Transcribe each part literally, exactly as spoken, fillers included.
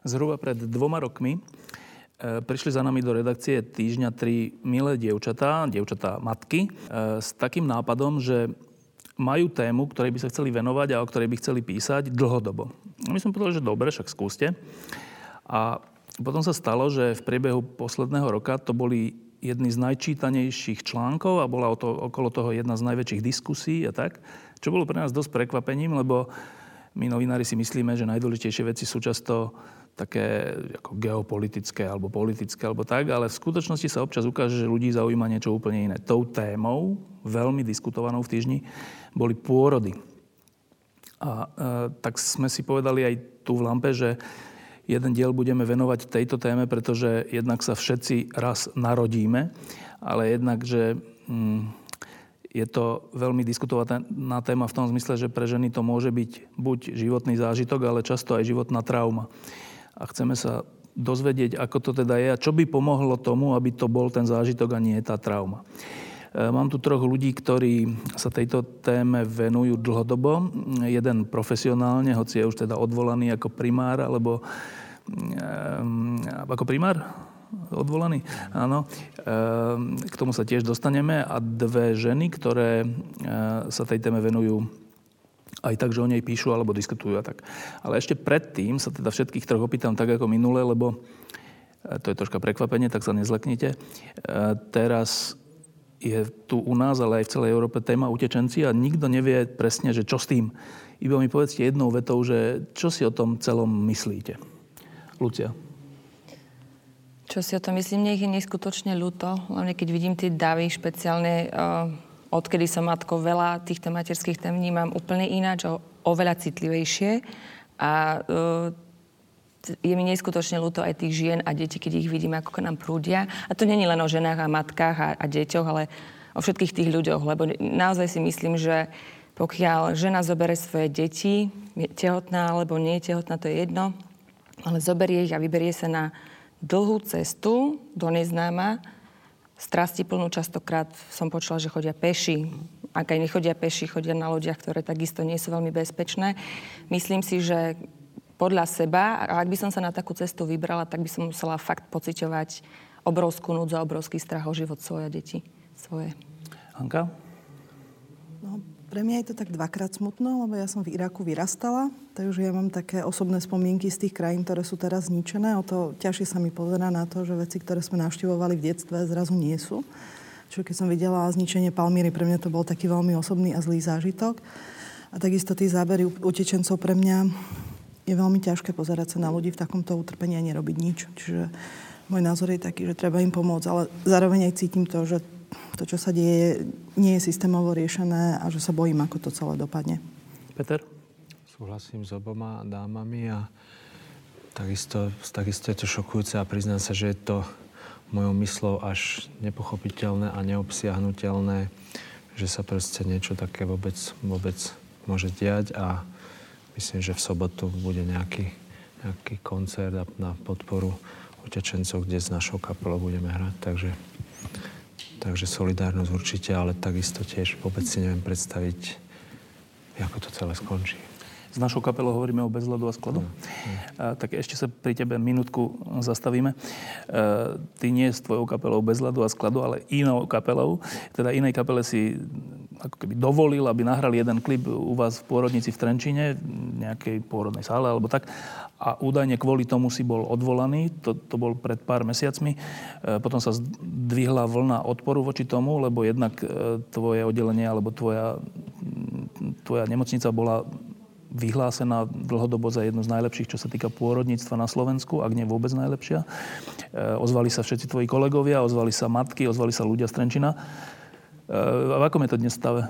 Zhruba pred dvoma rokmi prišli za nami do redakcie Týždňa tri milé dievčatá, dievčatá matky, s takým nápadom, že majú tému, ktorej by sa chceli venovať a o ktorej by chceli písať dlhodobo. My sme povedali, že dobre, však skúste. A potom sa stalo, že v priebehu posledného roka to boli jedny z najčítanejších článkov a bola o to, okolo toho jedna z najväčších diskusí a tak, čo bolo pre nás dosť prekvapením, lebo my novinári si myslíme, že najdôležitejšie veci sú často také ako geopolitické alebo politické alebo tak, ale v skutočnosti sa občas ukáže, že ľudí zaujíma niečo úplne iné. Tou témou, veľmi diskutovanou v Týždni, boli pôrody. A e, tak sme si povedali aj tu v Lampe, že jeden diel budeme venovať tejto téme, pretože jednak sa všetci raz narodíme, ale jednak, že hm, je to veľmi diskutovaná téma v tom zmysle, že pre ženy to môže byť buď životný zážitok, ale často aj životná trauma. A chceme sa dozvedieť, ako to teda je a čo by pomohlo tomu, aby to bol ten zážitok a nie tá trauma. Mám tu troch ľudí, ktorí sa tejto téme venujú dlhodobo. Jeden profesionálne, hoci je už teda odvolaný ako primár, alebo um, ako primár? Odvolaný? Áno. Um, k tomu sa tiež dostaneme. A dve ženy, ktoré uh, sa tej téme venujú aj tak, že o nej píšu alebo diskutujú a tak. Ale ešte predtým sa teda všetkých troch opýtam tak ako minule, lebo to je troška prekvapenie, tak sa nezleknite. Teraz je tu u nás, ale aj v celej Európe téma utečenci a nikto nevie presne, že čo s tým. Iba mi povedzte jednou vetou, že čo si o tom celom myslíte. Lucia. Čo si o tom myslím, nech je neskutočne ľúto. Hlavne keď vidím tie davy, špeciálne uh... odkedy som matkou, veľa týchto materských tém vnímam úplne ináč, oveľa citlivejšie. A uh, je mi neskutočne ľúto aj tých žien a detí, keď ich vidím, ako k nám prúdia. A to nie je len o ženách a matkách a, a deťoch, ale o všetkých tých ľuďoch. Lebo naozaj si myslím, že pokiaľ žena zoberie svoje deti, je tehotná alebo nie je tehotná, to je jedno, ale zoberie ich a vyberie sa na dlhú cestu do neznáma, strastiplnú, častokrát som počula, že chodia peši. Ak aj nechodia peši, chodia na lodiach, ktoré takisto nie sú veľmi bezpečné. Myslím si, že podľa seba, a ak by som sa na takú cestu vybrala, tak by som musela fakt pociťovať obrovskú núdzu a obrovský strach o život svoje deti. Svoje. Hanka? No, pre mňa je to tak dvakrát smutno, lebo ja som v Iraku vyrastala, takže ja mám také osobné spomienky z tých krajín, ktoré sú teraz zničené. O to ťažšie sa mi pozerá na to, že veci, ktoré sme navštevovali v detstve, zrazu nie sú. Čiže keď som videla zničenie Palmíry, pre mňa to bol taký veľmi osobný a zlý zážitok. A takisto tí zábery utečencov pre mňa je veľmi ťažké pozerať sa na ľudí v takomto utrpení a nerobiť nič. Čiže môj názor je taký, že treba im pomôcť, ale zároveň aj cítim to, že to, čo sa deje, nie je systémovo riešené a že sa bojím, ako to celé dopadne. Peter? Súhlasím s oboma dámami a takisto, takisto je to šokujúce a priznám sa, že je to mojou myslou až nepochopiteľné a neobsiahnutelné, že sa proste niečo také vôbec, vôbec môže diať a myslím, že v sobotu bude nejaký, nejaký koncert na podporu utečencov, kde s našou kapelou budeme hrať, takže Takže solidárnosť určite, ale takisto tiež vôbec si neviem predstaviť, ako to celé skončí. S našou kapelou hovoríme o Bez ľadu a skladu. No, no. A, tak ešte sa pri tebe minútku zastavíme. E, ty nie s tvojou kapelou Bez ľadu a skladu, ale inou kapelou. Teda inej kapele si ako keby dovolil, aby nahrali jeden klip u vás v pôrodnici v Trenčíne, v nejakej pôrodnej sále alebo tak. A údajne kvôli tomu si bol odvolaný. To, to bol pred pár mesiacmi. E, potom sa zdvihla vlna odporu voči tomu, lebo jednak e, tvoje oddelenie alebo tvoja, tvoja nemocnica bola vyhlásená dlhodobo za jednu z najlepších, čo sa týka pôrodníctva na Slovensku, ak nie vôbec najlepšia. E, ozvali sa všetci tvoji kolegovia, ozvali sa matky, ozvali sa ľudia z Trenčína. E, a v akom je to dnes stave?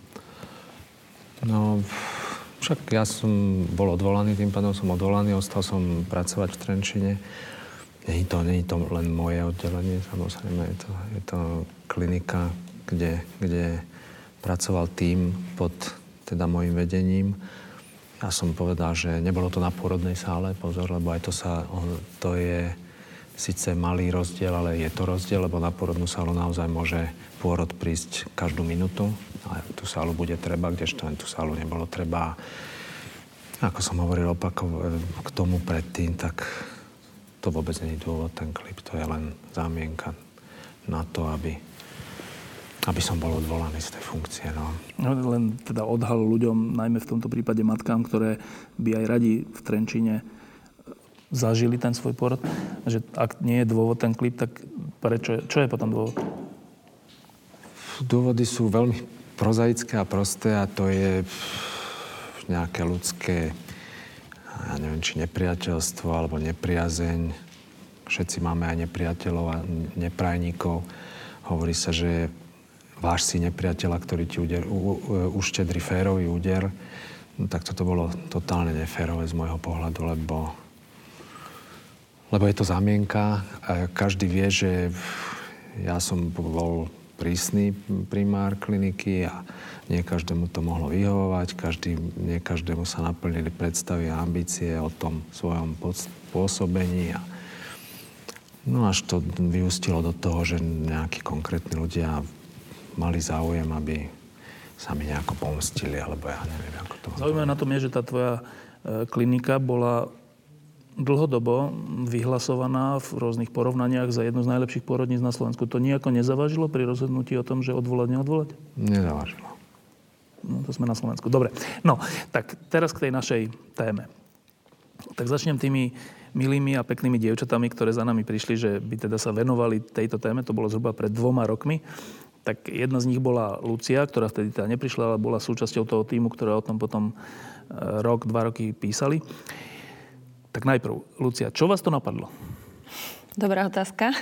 No, však ja som bol odvolaný, tým pádom som odvolaný, ostal som pracovať v Trenčíne. Nie je to, nie je to len moje oddelenie, samozrejme, je to, je to klinika, kde, kde pracoval tím pod teda mojim vedením. Ja som povedal, že nebolo to na pôrodnej sále, pozor, lebo aj to sa, to je síce malý rozdiel, ale je to rozdiel, lebo na pôrodnú sálu naozaj môže pôrod prísť každú minútu. A tú sálu bude treba, kdežto len tú sálu nebolo treba. Ako som hovoril opakov k tomu predtým, tak to vôbec nie je dôvod, ten klip. To je len zámienka na to, aby, aby som bol odvolaný z tej funkcie. No. No, len teda odhal ľuďom, najmä v tomto prípade matkám, ktoré by aj radi v Trenčíne zažili ten svoj porod, že ak nie je dôvod ten klip, tak prečo je, čo je potom dôvod? Dôvody sú veľmi prozaické a prosté a to je nejaké ľudské, ja neviem, či nepriateľstvo alebo nepriazeň. Všetci máme aj nepriateľov a neprajníkov. Hovorí sa, že váš si nepriateľa, ktorý ti uder, u, u, uštedri férový úder. No, tak toto bolo totálne neférové z môjho pohľadu, lebo, lebo je to zámienka. A každý vie, že ja som bol prísny primár kliniky a nie každému to mohlo vyhovovať, každý, nie každému sa naplnili predstavy a ambície o tom svojom pôsobení. A no až to vyústilo do toho, že nejakí konkrétni ľudia mali záujem, aby sa mi nejako pomstili, alebo ja neviem, ako to... Zaujímavé na tom je, že tá tvoja klinika bola dlhodobo vyhlasovaná v rôznych porovnaniach za jednu z najlepších pôrodníc na Slovensku. To nejako nezavážilo pri rozhodnutí o tom, že odvolať, neodvolať? Nezavážilo. No, to sme na Slovensku. Dobre. No, tak teraz k tej našej téme. Tak začnem tými milými a peknými dievčatami, ktoré za nami prišli, že by teda sa venovali tejto téme. To bolo zhruba pred dvoma rokmi. Tak jedna z nich bola Lucia, ktorá vtedy teda neprišla, ale bola súčasťou toho tímu, ktoré o tom potom rok, dva roky písali. Tak najprv, Lucia, čo vás to napadlo? Dobrá otázka.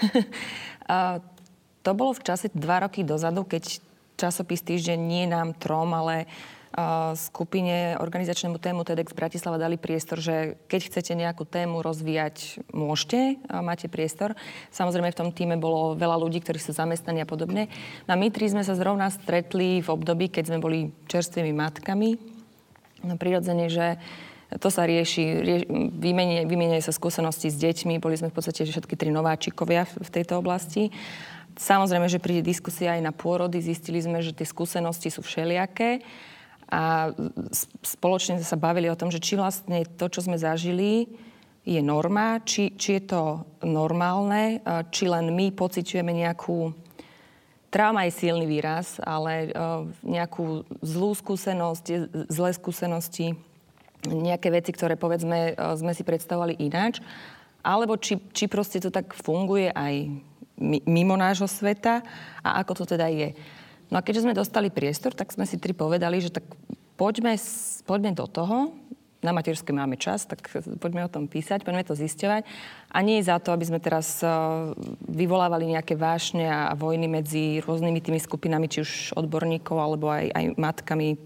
To bolo v čase dva roky dozadu, keď časopis Týždeň nie nám trom, ale skupine organizačnému tému TEDx Bratislava dali priestor, že keď chcete nejakú tému rozvíjať, môžete, máte priestor. Samozrejme v tom týme bolo veľa ľudí, ktorí sú zamestnaní a podobne. No a my tri sme sa zrovna stretli v období, keď sme boli čerstvými matkami. No prirodzene, že to sa rieši, rieš, vymieňajú sa skúsenosti s deťmi, boli sme v podstate všetky tri nováčikovia v tejto oblasti. Samozrejme, že príde diskusia aj na pôrody, zistili sme, že tie skúsenosti sú všelijaké a spoločne sa bavili o tom, že či vlastne to, čo sme zažili, je norma, či, či je to normálne, či len my pociťujeme nejakú, trauma je silný výraz, ale nejakú zlú skúsenosť, zlé skúsenosti, nejaké veci, ktoré, povedzme, sme si predstavovali ináč, alebo či, či proste to tak funguje aj mimo nášho sveta a ako to teda je. No a keďže sme dostali priestor, tak sme si tri povedali, že tak poďme, poďme do toho, na materskej máme čas, tak poďme o tom písať, poďme to zisťovať. A nie je za to, aby sme teraz vyvolávali nejaké vášne a vojny medzi rôznymi tými skupinami, či už odborníkov, alebo aj, aj matkami,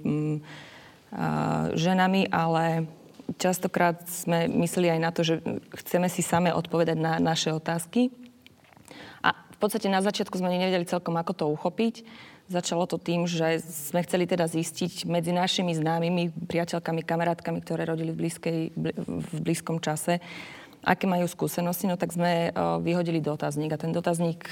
ženami, ale častokrát sme mysleli aj na to, že chceme si same odpovedať na naše otázky. A v podstate na začiatku sme nevedeli celkom, ako to uchopiť. Začalo to tým, že sme chceli teda zistiť medzi našimi známymi, priateľkami, kamarátkami, ktoré rodili v, blízkej, v blízkom čase, aké majú skúsenosti. No tak sme vyhodili dotazník a ten dotazník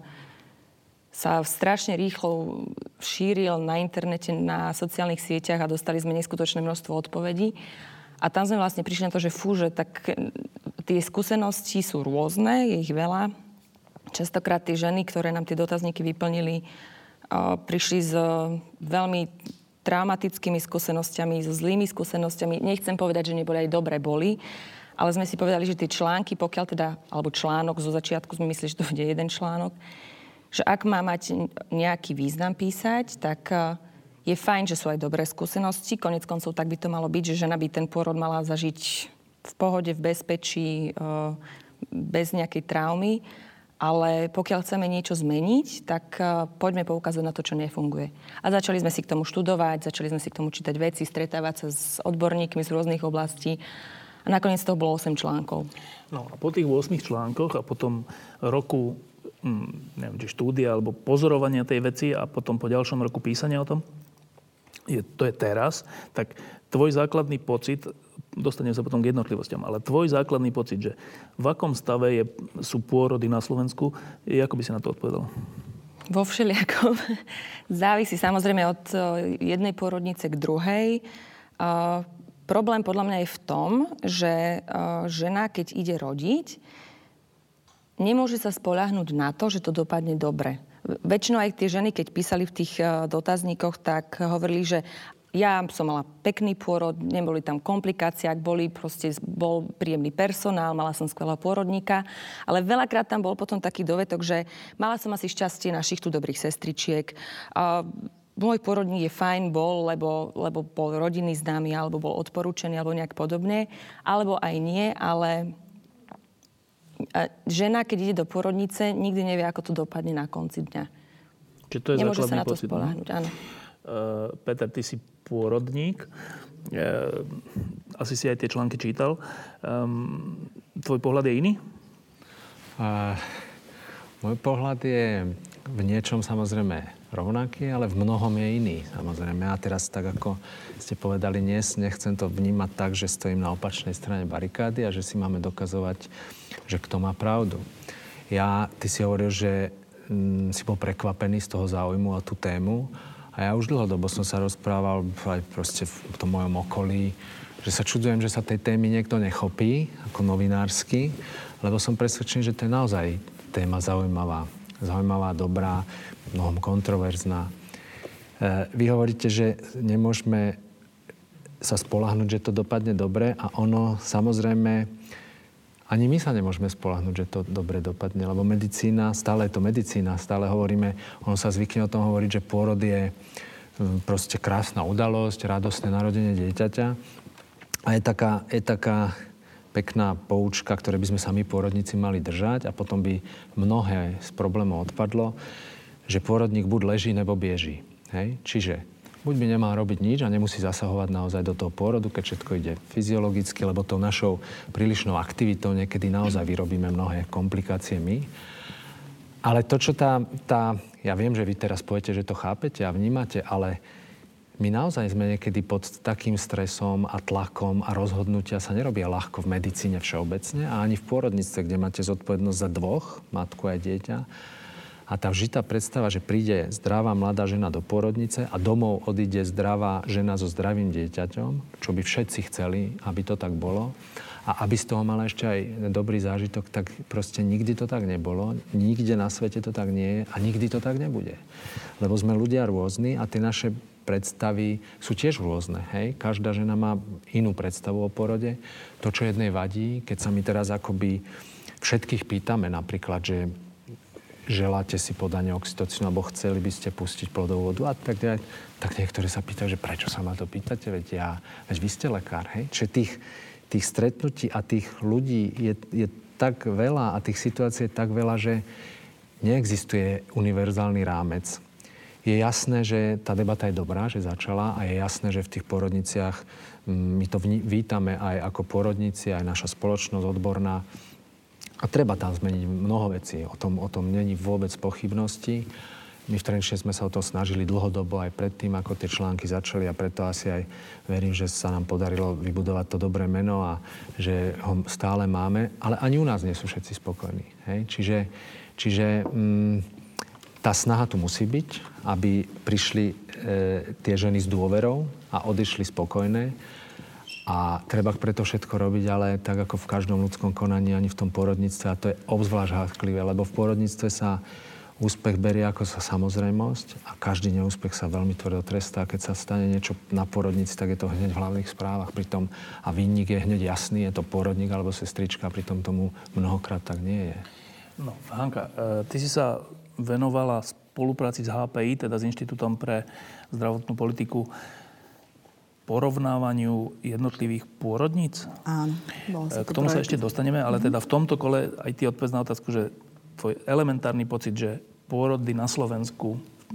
sa strašne rýchlo šíril na internete, na sociálnych sieťach a dostali sme neskutočné množstvo odpovedí. A tam sme vlastne prišli na to, že fú, že tak tie skúsenosti sú rôzne, je ich veľa. Častokrát tie ženy, ktoré nám tie dotazníky vyplnili, prišli s veľmi traumatickými skúsenosťami, so zlými skúsenosťami. Nechcem povedať, že neboli aj dobre, boli, ale sme si povedali, že tie články, pokiaľ teda, alebo článok, zo začiatku sme mysleli, že to bude jeden článok, že ak má mať nejaký význam písať, tak je fajn, že sú aj dobré skúsenosti. Konec koncov tak by to malo byť, že žena by ten pôrod mala zažiť v pohode, v bezpečí, bez nejakej traumy. Ale pokiaľ chceme niečo zmeniť, tak poďme poukázať na to, čo nefunguje. A začali sme si k tomu študovať, začali sme si k tomu čítať veci, stretávať sa s odborníkmi z rôznych oblastí. A nakoniec toho bolo osem článkov. No a po tých ôsmich článkoch a potom roku neviem, či štúdia alebo pozorovania tej veci a potom po ďalšom roku písania o tom, je, to je teraz, tak tvoj základný pocit, dostanem sa potom k jednotlivostiam, ale tvoj základný pocit, že v akom stave je, sú pôrody na Slovensku, je, ako by si na to odpovedal? Vo všelijakom. Závisí samozrejme od jednej pôrodnice k druhej. problém podľa mňa je v tom, že uh, žena, keď ide rodiť, nemôže sa spoľahnúť na to, že to dopadne dobre. Väčšinou aj tie ženy, keď písali v tých uh, dotazníkoch, tak hovorili, že ja som mala pekný pôrod, neboli tam komplikácie, ak boli, proste bol príjemný personál, mala som skvelého pôrodníka, ale veľakrát tam bol potom taký dovetok, že mala som asi šťastie našich tu dobrých sestričiek. Uh, môj pôrodník je fajn, bol, lebo, lebo bol rodinný známy, alebo bol odporúčený, alebo nejak podobne, alebo aj nie, ale žena, keď ide do pôrodnice, nikdy nevie, ako to dopadne na konci dňa. Čiže to je nemôže sa na to pocit, spoľahnúť, áno. Uh, Peter, ty si pôrodník. Uh, asi si aj tie články čítal. Um, tvoj pohľad je iný? Uh, môj pohľad je v niečom samozrejme rovnaký, ale v mnohom je iný. Samozrejme. A teraz tak, ako ste povedali dnes, nechcem to vnímať tak, že stojím na opačnej strane barikády a že si máme dokazovať, že kto má pravdu. Ja, ty si hovoril, že mm, si bol prekvapený z toho záujmu o tú tému. A ja už dlhodobo som sa rozprával aj proste v tom mojom okolí, že sa čudujem, že sa tej témy niekto nechopí, ako novinársky, lebo som presvedčený, že to je naozaj téma zaujímavá. Zaujímavá, dobrá, mnohom kontroverzná. E, vy hovoríte, že nemôžeme sa spoľahnúť, že to dopadne dobre a ono, samozrejme, ani my sa nemôžeme spoľahnúť, že to dobre dopadne, lebo medicína, stále je to medicína, stále hovoríme, ono sa zvykne o tom hovoriť, že pôrod je proste krásna udalosť, radostné narodenie dieťaťa. A je taká, je taká pekná poučka, ktoré by sme sa my pôrodníci mali držať a potom by mnohé z problémov odpadlo, že pôrodník buď leží, nebo bieží. Hej? Čiže buď by nemal robiť nič a nemusí zasahovať naozaj do toho pôrodu, keď všetko ide fyziologicky, lebo tou našou prílišnou aktivitou niekedy naozaj vyrobíme mnohé komplikácie my. Ale to, čo tá, tá... Ja viem, že vy teraz poviete, že to chápete a vnímate, ale my naozaj sme niekedy pod takým stresom a tlakom a rozhodnutia sa nerobia ľahko v medicíne všeobecne a ani v pôrodníctve, kde máte zodpovednosť za dvoch, matku a dieťa. A tá vžitá predstava, že príde zdravá mladá žena do pôrodnice a domov odíde zdravá žena so zdravým dieťaťom, čo by všetci chceli, aby to tak bolo. A aby z toho mala ešte aj dobrý zážitok, tak proste nikdy to tak nebolo. Nikde na svete to tak nie je a nikdy to tak nebude. Lebo sme ľudia rôzni a tie naše predstavy sú tiež rôzne. Hej? Každá žena má inú predstavu o porode. To, čo jednej vadí, keď sa mi teraz akoby všetkých pýtame napríklad, že želáte si podanie oxytocínu, alebo chceli by ste pustiť plodovú vodu a tak ďalej, tak niektorí sa pýtajú, že prečo sa ma to pýtate, veď ja, veď vy ste lekár, hej? Čiže tých, tých stretnutí a tých ľudí je, je tak veľa a tých situácií je tak veľa, že neexistuje univerzálny rámec. Je jasné, že tá debata je dobrá, že začala a je jasné, že v tých pôrodniciach my to vítame aj ako pôrodníci, aj naša spoločnosť odborná. A treba tam zmeniť mnoho vecí. O tom, o tom není vôbec pochybnosti. My v Trenčine sme sa o to snažili dlhodobo aj predtým, ako tie články začali a preto asi aj verím, že sa nám podarilo vybudovať to dobré meno a že ho stále máme. Ale ani u nás nie sú všetci spokojní. Hej? Čiže, čiže mm, tá snaha tu musí byť, aby prišli e, tie ženy s dôverou a odišli spokojné. A treba preto všetko robiť, ale tak ako v každom ľudskom konaní, ani v tom pôrodníctve. A to je obzvlášť háklivé, lebo v pôrodníctve sa úspech berie ako sa samozrejmosť a každý neúspech sa veľmi tvrdo trestá. Keď sa stane niečo na pôrodnici, tak je to hneď v hlavných správach. Pritom, a vinník je hneď jasný, je to pôrodník alebo sestrička, pritom tomu mnohokrát tak nie je. No, Hanka, ty si sa venovala spolupráci s há pé í, teda s Inštitútom pre zdravotnú politiku, porovnávaniu jednotlivých pôrodníc? Áno. K tomu sa ešte dostaneme, ale teda v tomto kole aj ty odpovedz na otázku, že tvoj elementárny pocit, že pôrody na Slovensku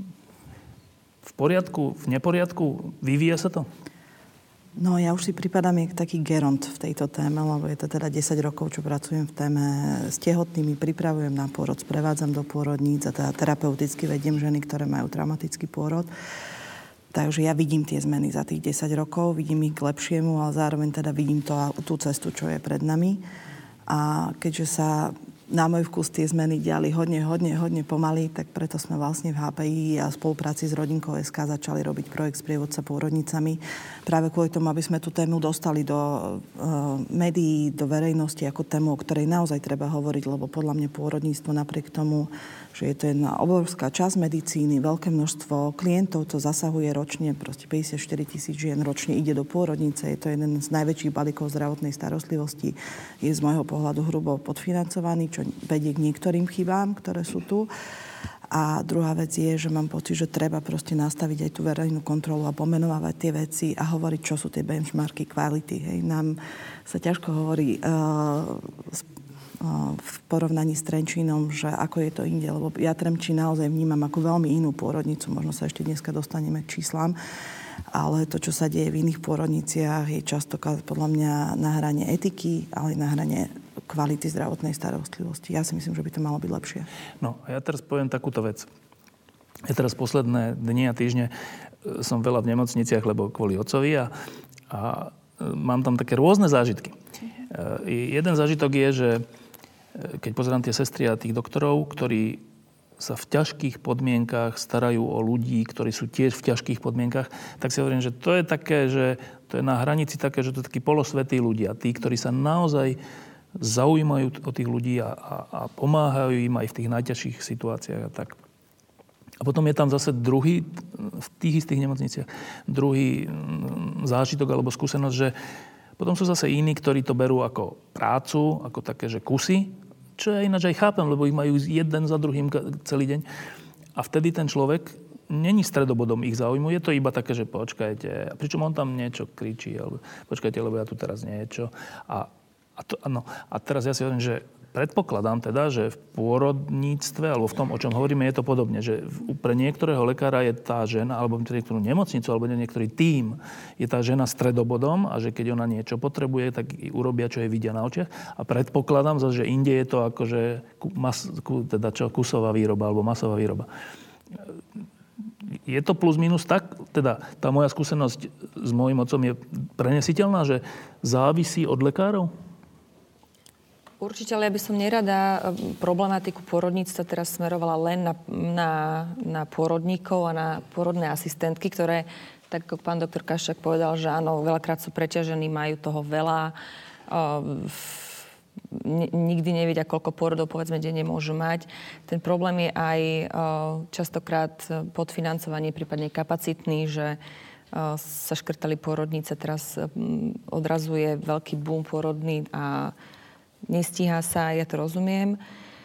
v poriadku, v neporiadku, vyvíja sa to? No ja už si pripadám jak taký geront v tejto téme, lebo je to teda desať rokov, čo pracujem v téme s tehotnými, pripravujem na pôrod, sprevádzam do pôrodníc a teda terapeuticky vediem ženy, ktoré majú traumatický pôrod. Takže ja vidím tie zmeny za tých desať rokov, vidím ich k lepšiemu, ale zároveň teda vidím to, tú cestu, čo je pred nami. A keďže sa na môj vkus tie zmeny diali hodne, hodne, hodne pomaly, tak preto sme vlastne v há pé í a spolupráci s Rodinkou es ká začali robiť projekt Sprievodca pôrodnicami. Práve kvôli tomu, aby sme tú tému dostali do uh, médií, do verejnosti ako tému, o ktorej naozaj treba hovoriť, lebo podľa mňa pôrodníctvo napriek tomu, že je to jedna obrovská časť medicíny, veľké množstvo klientov to zasahuje ročne, proste päťdesiatštyri tisíc žien ročne ide do pôrodnice, je to jeden z najväčších balíkov zdravotnej starostlivosti, je z môjho pohľadu hrubo podfinancovaný, čo vedie k niektorým chybám, ktoré sú tu. A druhá vec je, že mám pocit, že treba proste nastaviť aj tú verejnú kontrolu a pomenovávať tie veci a hovoriť, čo sú tie benchmarky kvality. Hej. Nám sa ťažko hovorí uh, v porovnaní s Trenčínom, že ako je to inde, lebo ja Trenčín naozaj vnímam ako veľmi inú pôrodnicu, možno sa ešte dneska dostaneme k číslám, ale to, čo sa deje v iných pôrodniciach, je častokrát podľa mňa na hrane etiky, ale na hrane kvality zdravotnej starostlivosti. Ja si myslím, že by to malo byť lepšie. No a ja teraz poviem takúto vec. Ja teraz posledné dni a týždne som veľa v nemocniciach, lebo kvôli otcovi a, a mám tam také rôzne zážitky. Jeden zážitok je, že keď pozerám tie sestry a tých doktorov, ktorí sa v ťažkých podmienkách starajú o ľudí, ktorí sú tiež v ťažkých podmienkách, tak si hovorím, že to je také, že to je na hranici také, že to je takí polosvetí ľudia. Tí, ktorí sa naozaj zaujímajú o tých ľudí a, a, a pomáhajú im aj v tých najťažších situáciách a tak. A potom je tam zase druhý, v tých istých nemocniciach, druhý zážitok alebo skúsenosť, že potom sú zase iní, ktorí to berú ako prácu, ako také, že kusy, čo ja ináč aj chápem, lebo ich majú jeden za druhým celý deň. A vtedy ten človek není stredobodom ich záujmu, je to iba také, že počkajte, a pričom on tam niečo kričí, alebo počkajte, lebo ja tu teraz niečo. A, a, to, no, a teraz ja si hovorím, že predpokladám teda, že v pôrodníctve, alebo v tom, o čom hovoríme, je to podobne, že pre niektorého lekára je tá žena, alebo pre niektorú nemocnicu, alebo niektorý tím, je tá žena stredobodom a že keď ona niečo potrebuje, tak urobia, čo jej vidia na očiach. A predpokladám zase, že inde je to akože mas, teda čo, kusová výroba alebo masová výroba. Je to plus minus tak, teda tá moja skúsenosť s mojím otcom je prenesiteľná, že závisí od lekárov? Určite, ale ja by som nerada problematiku pôrodníctva teraz smerovala len na, na, na pôrodníkov a na pôrodné asistentky, ktoré, tak ako pán doktor Kaščák povedal, že áno, veľakrát sú preťažení, majú toho veľa, nikdy nevedia, koľko pôrodov, povedzme, denne môžu mať. Ten problém je aj častokrát podfinancovanie, prípadne kapacitný, že sa škrtali pôrodnice, teraz odrazuje veľký boom pôrodný a nestíha sa, ja to rozumiem.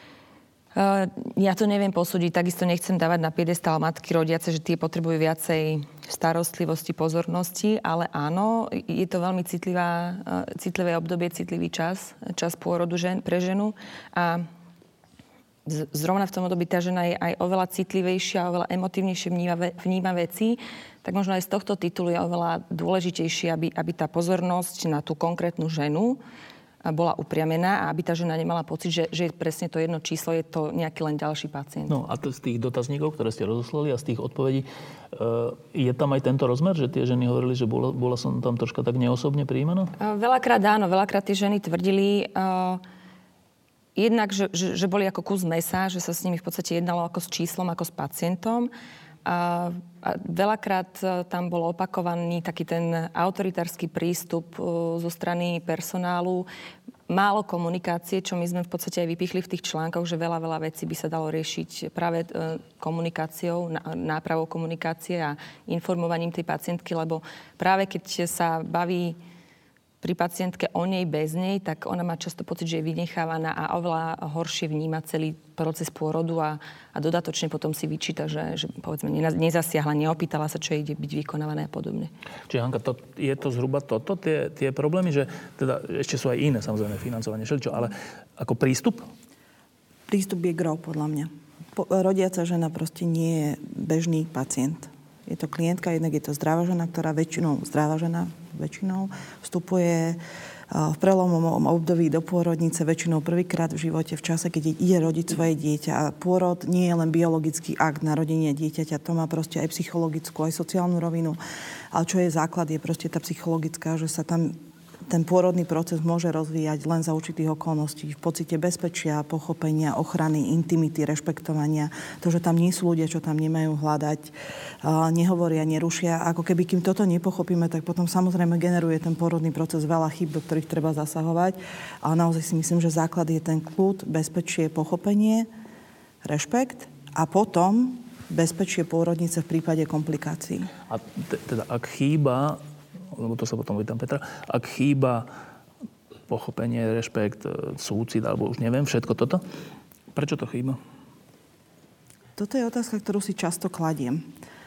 Ja to neviem posúdiť, takisto nechcem dávať na piedestál matky rodiace, že tie potrebujú viacej starostlivosti, pozornosti, ale áno, je to veľmi citlivá, citlivé obdobie, citlivý čas, čas pôrodu žen, pre ženu a zrovna v tom období tá žena je aj oveľa citlivejšia, oveľa emotívnejšie vníma, vníma veci, tak možno aj z tohto titulu je oveľa dôležitejšie, aby, aby tá pozornosť na tú konkrétnu ženu bola upriamená a aby tá žena nemala pocit, že, že presne to jedno číslo je to nejaký len ďalší pacient. No a z tých dotazníkov, ktoré ste rozoslali a z tých odpovedí, je tam aj tento rozmer, že tie ženy hovorili, že bola, bola som tam troška tak neosobne prijímaná? Veľakrát áno, veľakrát tie ženy tvrdili uh, jednak, že, že, že boli ako kus mäsa, že sa s nimi v podstate jednalo ako s číslom, ako s pacientom. A, a veľakrát tam bol opakovaný taký ten autoritársky prístup zo strany personálu, málo komunikácie, čo my sme v podstate aj vypichli v tých článkoch, že veľa, veľa vecí by sa dalo riešiť práve komunikáciou, nápravou komunikácie a informovaním tej pacientky, lebo práve keď sa baví pri pacientke o nej, bez nej, tak ona má často pocit, že je vynechávaná a oveľa horšie vníma celý proces pôrodu a, a dodatočne potom si vyčíta, že, že povedzme nezasiahla, neopýtala sa, čo ide byť vykonávané a podobne. Čiže Hanka, to, je to zhruba toto, tie, tie problémy, že teda ešte sú aj iné, samozrejme, financovanie, všeličo, ale ako prístup? Prístup je gro, podľa mňa. Po, rodiaca žena proste nie je bežný pacient. Je to klientka, jednak je to zdravá žena, ktorá väčšinou, zdravá žena väčšinou vstupuje v prelomovom období do pôrodnice, väčšinou prvýkrát v živote, v čase, keď ide rodiť svoje dieťa. A pôrod nie je len biologický akt narodenia dieťaťa, to má proste aj psychologickú, aj sociálnu rovinu. Ale čo je základ, je proste tá psychologická, že sa tam ten pôrodný proces môže rozvíjať len za určitých okolností. V pocite bezpečia, pochopenia, ochrany, intimity, rešpektovania. To, že tam nie sú ľudia, čo tam nemajú hľadať, nehovoria, nerušia. Ako keby, kým toto nepochopíme, tak potom samozrejme generuje ten pôrodný proces veľa chýb, do ktorých treba zasahovať. Ale naozaj si myslím, že základ je ten kľud, bezpečie, pochopenie, rešpekt a potom bezpečie pôrodnice v prípade komplikácií. A t- teda ak chýba, lebo to sa potom vytám Petra, ak chýba pochopenie, rešpekt, súcit, alebo už neviem, všetko toto, prečo to chýba? Toto je otázka, ktorú si často kladiem.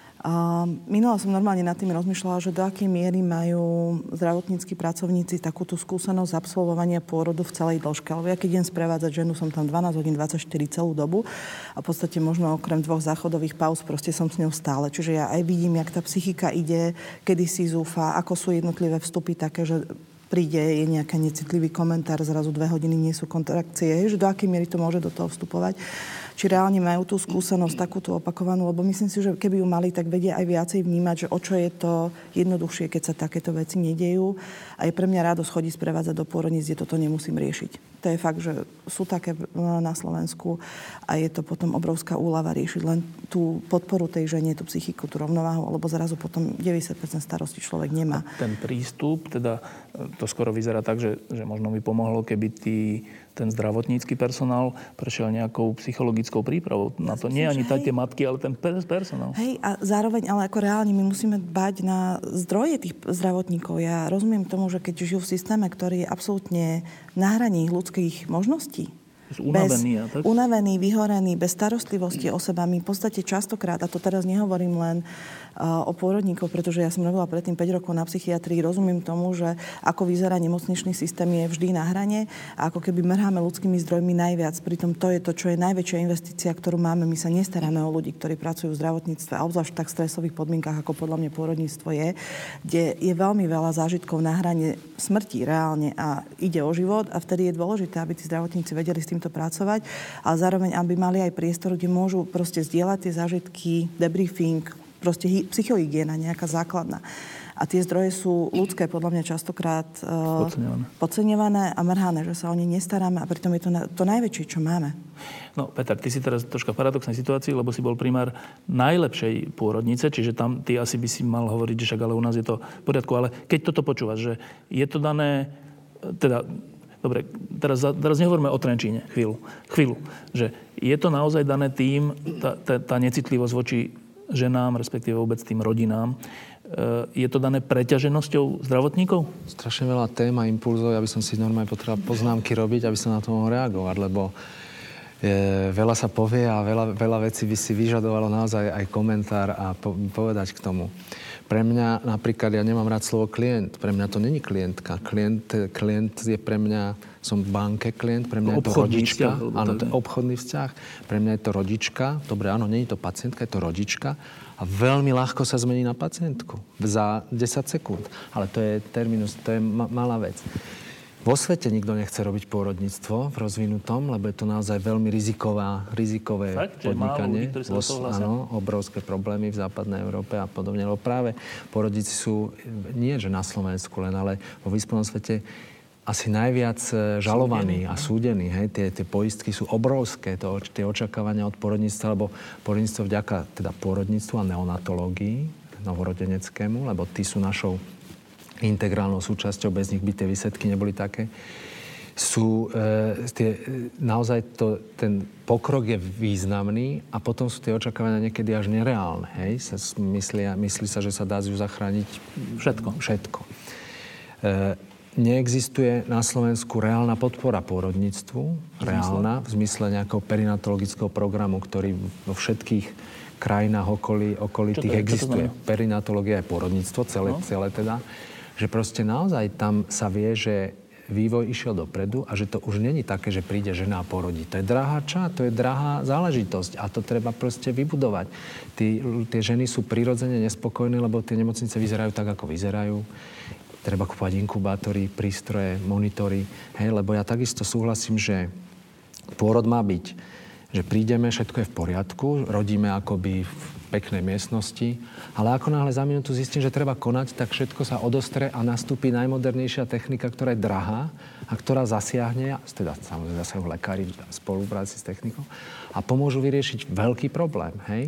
Uh, minula som normálne nad tým rozmýšľala, že do akej miery majú zdravotníckí pracovníci takúto skúsenosť absolvovania pôrodu v celej dĺžke. Lebo ja keď idem sprevádzať ženu, som tam dvanásť hodín dvadsaťštyri celú dobu a v podstate možno okrem dvoch záchodových pauz proste som s ňou stále. Čiže ja aj vidím, jak tá psychika ide, kedy si zúfa, ako sú jednotlivé vstupy také, že príde, je nejaký necitlivý komentár, zrazu dve hodiny nie sú kontrakcie, že do akej miery to môže do toho vstupovať. Či reálne majú tú skúsenosť takúto opakovanú, lebo myslím si, že keby ju mali, tak vedia aj viacej vnímať, že o čo je to jednoduchšie, keď sa takéto veci nedejú. A je pre mňa radosť chodiť sprevádzať do pôrodníc, kde toto nemusím riešiť. To je fakt, že sú také na Slovensku a je to potom obrovská úľava riešiť len tú podporu tej žene, tú psychiku, tú rovnováhu, lebo zrazu potom deväťdesiat percent starosti človek nemá. A ten prístup, teda to skoro vyzerá tak, že, že možno by pomohlo, keby tí, ten zdravotnícky personál prešiel nejakou psychologickou prípravou. Na to nie ani tak tie matky, ale ten personál. Hej, a zároveň, ale ako reálne my musíme dbať na zdroje tých zdravotníkov. Ja rozumiem tomu, že keď žijú v systéme, ktorý je absolútne na hraní ľudských možností, Unavený, bez, tak? unavený, vyhorený, bez starostlivosti o seba. My v podstate častokrát, a to teraz nehovorím len uh, o pôrodníkov, pretože ja som robila predtým päť rokov na psychiatrii, rozumiem tomu, že ako vyzerá nemocničný systém je vždy na hrane a ako keby mrháme ľudskými zdrojmi najviac. Pritom to je to, čo je najväčšia investícia, ktorú máme. My sa nestaráme o ľudí, ktorí pracujú v zdravotníctve, a obzvlášť v tak stresových podmienkach, ako podľa mňa pôrodníctvo je, kde je veľmi veľa zážitkov na hrane smrti reálne a ide o život a vtedy je dôležité, aby tí zdravotníci vedeli s týmto pracovať, ale zároveň, aby mali aj priestor, kde môžu proste zdieľať tie zážitky, debriefing, proste hy- psychohygiena nejaká základná. A tie zdroje sú ľudské, podľa mňa častokrát uh, podceňované. podceňované a mrhané, že sa o ne nestaráme a pritom je to na, to najväčšie, čo máme. No, Peter, ty si teraz troška v paradoxnej situácii, lebo si bol primár najlepšej pôrodnice, čiže tam ty asi by si mal hovoriť, že však ale u nás je to v poriadku. Ale keď toto počúvaš, že je to dané, teda, dobre, teraz, teraz nehovoríme o Trenčíne, chvíľu, chvíľu, že je to naozaj dané tým, tá, tá, tá necitlivosť voči ženám, respektíve vôbec tým rodinám, je to dané preťaženosťou zdravotníkov? Strašne veľa tém a impulzov, aby som si normálne potreboval poznámky robiť, aby som na to mohol reagovať, lebo je, veľa sa povie a veľa, veľa vecí by si vyžadovalo naozaj aj komentár a po, povedať k tomu. Pre mňa napríklad, ja nemám rád slovo klient, pre mňa to není klientka. Klient, klient je pre mňa, som v banke klient, pre mňa je to rodička. Vzťah, áno, to je obchodný vzťah. Pre mňa je to rodička. Dobre, áno, nie je to pacientka, je to rodička. A veľmi ľahko sa zmení na pacientku. Za desať sekúnd. Ale to je terminus, to je ma- malá vec. Vo svete nikto nechce robiť pôrodníctvo v rozvinutom, lebo je to naozaj veľmi riziková, rizikové Fakt, podnikanie. Ľudí, Vos, áno, obrovské problémy v západnej Európe a podobne. Lebo práve pôrodníci sú, nie že na Slovensku len, ale vo vyspelom svete asi najviac žalovaní a súdení. Hej. Tie, tie poistky sú obrovské, to, tie očakávania od pôrodníctva, lebo pôrodníctvo vďaka teda pôrodníctvu a neonatológii novorodeneckému, lebo tí sú našou integrálnou súčasťou, bez nich by tie výsledky neboli také, sú e, tie, naozaj to, ten pokrok je významný a potom sú tie očakávania niekedy až nereálne. Hej. Sa myslia, myslí sa, že sa dá ju zachrániť všetko. všetko. E, Neexistuje na Slovensku reálna podpora pôrodníctvu. Reálna, v zmysle nejakého perinatologického programu, ktorý vo všetkých krajinách okolí, okolitých existuje. Perinatológia je pôrodníctvo, celé, no. celé teda. Že proste naozaj tam sa vie, že vývoj išiel dopredu a že to už není také, že príde žena a porodí. To je drahá ča, to je drahá záležitosť a to treba proste vybudovať. Tí, tie ženy sú prirodzene nespokojné, lebo tie nemocnice vyzerajú tak, ako vyzerajú. Treba kúpať inkubátory, prístroje, monitory. Hej, lebo ja takisto súhlasím, že pôrod má byť že prídeme, všetko je v poriadku, rodíme akoby v peknej miestnosti, ale ako náhle za minútu zistím, že treba konať, tak všetko sa odostre a nastúpi najmodernejšia technika, ktorá je drahá a ktorá zasiahne, teda samozrejme zasiahnu lekári v spolupráci s technikou a pomôžu vyriešiť veľký problém, hej?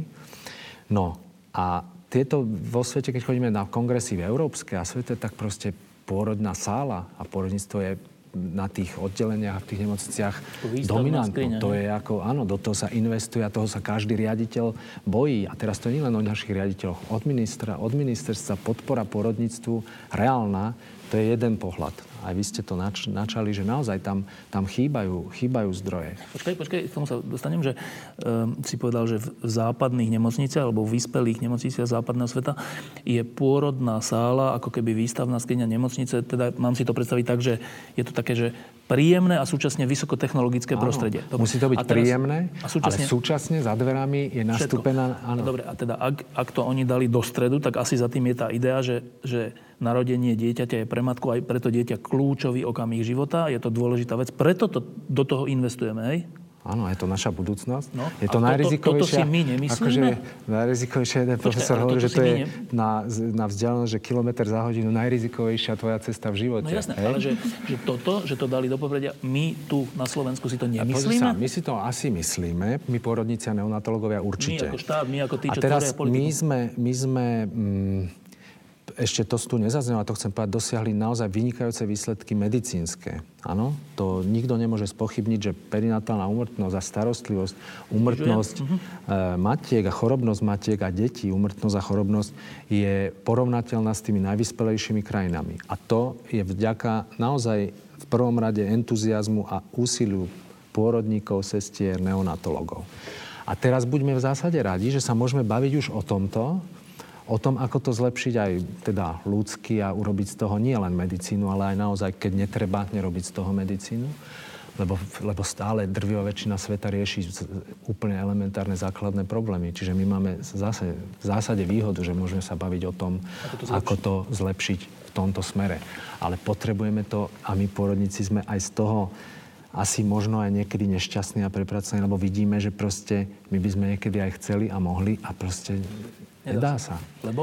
No a tieto vo svete, keď chodíme na kongresy v európske a svete, tak proste pôrodná sála a pôrodníctvo je na tých oddeleniach a v tých nemocniciach dominantné. To je ako, áno, do toho sa investuje a toho sa každý riaditeľ bojí. A teraz to nie len o našich riaditeľoch. Od ministra, od ministerstva podpora pôrodníctvu reálna, to je jeden pohľad. Aj vy ste to nač- načali, že naozaj tam, tam chýbajú, chýbajú zdroje. Počkaj, počkaj, k tomu sa dostanem, že um, si povedal, že v západných nemocniciach alebo v vyspelých nemocniciach západného sveta je pôrodná sála, ako keby výstavná skriňa nemocnice. Teda mám si to predstaviť tak, že je to také, že príjemné a súčasne vysokotechnologické áno, prostredie. Dobre. Musí to byť teraz, príjemné, súčasne, ale súčasne za dverami je nastúpená... Áno. Dobre, a teda ak, ak to oni dali do stredu, tak asi za tým je tá idea, že, že narodenie dieťaťa je pre matku aj preto dieťa kľúčový okamih života. Je to dôležitá vec. Preto to, do toho investujeme, hej? Áno, je to naša budúcnosť. No, je to najrizikovejšia... Toto si my nemyslíme? Akože najrizikovejšia, jeden profesor hovorí, že to je na, na vzdialenosť, že kilometr za hodinu najrizikovejšia tvoja cesta v živote. No jasné, hej? Ale že, že toto, že to dali do popredia, my tu na Slovensku si to nemyslíme? Sa, my si to asi myslíme, my pôrodníci a neonatológovia určite. My ako štát, my ako tí, čo a teraz tvoria politiku. my sme, my sme mm, ešte to tu nezaznelo, a to chcem povedať, dosiahli naozaj vynikajúce výsledky medicínske. Áno, to nikto nemôže spochybniť, že perinatálna úmrtnosť a starostlivosť, úmrtnosť uh-huh. e, matiek a chorobnosť matiek a detí, úmrtnosť a chorobnosť je porovnateľná s tými najvyspelejšími krajinami. A to je vďaka naozaj v prvom rade entuziazmu a úsiliu pôrodníkov, sestier, neonatologov. A teraz buďme v zásade radi, že sa môžeme baviť už o tomto, o tom, ako to zlepšiť aj teda ľudsky a urobiť z toho nie len medicínu, ale aj naozaj, keď netreba, nerobiť z toho medicínu. Lebo, lebo stále drvivá väčšina sveta rieši úplne elementárne základné problémy. Čiže my máme zase, v zásade výhodu, že môžeme sa baviť o tom, ako to, ako to zlepšiť v tomto smere. Ale potrebujeme to a my pôrodníci sme aj z toho asi možno aj niekedy nešťastní a prepracovaní, lebo vidíme, že proste my by sme niekedy aj chceli a mohli a proste nedá sa. Lebo?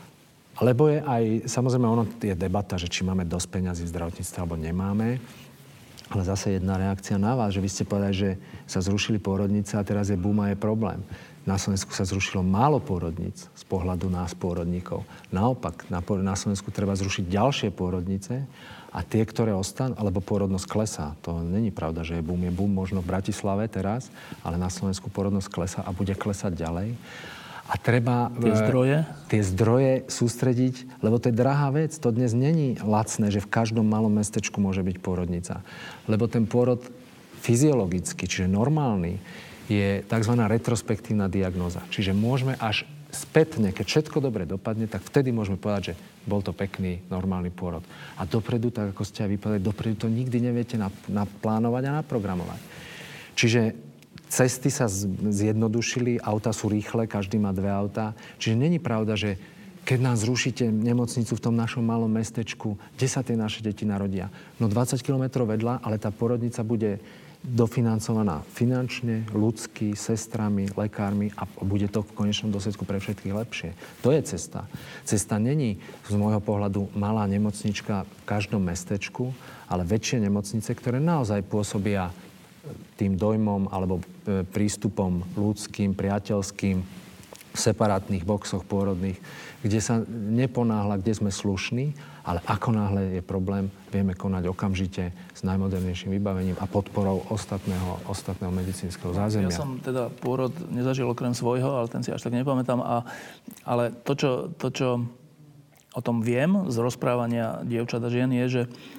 Lebo je aj, samozrejme, ono je debata, že či máme dosť peňazí v zdravotníctve, alebo nemáme. Ale zase jedna reakcia na vás, že vy ste povedali, že sa zrušili pôrodnice a teraz je boom a je problém. Na Slovensku sa zrušilo málo pôrodníc z pohľadu nás pôrodníkov. Naopak, na, na Slovensku treba zrušiť ďalšie pôrodnice a tie, ktoré ostanú, alebo pôrodnosť klesá. To není pravda, že je boom. Je boom možno v Bratislave teraz, ale na Slovensku pôrodnosť klesá a bude klesať ďalej. A treba tie zdroje? tie zdroje sústrediť, lebo to je drahá vec. To dnes není lacné, že v každom malom mestečku môže byť pôrodnica. Lebo ten pôrod fyziologicky, čiže normálny, je tzv. Retrospektívna diagnóza. Čiže môžeme až spätne, keď všetko dobre dopadne, tak vtedy môžeme povedať, že bol to pekný, normálny pôrod. A dopredu, tak ako ste aj vypovedali, dopredu to nikdy neviete naplánovať a naprogramovať. Čiže cesty sa zjednodušili, auta sú rýchle, každý má dve autá. Čiže není pravda, že keď nás zrušíte nemocnicu v tom našom malom mestečku, kde sa tie naše deti narodia? No dvadsať kilometrov vedľa, ale tá porodnica bude dofinancovaná finančne, ľudsky, sestrami, lekármi a bude to v konečnom dôsledku pre všetkých lepšie. To je cesta. Cesta není z môjho pohľadu malá nemocnička v každom mestečku, ale väčšie nemocnice, ktoré naozaj pôsobia tým dojmom alebo prístupom ľudským, priateľským, v separátnych boxoch pôrodných, kde sa neponáhla, kde sme slušní, ale ako náhle je problém, vieme konať okamžite s najmodernejším vybavením a podporou ostatného, ostatného medicínskeho zázemia. Ja som teda pôrod nezažil okrem svojho, ale ten si až tak nepamätám. A, ale to čo, to, čo o tom viem z rozprávania dievčat a žien, je, že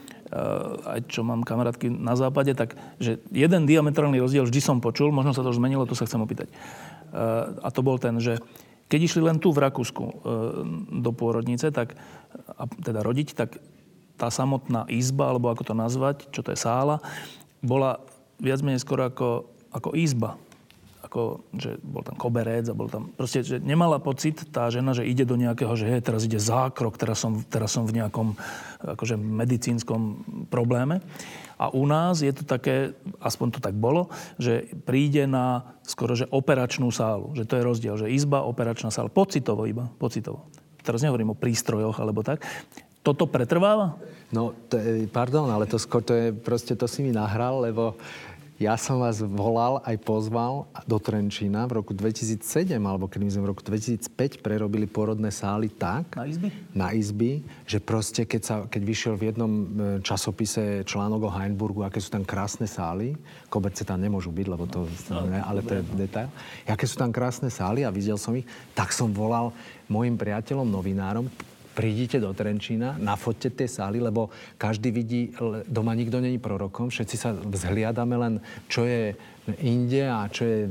aj čo mám kamarátky na západe, tak že jeden diametrálny rozdiel vždy som počul, možno sa to už zmenilo, to sa chcem opýtať. A to bol ten, že keď išli len tu v Rakúsku do pôrodnice, tak, a teda rodiť, tak tá samotná izba, alebo ako to nazvať, čo to je sála, bola viac menej skoro ako, ako izba. Ako ako, že bol tam koberec a bol tam... Proste, že nemala pocit tá žena, že ide do nejakého, že hej, teraz ide zákrok, teraz som, teraz som v nejakom akože medicínskom probléme. A u nás je to také, aspoň to tak bolo, že príde na skoro, že operačnú sálu. Že to je rozdiel, že izba, operačná sála. Pocitovo iba, pocitovo. Teraz nehovorím o prístrojoch alebo tak. Toto pretrváva? No, to je, pardon, ale to skôr to je, proste to si mi nahral, lebo ja som vás volal, aj pozval do Trenčína v roku dvetisícsedem, alebo keď my sme v roku dvetisícpäť prerobili pôrodné sály tak... Na izby? Na izby, že proste, keď, sa, keď vyšiel v jednom časopise článok o Heinburgu, aké sú tam krásne sály, koberce tam nemôžu byť, lebo to... No, ne, ale to je detail. Aké sú tam krásne sály a videl som ich, tak som volal mojim priateľom, novinárom, prídite do Trenčína, nafoťte tie sály, lebo každý vidí, doma nikto není prorokom, všetci sa vzhliadame len, čo je inde a čo je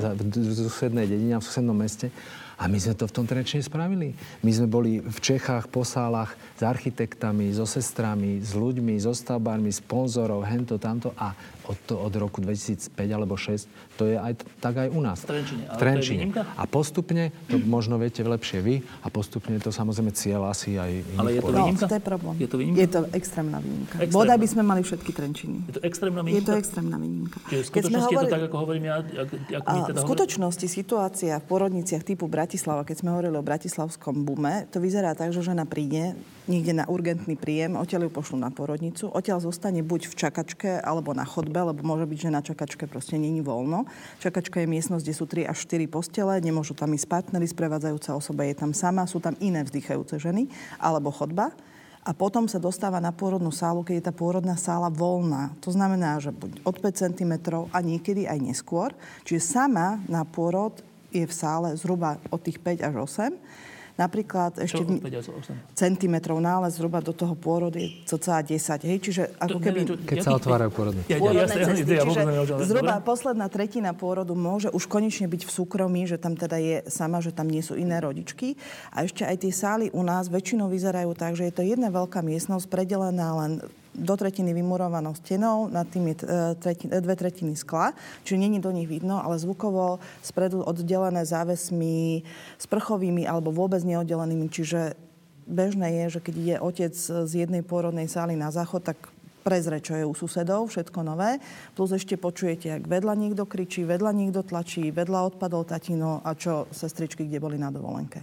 v susednej dedine a v susednom meste. A my sme to v tom Trenčíne spravili. My sme boli v Čechách po sálach s architektami, so sestrami, s ľuďmi, so stavbármi, sponzorov, hento, tamto. A od, to, od roku dvetisícpäť alebo šesť to je aj tak aj u nás. V Trenčíne. V Trenčíne. A postupne, to možno viete lepšie vy, a postupne to samozrejme cieľ asi aj iných. Ale je to no, výnimka? to je problém. Je to výnimka? Je to extrémna výnimka. Extrémna. Bodaj by sme mali všetky Trenčiny. Je to extrémna výnimka? Je to extrémna výnimka. Čiže v skutočnosti je to tak, ako hovorím ja, ako, ako my teda V skutočnosti situácia v pôrodniciach typu Bratislava, keď sme hovorili o bratislavskom bume, to vyzerá tak, že žena príde niekde na urgentný príjem, odtiaľ ju pošlú na pôrodnicu, odtiaľ zostane buď v čakačke, alebo na chodbe, lebo môže byť, že na čakačke proste není voľno. Čakačka je miestnosť, kde sú tri až štyri postele, nemôžu tam ísť partneri, sprevádzajúca osoba je tam sama, sú tam iné vzdychajúce ženy, alebo chodba. A potom sa dostáva na pôrodnú sálu, keď je tá pôrodná sála voľná. To znamená, že buď od päť centimetrov a niekedy aj neskôr. Čiže sama na pôrod je v sále zhruba od tých päť až osem. Napríklad ešte Čo, päť až osem centimetrov nález zhruba do toho pôrodu je cca desať. Hej? Čiže ako keby... Keď sa otvárajú pôrodné. Ja, ja, Pôrodné ja, cesty. ja, ja, Čiže ja, ja, ja, zhruba dobre? posledná tretina pôrodu môže už konečne byť v súkromí, že tam teda je sama, že tam nie sú iné rodičky. A ešte aj tie sály u nás väčšinou vyzerajú tak, že je to jedna veľká miestnosť predelená len do tretiny vymurovanou stenou, nad tým je treti, dve tretiny skla, čiže není do nich vidno, ale zvukovo spredu oddelené závesmi sprchovými alebo vôbec neoddelenými, čiže bežné je, že keď ide otec z jednej pôrodnej sály na záchod, tak prezre, čo je u susedov, všetko nové. Plus ešte počujete, ak vedľa niekto kričí, vedľa niekto tlačí, vedľa odpadol tatino a čo sestričky, kde boli na dovolenke.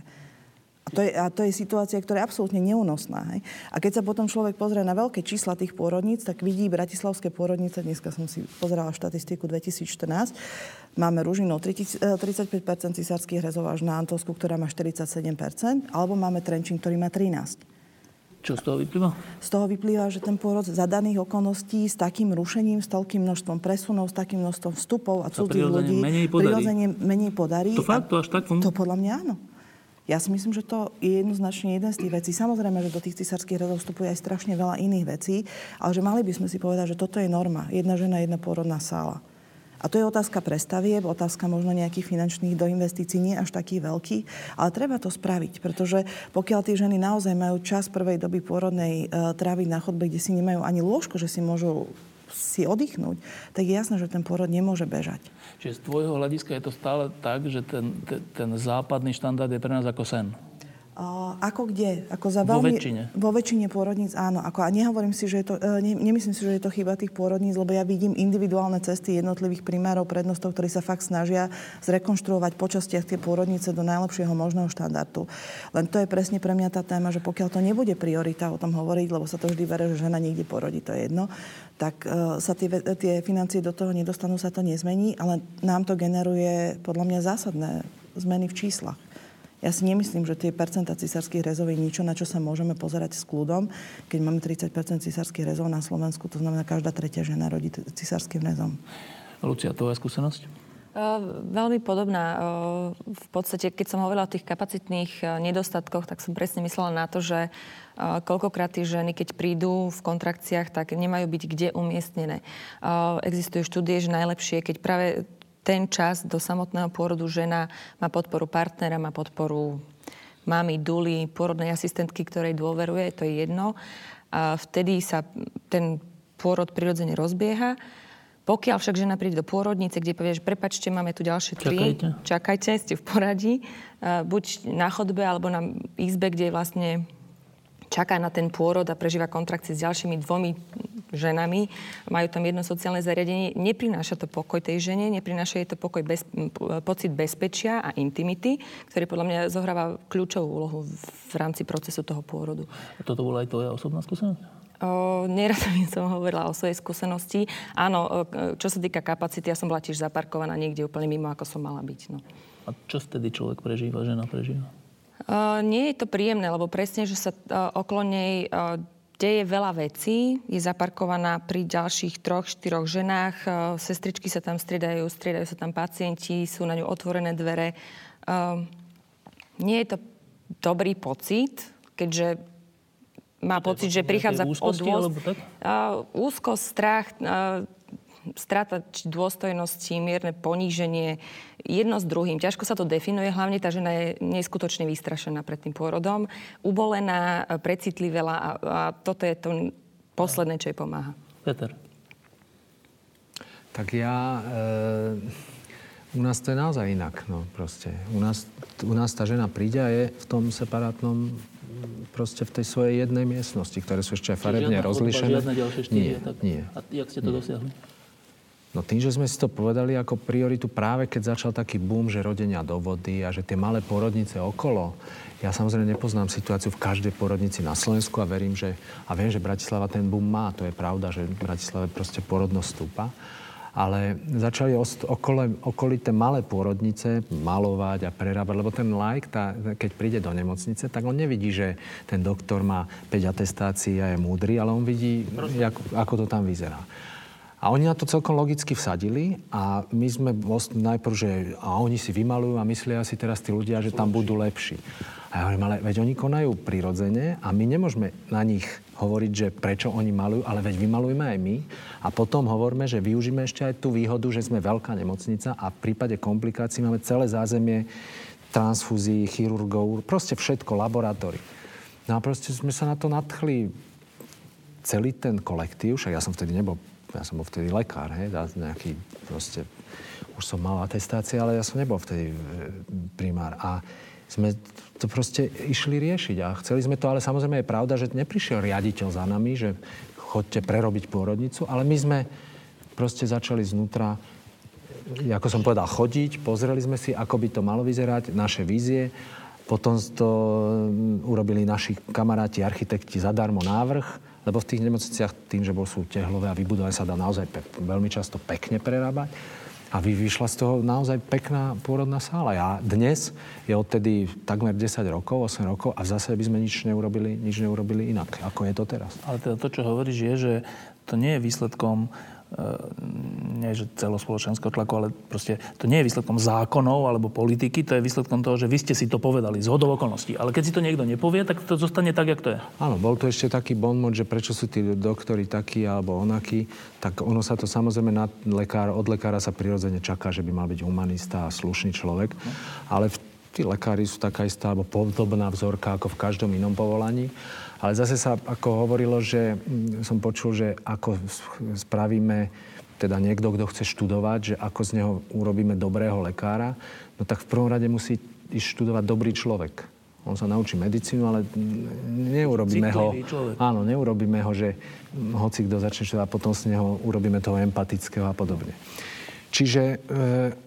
A to, je, a to je situácia, ktorá je absolútne neúnosná. Hej? A keď sa potom človek pozrie na veľké čísla tých pôrodníc, tak vidí bratislavské pôrodnice, dneska som si pozerala štatistiku dvetisícštrnásť, máme Ružinov tridsaťpäť percent cisárskych rezov až na Antolsku, ktorá má štyridsaťsedem percent, alebo máme Trenčín, ktorý má trinásť percent. Čo z toho vyplýva? Z toho vyplýva, že ten pôrod za daných okolností s takým rušením, s toľkým množstvom presunov, s takým množstvom vstupov a cudzích ľudí menej podarí. prirodzene menej podarí. To fakt? To až tak funguje? To podľa mňa áno. Ja si myslím, že to je jednoznačne jeden z tých vecí. Samozrejme, že do tých cisárskych rezov vstupuje aj strašne veľa iných vecí, ale že mali by sme si povedať, že toto je norma. Jedna žena, jedna pôrodná sála. A to je otázka prestavieb, otázka možno nejakých finančných doinvestícií, nie až taký veľký, ale treba to spraviť, pretože pokiaľ tie ženy naozaj majú čas prvej doby pôrodnej e, tráviť na chodbe, kde si nemajú ani lôžko, že si môžu si oddychnúť, tak je jasné, že ten pôrod nemôže bežať. Čiže z tvojho hľadiska je to stále tak, že ten, ten, ten západný štandard je pre nás ako sen? Uh, ako kde? Ako za veľmi, vo väčšine? Vo väčšine pôrodníc, áno. Ako, a nehovorím si, že je to, uh, ne, nemyslím si, že je to chyba tých pôrodníc, lebo ja vidím individuálne cesty jednotlivých primárov, prednostov, ktorí sa fakt snažia zrekonštruovať po častiach tie pôrodnice do najlepšieho možného štandardu. Len to je presne pre mňa tá téma, že pokiaľ to nebude priorita o tom hovoriť, lebo sa to vždy berie, že žena niekde porodí, to je jedno, tak uh, sa tie, tie financie do toho nedostanú, sa to nezmení, ale nám to generuje podľa mňa zásadné zmeny v číslach. Ja si nemyslím, že tie percentá cisárskych rezov je niečo, na čo sa môžeme pozerať s kľudom. Keď máme tridsať percent cisárskych rezov na Slovensku, to znamená, každá tretia žena rodí cisárskym rezom. Lucia, tvoja skúsenosť? Uh, veľmi podobná. Uh, v podstate, keď som hovorila o tých kapacitných uh, nedostatkoch, tak som presne myslela na to, že uh, koľkokrát tie ženy, keď prídu v kontrakciách, tak nemajú byť kde umiestnené. Uh, existujú štúdie, že najlepšie, keď práve ten čas do samotného pôrodu žena má podporu partnera, má podporu mamy, duly, pôrodnej asistentky, ktorej dôveruje, to je jedno. A vtedy sa ten pôrod prirodzene rozbieha. Pokiaľ však žena príde do pôrodnice, kde povie, že prepáčte, máme tu ďalšie tri, Čakajte. čakajte, ste v poradí, buď na chodbe, alebo na izbe, kde vlastne čaká na ten pôrod a prežíva kontrakcie s ďalšími dvomi ženami, majú tam jedno sociálne zariadenie, neprináša to pokoj tej žene, neprináša jej to pokoj bez, pocit bezpečia a intimity, ktorý podľa mňa zohráva kľúčovú úlohu v rámci procesu toho pôrodu. A toto bola aj tvoja osobná skúsenosť? O, nerada by som hovorila o svojej skúsenosti. Áno, čo sa týka kapacity, ja som bola tiež zaparkovaná niekde úplne mimo, ako som mala byť. No. A čo vtedy človek prežíva, žena prežíva? Uh, nie je to príjemné, lebo presne, že sa uh, okolo nej uh, deje veľa vecí. Je zaparkovaná pri ďalších troch, štyroch ženách. Uh, sestričky sa tam striedajú, striedajú sa tam pacienti, sú na ňu otvorené dvere. Uh, nie je to dobrý pocit, keďže má pocit, že prichádza o dôstojnosť. Uh, úzkosť, strach, uh, strata dôstojnosti, mierne poníženie, jedno s druhým. Ťažko sa to definuje, hlavne tá žena je neskutočne vystrašená pred tým pôrodom, ubolená, precitlivela a, a toto je to posledné, čo jej pomáha. Peter. Tak ja... E, u nás to je naozaj inak, no proste. U nás, u nás tá žena príde a je v tom separátnom proste v tej svojej jednej miestnosti, ktoré sú ešte aj farebne rozlíšené. Žiadne ďalšie štyri? Nie, tak... nie. A jak ste to nie. dosiahli? No tým, že sme si to povedali ako prioritu práve keď začal taký boom, že rodenia do vody a že tie malé pôrodnice okolo. Ja samozrejme nepoznám situáciu v každej pôrodnici na Slovensku a verím, že a viem, že Bratislava ten boom má. To je pravda, že v Bratislave proste pôrodnosť stúpa. Ale začali okolo, okolité malé pôrodnice malovať a prerábať, lebo ten laik, tá, keď príde do nemocnice, tak on nevidí, že ten doktor má päť atestácií a je múdry, ale on vidí, ako, ako to tam vyzerá. A oni na to celkom logicky vsadili a my sme najprv, že a oni si vymalujú a myslia si teraz tí ľudia, že tam budú lepší. A ja hovorím, ale veď oni konajú prirodzene a my nemôžeme na nich hovoriť, že prečo oni malujú, ale veď vymalujme aj my a potom hovoríme, že využíme ešte aj tú výhodu, že sme veľká nemocnica a v prípade komplikácií máme celé zázemie transfúzií, chirurgov, proste všetko, laboratórií. No a proste sme sa na to nadchli celý ten kolektív, však ja som vtedy nebol Ja som bol vtedy lekár, hej, nejaký proste, už som mal atestácie, ale ja som nebol vtedy primár. A sme to proste išli riešiť a chceli sme to, ale samozrejme je pravda, že neprišiel riaditeľ za nami, že chodte prerobiť pôrodnicu, ale my sme proste začali znútra, ako som povedal, chodiť, pozreli sme si, ako by to malo vyzerať, naše vízie. Potom to urobili naši kamaráti, architekti zadarmo návrh, lebo v tých nemocniciach tým, že bol sú tehlové a vybudované, sa dá naozaj pe- veľmi často pekne prerábať. A vy, vyšla z toho naozaj pekná pôrodná sála. Ja dnes je odtedy takmer desať rokov, osem rokov a v zásade by sme nič neurobili, nič neurobili inak, ako je to teraz. Ale teda to, čo hovoríš, je, že to nie je výsledkom nie že celospoločenského tlaku, ale proste to nie je výsledkom zákonov alebo politiky, to je výsledkom toho, že vy ste si to povedali z hodou okolností. Ale keď si to niekto nepovie, tak to zostane tak, jak to je. Áno, bol tu ešte taký bonmot, že prečo sú tí doktori takí alebo onakí, tak ono sa to samozrejme na lekár, od lekára sa prirodzene čaká, že by mal byť humanista a slušný človek, no. Ale tí lekári sú taká istá alebo podobná vzorka ako v každom inom povolaní. Ale zase sa ako hovorilo, že som počul, že ako spravíme teda niekto, kto chce študovať, že ako z neho urobíme dobrého lekára, no tak v prvom rade musí ísť študovať dobrý človek. On sa naučí medicínu, ale neurobíme ho... Človek. Áno, neurobíme ho, že hoci kto začne študovať a potom z neho urobíme toho empatického a podobne. Čiže... E,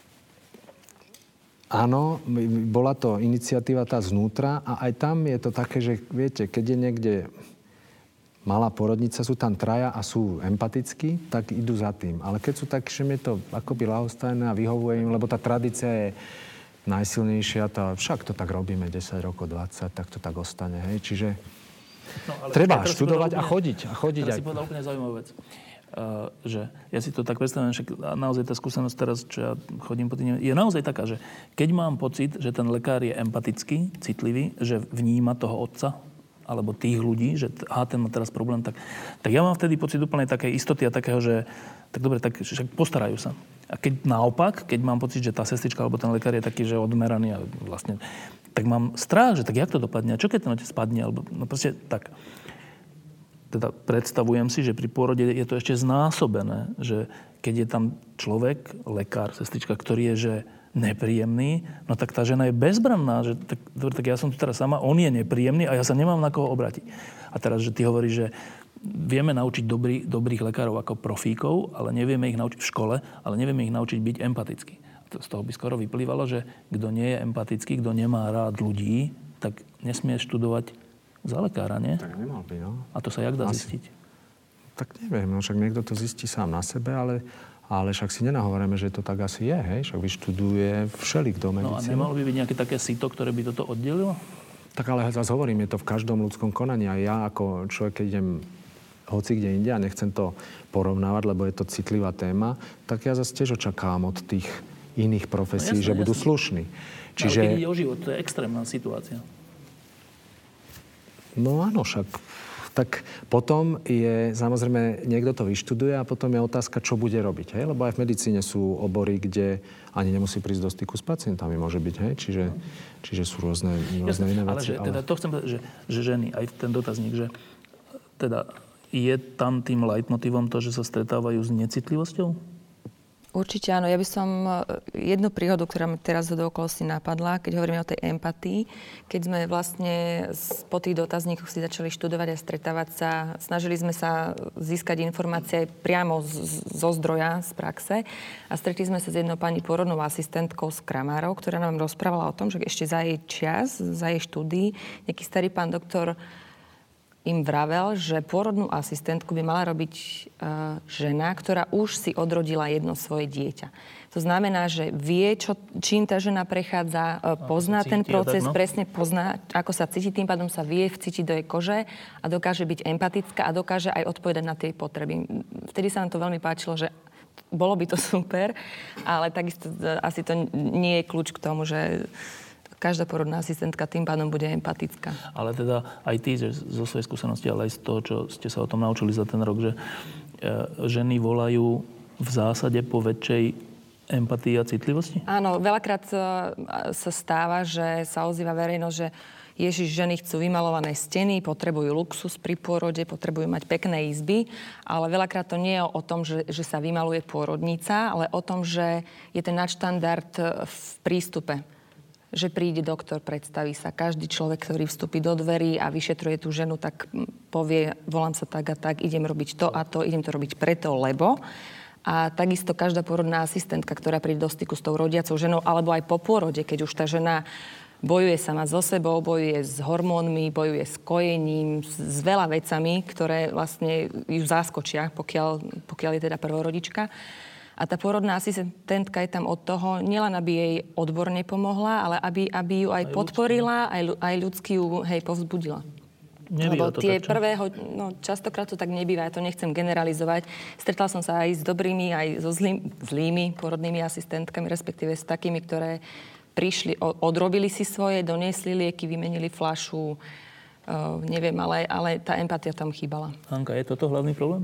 Áno, bola to iniciatíva tá znútra a aj tam je to také, že viete, keď je niekde malá porodnica, sú tam traja a sú empatickí, tak idú za tým. Ale keď sú tak, že mi je to akoby ľahostajné a vyhovuje im, lebo tá tradícia je najsilnejšia, tá, však to tak robíme desať rokov, dvadsať, tak to tak ostane, hej. Čiže no, treba študovať a chodiť. A chodiť teraz aj... si povedal úplne zaujímavú vec. Uh, že ja si to tak predstavím, že naozaj tá skúsenosť teraz, čo ja chodím po tým, je naozaj taká, že keď mám pocit, že ten lekár je empatický, citlivý, že vníma toho otca, alebo tých ľudí, že aha, ten má teraz problém, tak, tak ja mám vtedy pocit úplne takej istoty a takého, že tak dobre, tak však postarajú sa. A keď naopak, keď mám pocit, že tá sestrička alebo ten lekár je taký, že odmeraný a vlastne, tak mám strach, že tak jak to dopadne, a čo keď ten otec spadne, alebo no proste tak. teda predstavujem si, že pri pôrode je to ešte znásobené, že keď je tam človek, lekár, sestrička, ktorý je že nepríjemný, no tak tá žena je bezbranná, že tak, tak ja som tu teraz sama, on je nepríjemný a ja sa nemám na koho obrátiť. A teraz, že ty hovoríš, že vieme naučiť dobrý, dobrých lekárov ako profíkov, ale nevieme ich naučiť v škole, ale nevieme ich naučiť byť empatickí. Z toho by skoro vyplývalo, že kto nie je empatický, kto nemá rád ľudí, tak nesmie študovať za lekára, nie? Tak nemal by, no. A to sa jak dá Asi. zistiť? Tak neviem, no však niekto to zistí sám na sebe, ale, ale však si nenahovoríme, že to tak asi je, hej? Však vyštuduje všelikto medicínu. No a nemalo by byť nejaké také sito, ktoré by toto oddelilo? Tak ale zase hovorím, je to v každom ľudskom konaní. A ja ako človek, keď idem hoci kde inde a nechcem to porovnávať, lebo je to citlivá téma, tak ja zase tiež očakávam od tých iných profesí, no jasné, že budú jasné. slušní. Čiže... Ale keď ide o život, to je extrémna situácia. No áno, však. Tak potom je, samozrejme, niekto to vyštuduje a potom je otázka, čo bude robiť. Hej? Lebo aj v medicíne sú obory, kde ani nemusí prísť do styku s pacientami, môže byť. Hej? Čiže, čiže sú rôzne, rôzne iné ale veci. Že, teda to chcem povedať, že, že ženy, aj ten dotazník, že teda je tam tým leitmotívom to, že sa stretávajú s necitlivosťou? Určite áno. Ja by som jednu príhodu, ktorá mi teraz do okolosti napadla, keď hovoríme o tej empatii, keď sme vlastne po tých dotazníkoch si začali študovať a stretávať sa, snažili sme sa získať informácie priamo z, zo zdroja, z praxe a stretli sme sa s jednou pani pôrodnou asistentkou z Kramárov, ktorá nám rozprávala o tom, že ešte za jej čas, za jej štúdií, nejaký starý pán doktor im vravel, že pôrodnú asistentku by mala robiť uh, žena, ktorá už si odrodila jedno svoje dieťa. To znamená, že vie, čo, čím tá žena prechádza, uh, pozná ten proces, tak, no? presne pozná, ako sa cíti, tým pádom sa vie vcítiť do jej kože a dokáže byť empatická a dokáže aj odpovedať na tie potreby. Vtedy sa nám to veľmi páčilo, že bolo by to super, ale takisto uh, asi to nie je kľúč k tomu, že každá porodná asistentka tým pádom bude empatická. Ale teda aj ty že zo svojej skúsenosti, ale aj z toho, čo ste sa o tom naučili za ten rok, že ženy volajú v zásade po väčšej empatii a citlivosti? Áno, veľakrát sa stáva, že sa ozýva verejnosť, že Ježiš, ženy chcú vymalované steny, potrebujú luxus pri pôrode, potrebujú mať pekné izby, ale veľakrát to nie je o tom, že, že sa vymaluje pôrodnica, ale o tom, že je ten nadštandard v prístupe. Že príde doktor, predstaví sa. Každý človek, ktorý vstúpi do dverí a vyšetruje tú ženu, tak povie, volám sa tak a tak, idem robiť to a to, idem to robiť preto, lebo. A takisto každá pôrodná asistentka, ktorá príde do styku s tou rodiacou ženou, alebo aj po pôrode, keď už tá žena bojuje sama so sebou, bojuje s hormónmi, bojuje s kojením, s veľa vecami, ktoré vlastne ju zaskočia, pokiaľ, pokiaľ je teda prvorodička. A tá pôrodná asistentka je tam od toho, nielen aby jej odborne pomohla, ale aby, aby ju aj, aj podporila, ľudsky. aj, aj ľudsky ju hej, povzbudila. Nebýva Lebo to tie tak, čo? prvého, no častokrát to tak nebýva, ja to nechcem generalizovať. Stretla som sa aj s dobrými, aj so zlým, zlými pôrodnými asistentkami, respektíve s takými, ktoré prišli, odrobili si svoje, doniesli lieky, vymenili fľašu, uh, neviem, ale, ale tá empatia tam chýbala. Hanka, je toto hlavný problém?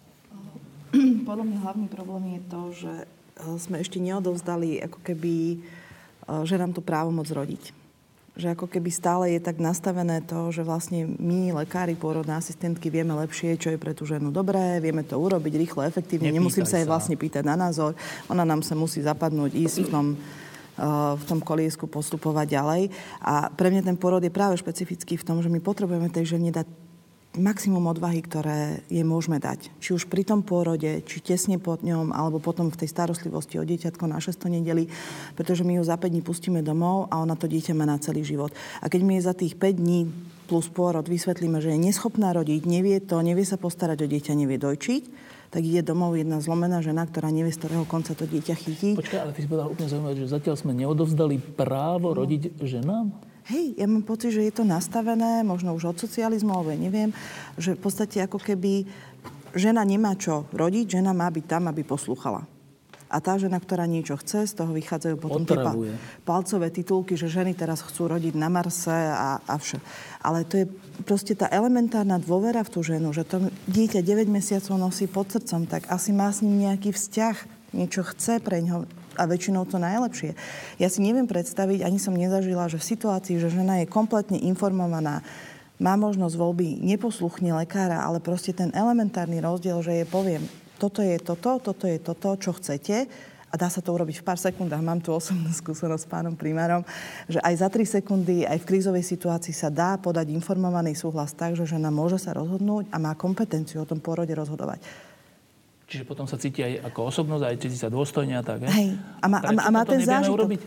Podľa mňa hlavný problém je to, že sme ešte neodovzdali ako keby, že nám to právo moc rodiť. Že ako keby stále je tak nastavené to, že vlastne my, lekári, pôrodné asistentky, vieme lepšie, čo je pre tú ženu dobré, vieme to urobiť rýchlo, efektívne, Nepýtaj nemusím sa jej sa. vlastne pýtať na názor, ona nám sa musí zapadnúť, ísť v tom, v tom koliesku, postupovať ďalej. A pre mňa ten pôrod je práve špecifický v tom, že my potrebujeme tej žene dať maximum odvahy, ktoré jej môžeme dať. Či už pri tom pôrode, či tesne pod ňom, alebo potom v tej starostlivosti o dieťatko na šesť nedeli, pretože my ju za päť dní pustíme domov a ona to dieťa má na celý život. A keď my jej za tých päť dní plus pôrod vysvetlíme, že je neschopná rodiť, nevie to, nevie sa postarať o dieťa, nevie dojčiť, tak ide domov jedna zlomená žena, ktorá nevie, z ktorého konca to dieťa chytí. Počkaj, ale ty si povedal úplne zaujímavé, že zatiaľ sme neodovzdali právo rodiť ženám? Hej, ja mám pocit, že je to nastavené, možno už od socializmu, alebo ja neviem, že v podstate ako keby žena nemá čo rodiť, žena má byť tam, aby poslúchala. A tá žena, ktorá niečo chce, z toho vychádzajú potom tie pa- palcové titulky, že ženy teraz chcú rodiť na Marse a, a vše. Ale to je proste tá elementárna dôvera v tú ženu, že to dieťa deväť mesiacov nosí pod srdcom, tak asi má s ním nejaký vzťah, niečo chce pre ňoho. A väčšinou to najlepšie. Ja si neviem predstaviť, ani som nezažila, že v situácii, že žena je kompletne informovaná, má možnosť voľby, neposluchne lekára, ale proste ten elementárny rozdiel, že je poviem, toto je toto, toto je toto, čo chcete a dá sa to urobiť v pár sekundách. Mám tu osobnú skúsenosť s pánom primárom, že aj za tri sekundy, aj v krízovej situácii sa dá podať informovaný súhlas tak, že žena môže sa rozhodnúť a má kompetenciu o tom pôrode rozhodovať. Čiže potom sa cíti aj ako osobnosť, aj cíti sa dôstojne a tak, hej? A má, a má, a má ten zážitok. Urobiť?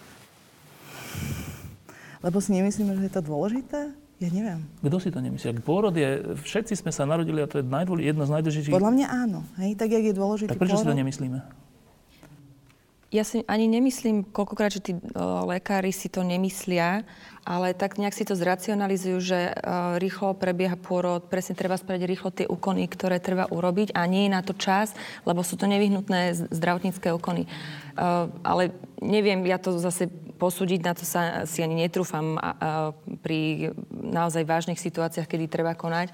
Lebo si nemyslíme, že je to dôležité? Ja neviem. Kto si to nemyslí? Ak pôrod je, všetci sme sa narodili a to je najdôležitejšie, jedno z najdôležitejších. Podľa mňa áno. Hej? Tak, jak je dôležitý tak prečo pôrod? si to nemyslíme? Ja si ani nemyslím, koľkokrát, že tí uh, lekári si to nemyslia, ale tak nejak si to zracionalizujú, že uh, rýchlo prebieha pôrod, presne treba spraviť rýchlo tie úkony, ktoré treba urobiť a nie je na to čas, lebo sú to nevyhnutné zdravotnícke úkony. Uh, ale neviem, ja to zase posúdiť, na to sa si ani netrúfam uh, pri naozaj vážnych situáciách, kedy treba konať.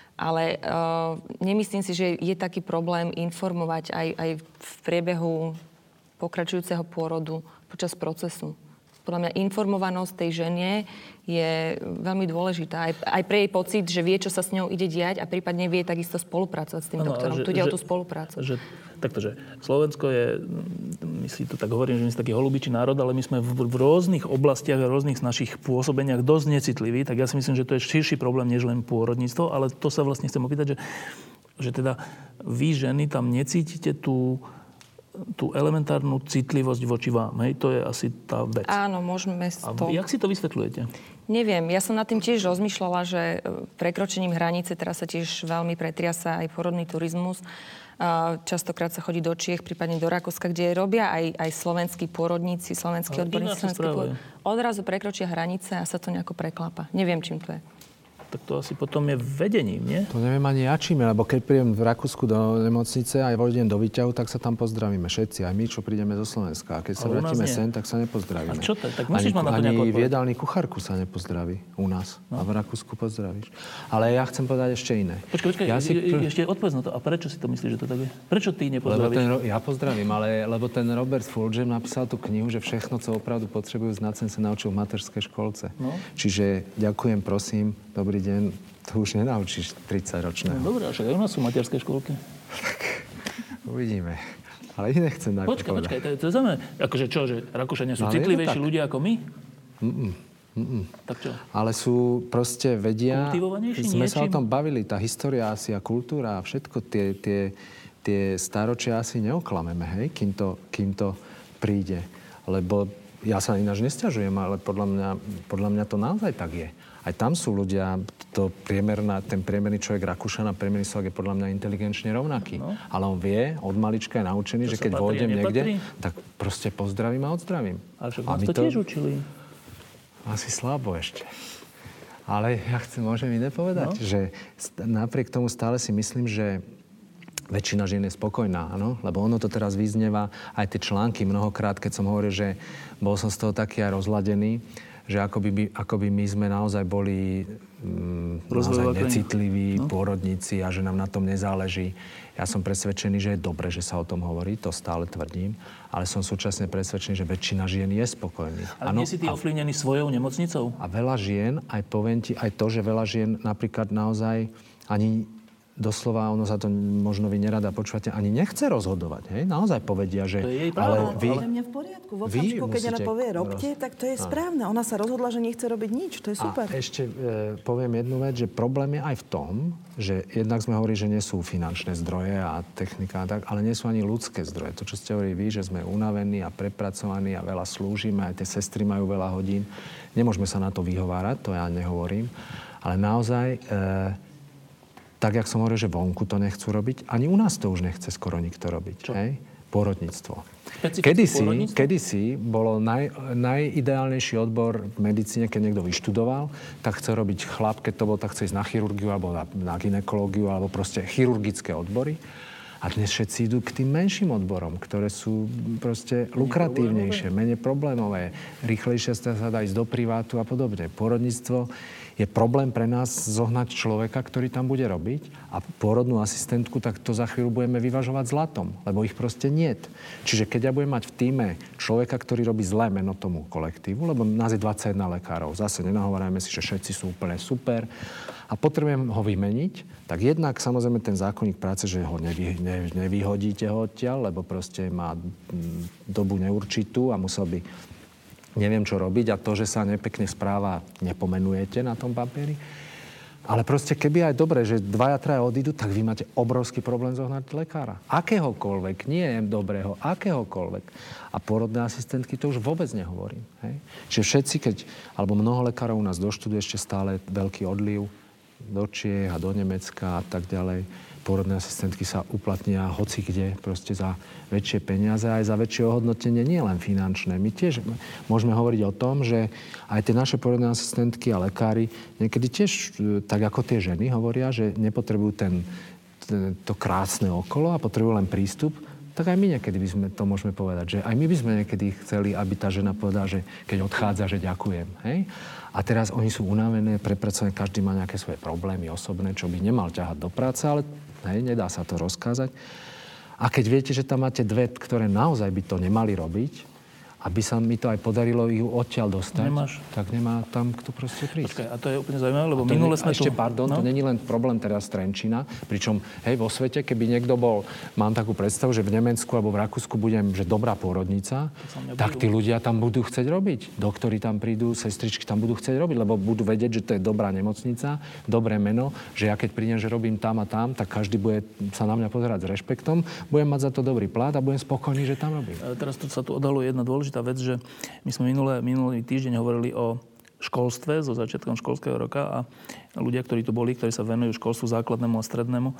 Ale uh, nemyslím si, že je taký problém informovať aj, aj v priebehu pokračujúceho pôrodu počas procesu. Podľa mňa informovanosť tej žene je veľmi dôležitá. Aj, aj pre jej pocit, že vie, čo sa s ňou ide diať a prípadne vie takisto spolupracovať s tým ano, doktorom. Že, tu ide o tú spoluprácu. Že, takto, že Slovensko je, my si to tak hovorím, že my sme taký holubičí národ, ale my sme v, v rôznych oblastiach a rôznych našich pôsobeniach dosť necitliví, tak ja si myslím, že to je širší problém, než len pôrodníctvo, ale to sa vlastne chcem opýtať, že, že teda vy ženy tam necítite tú tú elementárnu citlivosť voči vám. Hej? To je asi tá vec. Áno, môžeme to... A jak si to vysvetľujete? Neviem. Ja som nad tým tiež rozmýšľala, že prekročením hranice teraz sa tiež veľmi pretriasa aj porodný turizmus. Častokrát sa chodí do Čiech, prípadne do Rakúska, kde robia aj, aj slovenskí pôrodníci, slovenskí odborníci. Odrazu prekročia hranice a sa to nejako preklapa. Neviem, čím to je. Tak to asi potom je vedením, nie? To neviem ani ja čím, lebo keď prídem v Rakúsku do nemocnice a vojdem do výťahu, tak sa tam pozdravíme všetci, aj my, čo prídeme zo Slovenska. A keď sa vrátime sem, tak sa nepozdravíme. A čo to? Tak musíš ma na to nejako odpovedať. Ani v jedálni kuchárku sa nepozdraví u nás. No. A v Rakúsku pozdravíš. Ale ja chcem povedať ešte iné. Počkaj, počkaj, ja si... ešte odpovedz na to. A prečo si to myslíš, že to tak je? Prečo ty nepozdravíš? Lebo ten, ja pozdravím, ale lebo ten Robert Fulgham napísal tú knihu, že všechno, co opravdu potrebujú znať, sem sa naučil v materskej školce. No. Čiže ďakujem, prosím, dobrý deň. To už nenaučíš tridsaťročného. No dobré, však aj u nás sú materské školky. Tak uvidíme. Ale ich nechcem tak počkaj, povedať. Počkaj, to, to je zaujímavé. Akože čo, že Rakúšania sú no, citlivejší ľudia ako my? Mm-mm. Mm-mm. Tak čo? Ale sú proste vedia... Kultivovanejší Sme niečím? sa o tom bavili. Tá história asi a kultúra a všetko tie, tie, tie stáročia asi neoklameme, hej? Kým to, kým to príde. Lebo ja sa ináč nesťažujem, ale podľa mňa, podľa mňa to naozaj tak je. Aj tam sú ľudia, to priemerná, ten priemerný človek Rakúšan a priemerný človek je podľa mňa inteligenčne rovnaký. No. Ale on vie, od malička je naučený, to že keď vôjdem niekde, tak proste pozdravím a odzdravím. Ale však vás to tiež učili. Asi slabo ešte. Ale ja chcem, môžem iné povedať, no? Že napriek tomu stále si myslím, že väčšina žien je spokojná, áno? Lebo ono to teraz vyznieva, aj tie články mnohokrát, keď som hovoril, že bol som z toho taký aj rozladený, že akoby, by, akoby my sme naozaj boli mm, naozaj necitliví no. pôrodníci a že nám na tom nezáleží. Ja som presvedčený, že je dobre, že sa o tom hovorí, to stále tvrdím, ale som súčasne presvedčený, že väčšina žien je spokojný. Ale nie si ty ovplyvnený svojou nemocnicou? A veľa žien, aj poviem ti, aj to, že veľa žien napríklad naozaj ani... doslova, ono sa to možno vy nerada počúvate, ani nechce rozhodovať, hej? Naozaj povedia, že... To je jej právo, ale vy... Ale mňa v poriadku. V okamžiku, keď ona povie robte, roz... tak to je správne. Ona sa rozhodla, že nechce robiť nič. To je super. A ešte e, poviem jednu vec, že problém je aj v tom, že jednak sme hovorili, že nie sú finančné zdroje a technika a tak, ale nie sú ani ľudské zdroje. To, čo ste hovorili vy, že sme unavení a prepracovaní a veľa slúžime, aj tie sestry majú veľa hodín. Nemôžeme sa na to vyhovárať, to ja nehovorím. Ale naozaj... E, tak, jak som hovoril, že vonku to nechcú robiť, ani u nás to už nechce skoro nikto robiť. Čo? Hej? Pôrodníctvo. Kedysi, kedysi bolo naj, najideálnejší odbor v medicíne, keď niekto vyštudoval, tak chce robiť chlap, keď to bol, tak chce ísť na chirurgiu alebo na, na gynekológiu, alebo proste chirurgické odbory. A dnes všetci idú k tým menším odborom, ktoré sú proste lukratívnejšie, menej problémové, rýchlejšie sa dá ísť do privátu a podobne. Pôrodníctvo je problém pre nás zohnať človeka, ktorý tam bude robiť a pôrodnú asistentku, tak to za chvíľu budeme vyvažovať zlatom, lebo ich proste niet. Čiže keď ja budem mať v tíme človeka, ktorý robí zlé meno tomu kolektívu, lebo nás je dvadsaťjeden lekárov, zase nenahovárajme si, že všetci sú úplne super a potrebujem ho vymeniť, tak jednak samozrejme ten zákonník práce, že ho nevy, ne, nevyhodíte ho odtiaľ, lebo proste má dobu neurčitú a musel by neviem, čo robiť a to, že sa nepekne správa, nepomenujete na tom papieri. Ale proste, keby aj dobre, že dvaja, traja odídu, tak vy máte obrovský problém zohnať lekára. Akéhokoľvek, nie dobrého, akéhokoľvek. A pôrodné asistentky to už vôbec nehovorím. Hej? Čiže všetci, keď, alebo mnoho lekárov u nás doštuduje ešte stále veľký odliv do Čiech a do Nemecka a tak ďalej. Pôrodné asistentky sa uplatnia hoci kde, proste za väčšie peniaze, aj za väčšie ohodnotenie, nie len finančné. My tiež môžeme hovoriť o tom, že aj tie naše pôrodné asistentky a lekári niekedy tiež, tak ako tie ženy hovoria, že nepotrebujú ten, ten, to krásne okolo a potrebujú len prístup, tak aj my niekedy by sme to môžeme povedať, že aj my by sme niekedy chceli, aby tá žena povedala, že keď odchádza, že ďakujem. Hej? A teraz oni sú unavené, prepracované, každý má nejaké svoje problémy osobné, čo by nemal ťahať do práce, ale hej, nedá sa to rozkázať. A keď viete, že tam máte dve, ktoré naozaj by to nemali robiť, aby sa mi to aj podarilo ju odtiaľ dostať, Nemáš. tak nemá tam kto proste prísť. Počkaj, a to je úplne zaujímavé, lebo minule sme ešte, tu... pardon, no? To není len problém teraz Trenčína, pričom, hej, vo svete, keby niekto bol, mám takú predstavu, že v Nemecku alebo v Rakúsku budem, že dobrá pôrodnica, tak tí ľudia tam budú chcieť robiť. Doktori tam prídu, sestričky tam budú chcieť robiť, lebo budú vedieť, že to je dobrá nemocnica, dobré meno, že ja keď prídem, že robím tam a tam, tak každý bude sa na mňa pozerať s rešpektom, budem mať za to dobrý plat a budem spokojný, že tam robím. A teraz tu sa tu odhaluje jedna dôležitá vec, že my sme minulé, minulý týždeň hovorili o školstve so začiatkom školského roka a ľudia, ktorí tu boli, ktorí sa venujú školstvu základnému a strednému,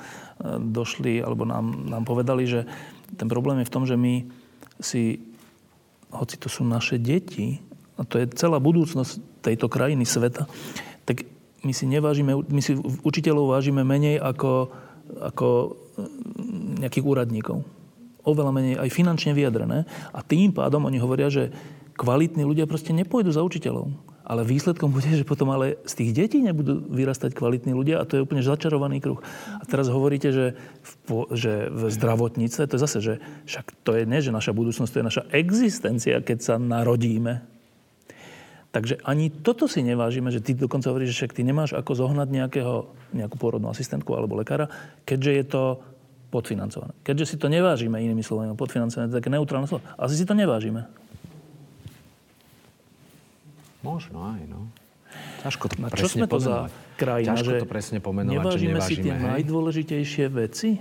došli, alebo nám, nám povedali, že ten problém je v tom, že my si, hoci to sú naše deti, a to je celá budúcnosť tejto krajiny, sveta, tak my si nevážime, my si učiteľov vážime menej ako, ako nejakých úradníkov. Oveľa menej aj finančne vyjadrené. A tým pádom oni hovoria, že kvalitní ľudia proste nepôjdu za učiteľov. Ale výsledkom bude, že potom ale z tých detí nebudú vyrastať kvalitní ľudia a to je úplne začarovaný kruh. A teraz hovoríte, že v, že v zdravotníctve, to je zase, že však to je nie, že naša budúcnosť, to je naša existencia, keď sa narodíme. Takže ani toto si nevážime, že ty dokonca hovoríš, že však ty nemáš ako zohnať nejakého, nejakú pôrodnú asistentku alebo lekára, keďže je to podfinancované. Keďže si to nevážime, inými slovami, podfinancované, to je také neutrálne slovo. Asi si to nevážime. Možno aj, no. Ťažko to Na presne čo sme to pomenovať. za krajina, Ťažko že to presne pomenovať, nevážime, že nevážime si tie hej? najdôležitejšie veci?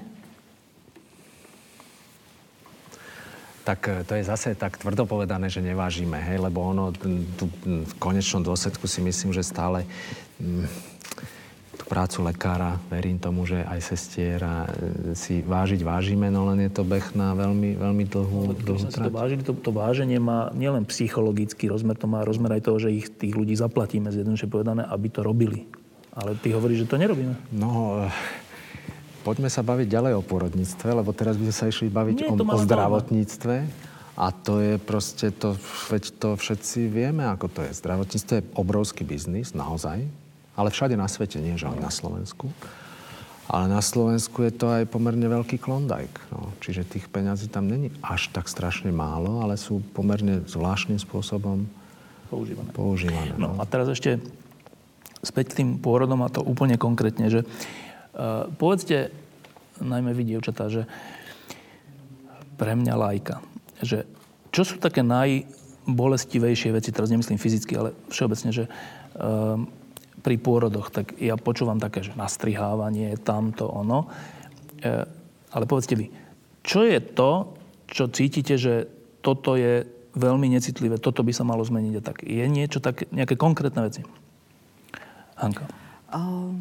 Tak to je zase tak tvrdo povedané, že nevážime, hej? Lebo ono tu, v konečnom dôsledku si myslím, že stále m, tú prácu lekára, verím tomu, že aj sestiera si vážiť vážime, no len je to beh na veľmi, veľmi dlhú, dlhú trať. To, vážili, to, to váženie má nielen psychologický rozmer, to má rozmer aj toho, že ich tých ľudí zaplatíme, zjednodušene povedané, aby to robili. Ale ty hovoríš, že to nerobíme. No, poďme sa baviť ďalej o pôrodníctve, lebo teraz by sme sa išli baviť Nie, o, o zdravotníctve. A to je proste, to, veď to všetci vieme, ako to je. Zdravotníctvo je obrovský biznis, naozaj. Ale všade na svete, nie že len na Slovensku. Ale na Slovensku je to aj pomerne veľký klondajk. No. Čiže tých peňazí tam není až tak strašne málo, ale sú pomerne zvláštnym spôsobom používané. používané no. no. A teraz ešte späť k tým pôrodom a to úplne konkrétne, že uh, povedzte, najmä vy, dievčatá, že pre mňa laika, že čo sú také najbolestivejšie veci, teraz nemyslím fyzicky, ale všeobecne, že uh, pri pôrodoch, tak ja počúvam také, že nastrihávanie, tamto, ono. E, ale povedzte vy, čo je to, čo cítite, že toto je veľmi necitlivé, toto by sa malo zmeniť a tak? Je niečo také, nejaké konkrétne veci? Hanka. Um,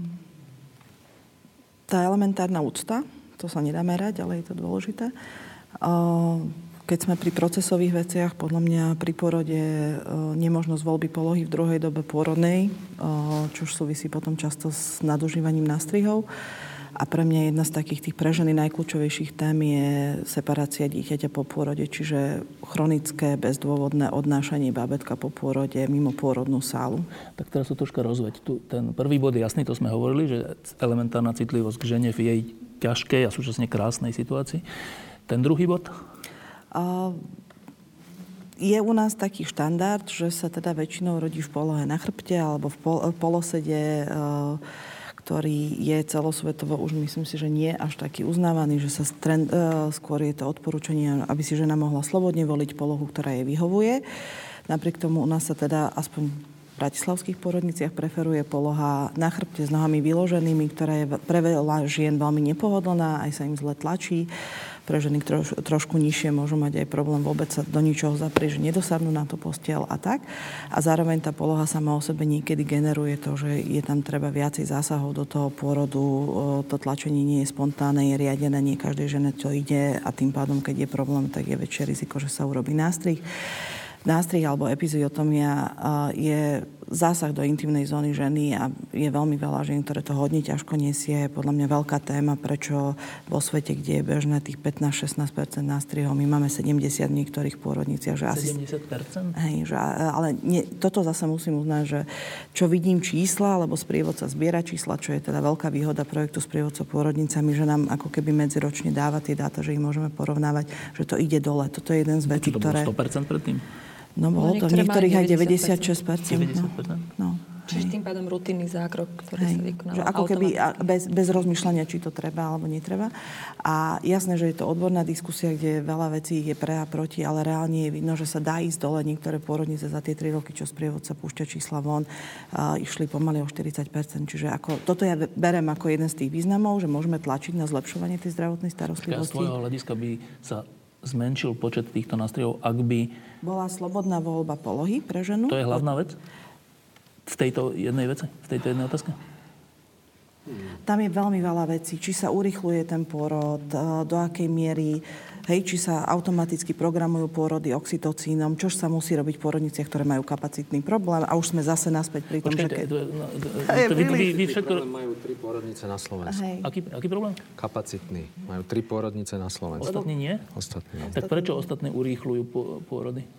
tá elementárna úcta, to sa nedá merať, ale je to dôležité. Um, Keď sme pri procesových veciach, podľa mňa pri pôrode e, nemožnosť voľby polohy v druhej dobe pôrodnej, e, čo súvisí potom často s nadužívaním nástrihov. A pre mňa jedna z takých tých pre ženy najkľúčovejších tém je separácia dieťaťa po pôrode, čiže chronické, bezdôvodné odnášanie bábätka po pôrode mimo pôrodnú sálu. Tak teraz to troška rozveď. Tu, ten prvý bod je jasný, to sme hovorili, že elementárna citlivosť k žene v jej ťažkej a súčasne krásnej situácii. Ten druhý bod? A je u nás taký štandard, že sa teda väčšinou rodí v polohe na chrbte alebo v, pol, v polosede, ktorý je celosvetovo už myslím si, že nie až taký uznávaný, že sa trend, skôr je to odporúčanie, aby si žena mohla slobodne voliť polohu, ktorá jej vyhovuje. Napriek tomu u nás sa teda aspoň v bratislavských pôrodniciach preferuje poloha na chrbte s nohami vyloženými, ktorá je pre veľa žien veľmi nepohodlná, aj sa im zle tlačí. Pre ženy troš, trošku nižšie môžu mať aj problém vôbec sa do ničoho zaprieť, že nedosadnú na tú posteľ a tak. A zároveň tá poloha sama o sebe niekedy generuje to, že je tam treba viacej zásahov do toho pôrodu. To tlačenie nie je spontánne, je riadené, nie každej žene to ide a tým pádom, keď je problém, tak je väčšie riziko, že sa urobí nástrih. Nástrih alebo epiziotomia je zásah do intimnej zóny ženy a je veľmi veľa žien, ktoré to hodne ťažko nesie. Je podľa mňa veľká téma, prečo vo svete, kde je bežné tých pätnásť až šestnásť percent nástrihov, my máme sedemdesiat v niektorých pôrodniciach. Že sedemdesiat percent? Asi, hej, že, ale nie, toto zase musím uznať, že čo vidím čísla, lebo sprievodca zbiera čísla, čo je teda veľká výhoda projektu Sprievodca pôrodnicami, že nám ako keby medziročne dáva tie dáta, že ich môžeme porovnávať, že to ide dole. Toto je jeden z vecí, ktoré... To bolo sto percent predtým? No bolo to v niektorých aj deväťdesiatšesť percent. deväťdesiat percent? No. Čiže tým pádom rutinný zákrok, ktorý hej, sa vykonáva že ako keby bez, bez rozmýšľania, či to treba alebo netreba. A jasné, že je to odborná diskusia, kde veľa vecí je pre a proti, ale reálne je vidno, že sa dá ísť dole. Niektoré pôrodnice za tie tri roky, čo sprievodca púšťa čísla von, uh, išli pomaly o štyridsať percent. Čiže ako, toto ja berem ako jeden z tých významov, že môžeme tlačiť na zlepšovanie tej zdravotnej starostlivosti. Z tvojho hľadiska by sa zmenšil počet týchto nástrojov, ak by... Bola slobodná voľba polohy pre ženu. To je hlavná vec? V tejto jednej veci? V tejto jednej otázke? Tam je veľmi veľa vecí. Či sa urýchľuje ten pôrod, do akej miery, hej, či sa automaticky programujú pôrody oxytocínom, čo sa musí robiť v pôrodniciach, ktoré majú kapacitný problém. A už sme zase naspäť pri tom, Počkajte, že... Keď... To je, no, to, vy, vy, vy všetko... Majú tri pôrodnice na Slovensku. Aký, aký problém? Kapacitný. Majú tri pôrodnice na Slovensku. Ostatní nie? Ostatní. Tak prečo ostatní urýchľujú pôrody?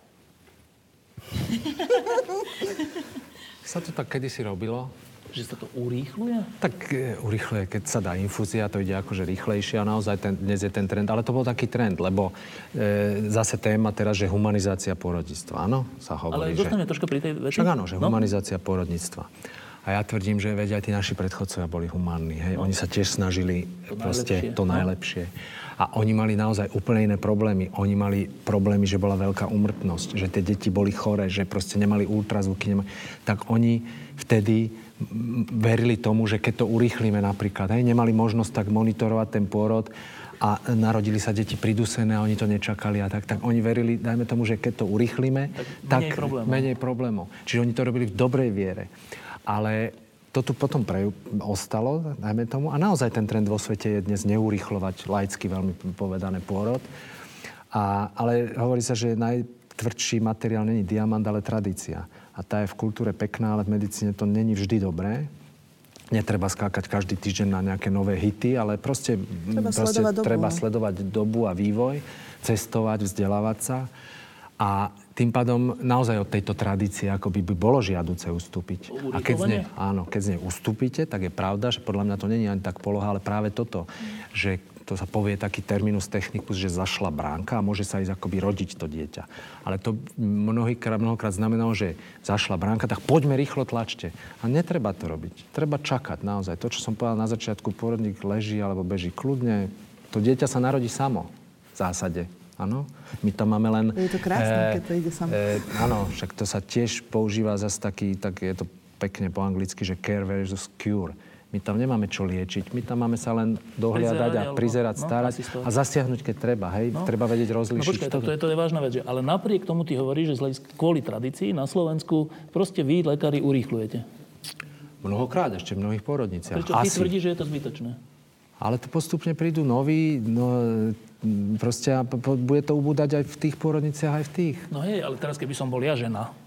Sa to tak kedysi robilo. Že sa to urýchľuje? Tak e, urýchľuje, keď sa dá infúzia, to ide akože rýchlejšie a naozaj ten, dnes je ten trend. Ale to bol taký trend, lebo e, zase téma teraz, že humanizácia pôrodníctva. Áno, sa hovorí, ale dostaneme troška pri tej veci. Však áno, že no? humanizácia pôrodníctva. A ja tvrdím, že veď aj tí naši predchodcovia boli humánni. Hej? No. Oni sa tiež snažili to proste najlepšie. to najlepšie. A oni mali naozaj úplne iné problémy. Oni mali problémy, že bola veľká úmrtnosť, že tie deti boli choré, že proste nemali ultrazvuky. Nemali... Tak oni vtedy verili tomu, že keď to urýchlíme napríklad, hej, nemali možnosť tak monitorovať ten pôrod a narodili sa deti pridusené a oni to nečakali a tak, tak oni verili, dajme tomu, že keď to urýchlíme, tak, tak menej problémov. menej problémov. Čiže oni to robili v dobrej viere. Ale to tu potom pre, ostalo, dajme tomu, a naozaj ten trend vo svete je dnes neurýchlovať laicky veľmi povedané pôrod. A, ale hovorí sa, že najtvrdší materiál není diamant, ale tradícia. A tá je v kultúre pekná, ale v medicíne to není vždy dobré. Netreba skákať každý týždeň na nejaké nové hity, ale proste treba, proste sledovať, treba dobu, sledovať dobu a vývoj, cestovať, vzdelávať sa. A tým pádom naozaj od tejto tradície akoby by bolo žiaduce ustúpiť. A keď z nej, áno, keď z nej ustúpite, tak je pravda, že podľa mňa to nie je ani tak poloha, ale práve toto, že to sa povie taký terminus technicus, že zašla bránka a môže sa ísť akoby rodiť to dieťa. Ale to mnohokrát, mnohokrát znamenalo, že zašla bránka, tak poďme rýchlo tlačte. A netreba to robiť. Treba čakať naozaj. To, čo som povedal na začiatku, pôrodník leží alebo beží kľudne. To dieťa sa narodí samo v zásade. Áno. My tam máme len... Je to krásne, e, keď to ide samo. E, áno, však to sa tiež používa zase taký, tak je to pekne po anglicky, že care versus cure. My tam nemáme čo liečiť, my tam máme sa len dohliadať a prizerať, no, starať a zasiahnuť, keď treba, hej? No. Treba vedieť rozlíšiť. No počkaj, to, to, je, to je vážna vec, že? Ale napriek tomu ty hovoríš, že z hľadiska kvôli tradícii na Slovensku proste vy, lekári, urýchľujete. Mnohokrát ešte v mnohých pôrodniciach. Prečo ty tvrdíš, že je to zbytočné? Ale to postupne prídu noví, no proste a po, bude to ubúdať aj v tých pôrodniciach, aj v tých. No hej, ale teraz keby som bol ja žena,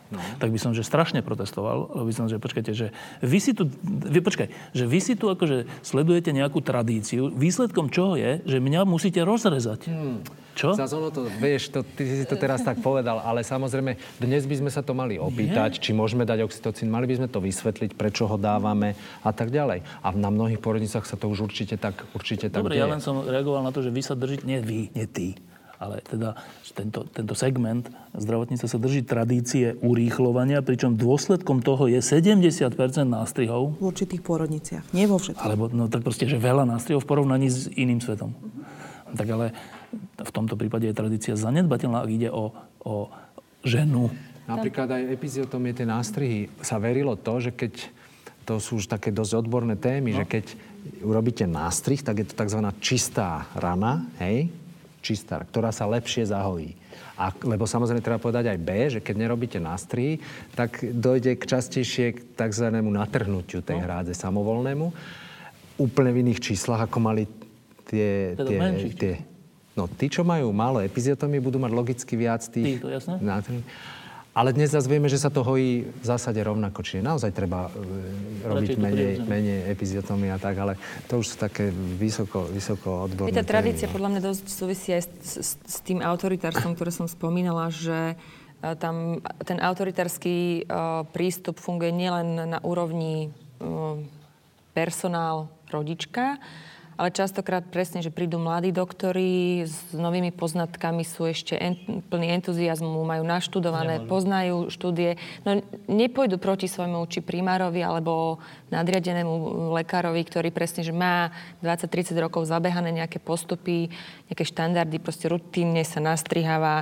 no. tak by som že strašne protestoval, lebo by som, že počkajte, že vy si tu, vy, počkaj, že vy si tu akože sledujete nejakú tradíciu, výsledkom čoho je, že mňa musíte rozrezať. Hmm. Čo? Zas ono to, vieš, to, ty si to teraz tak povedal, ale samozrejme, dnes by sme sa to mali opýtať, Nie? či môžeme dať oxytocín, mali by sme to vysvetliť, prečo ho dávame a tak ďalej. A na mnohých porodnicách sa to už určite tak, určite tak Dobre, deje. ja len som reagoval na to, že vy sa držíte, nie vy, nie ty, ale teda tento, tento segment zdravotníctva sa drží tradície urýchlovania, pričom dôsledkom toho je sedemdesiat percent nástrihov. V určitých pôrodniciach, nie vo všetkých. Alebo, no tak proste, že veľa nástrihov v porovnaní s iným svetom. Tak ale v tomto prípade je tradícia zanedbateľná, ak ide o, o ženu. Napríklad aj epiziotomie, tie nástrihy, sa verilo to, že keď, to sú už také dosť odborné témy, no. že keď urobíte nástrih, tak je to tzv. Čistá rana, hej, čistá, ktorá sa lepšie zahojí. A, lebo samozrejme treba povedať aj B, že keď nerobíte nástrihy, tak dojde k častejšie k tzv. Natrhnutiu tej no. hrádze samovolnému. Úplne v iných číslach, ako mali tie... Teda tie, menších. tie no, tí, čo majú málo epiziotomie, budú mať logicky viac tých... Tí, to jasné. Nátrhov. Ale dnes zase vieme, že sa to hojí v zásade rovnako. Čiže naozaj treba e, robiť menej, menej epiziotomie a tak, ale to už sú také vysoko, vysoko odborné. Tá tradícia podľa mňa dosť súvisí aj s, s, s tým autoritárstvom, ktoré som spomínala, že tam ten autoritársky uh, prístup funguje nielen na úrovni uh, personál, rodička, ale častokrát presne, že prídu mladí doktori s novými poznatkami, sú ešte en, plný entuziazmu, majú naštudované, Nemôžu. poznajú štúdie. No nepôjdu proti svojmu či primárovi alebo nadriadenému lekárovi, ktorý presne, že má dvadsať tridsať rokov zabehané nejaké postupy, nejaké štandardy, proste rutínne sa nastriháva.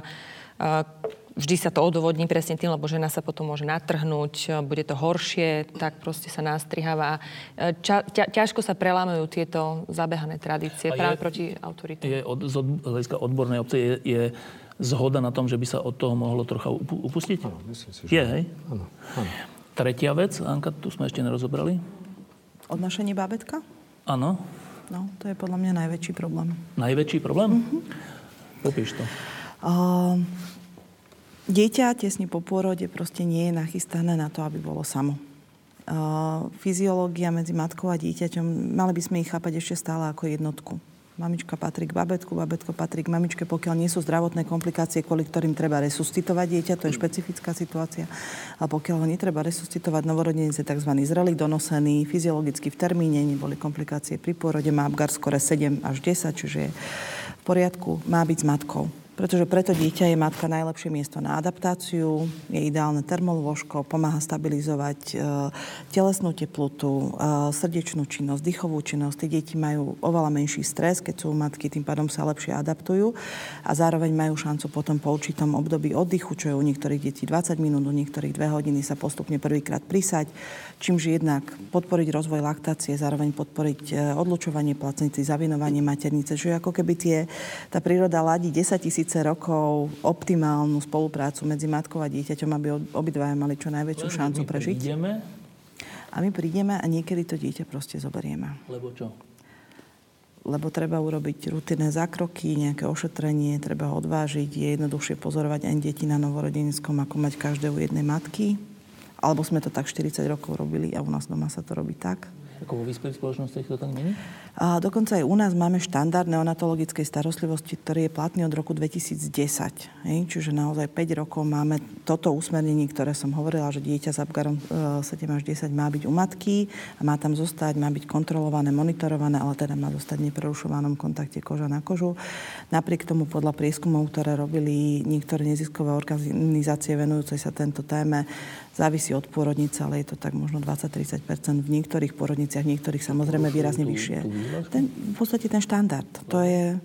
Vždy sa to odôvodní presne tým, lebo žena sa potom môže natrhnúť, bude to horšie, tak proste sa nastriháva. Ča, ťa, ťažko sa prelámajú tieto zabehané tradície práve proti autoritom. Je od, z hľadiska odbornej obce je, je zhoda na tom, že by sa od toho mohlo trocha upustiť? Áno, myslím si, že... Je, hej? Áno, áno. Tretia vec, Anka, tu sme ešte nerozobrali. Odnášanie bábätka? Áno. No, to je podľa mňa najväčší problém. Najväčší problém? Mm-hmm. Popíš to. Uh... Dieťa tesne po pôrode proste nie je nachystané na to, aby bolo samo. Uh, fyziológia medzi matkou a dieťaťom, mali by sme ich chápať ešte stále ako jednotku. Mamička patrí k babetku, babetko patrí k mamičke, pokiaľ nie sú zdravotné komplikácie, kvôli ktorým treba resuscitovať dieťa, to je špecifická situácia. A pokiaľ ho netreba resuscitovať, novorodenec je tzv. Zrelý, donosený, fyziologicky v termíne, neboli komplikácie pri pôrode, má Apgar skore sedem až desať, čiže je v poriadku, má byť s matkou. Pretože preto dieťa je matka najlepšie miesto na adaptáciu, je ideálne termolôžko, pomáha stabilizovať e, telesnú teplotu, e, srdečnú činnosť, dýchovú činnosť. Tí deti majú oveľa menší stres, keď sú matky, tým pádom sa lepšie adaptujú a zároveň majú šancu potom po určitom období oddychu, čo je u niektorých detí dvadsať minút, u niektorých dve hodiny sa postupne prvýkrát prisať, čímž jednak podporiť rozvoj laktácie, zároveň podporiť e, odlučovanie placenice, zavinovanie maternice, čo je ako keby tie, tá príroda ladí desaťtisíc rokov optimálnu spoluprácu medzi matkou a dieťaťom, aby obidvaja mali čo najväčšiu Len šancu my prežiť. Prídeme. A my prídeme a niekedy to dieťa proste zoberieme. Lebo čo? Lebo treba urobiť rutinné zákroky, nejaké ošetrenie, treba ho odvážiť. Je jednoduchšie pozorovať aj deti na novorodenskom, ako mať každé u jednej matky. Alebo sme to tak štyridsať rokov robili a u nás doma sa to robí tak. Ako vo vyspelých spoločnostiach to tak nie je? A dokonca aj u nás máme štandard neonatologickej starostlivosti, ktorý je platný od roku dvetisícdesať. Hej? Čiže naozaj päť rokov máme toto usmernenie, ktoré som hovorila, že dieťa s Apgarom sedem až desať má byť u matky a má tam zostať, má byť kontrolované, monitorované, ale teda má zostať v neprerušovanom kontakte koža na kožu. Napriek tomu podľa prieskumov, ktoré robili niektoré neziskové organizácie venujúce sa tento téme, závisí od pôrodnice, ale je to tak možno dvadsať až tridsať percent v niektorých pôrodniciach, v niektorých samozrejme výrazne vyššie. Ten, v podstate ten štandard. To je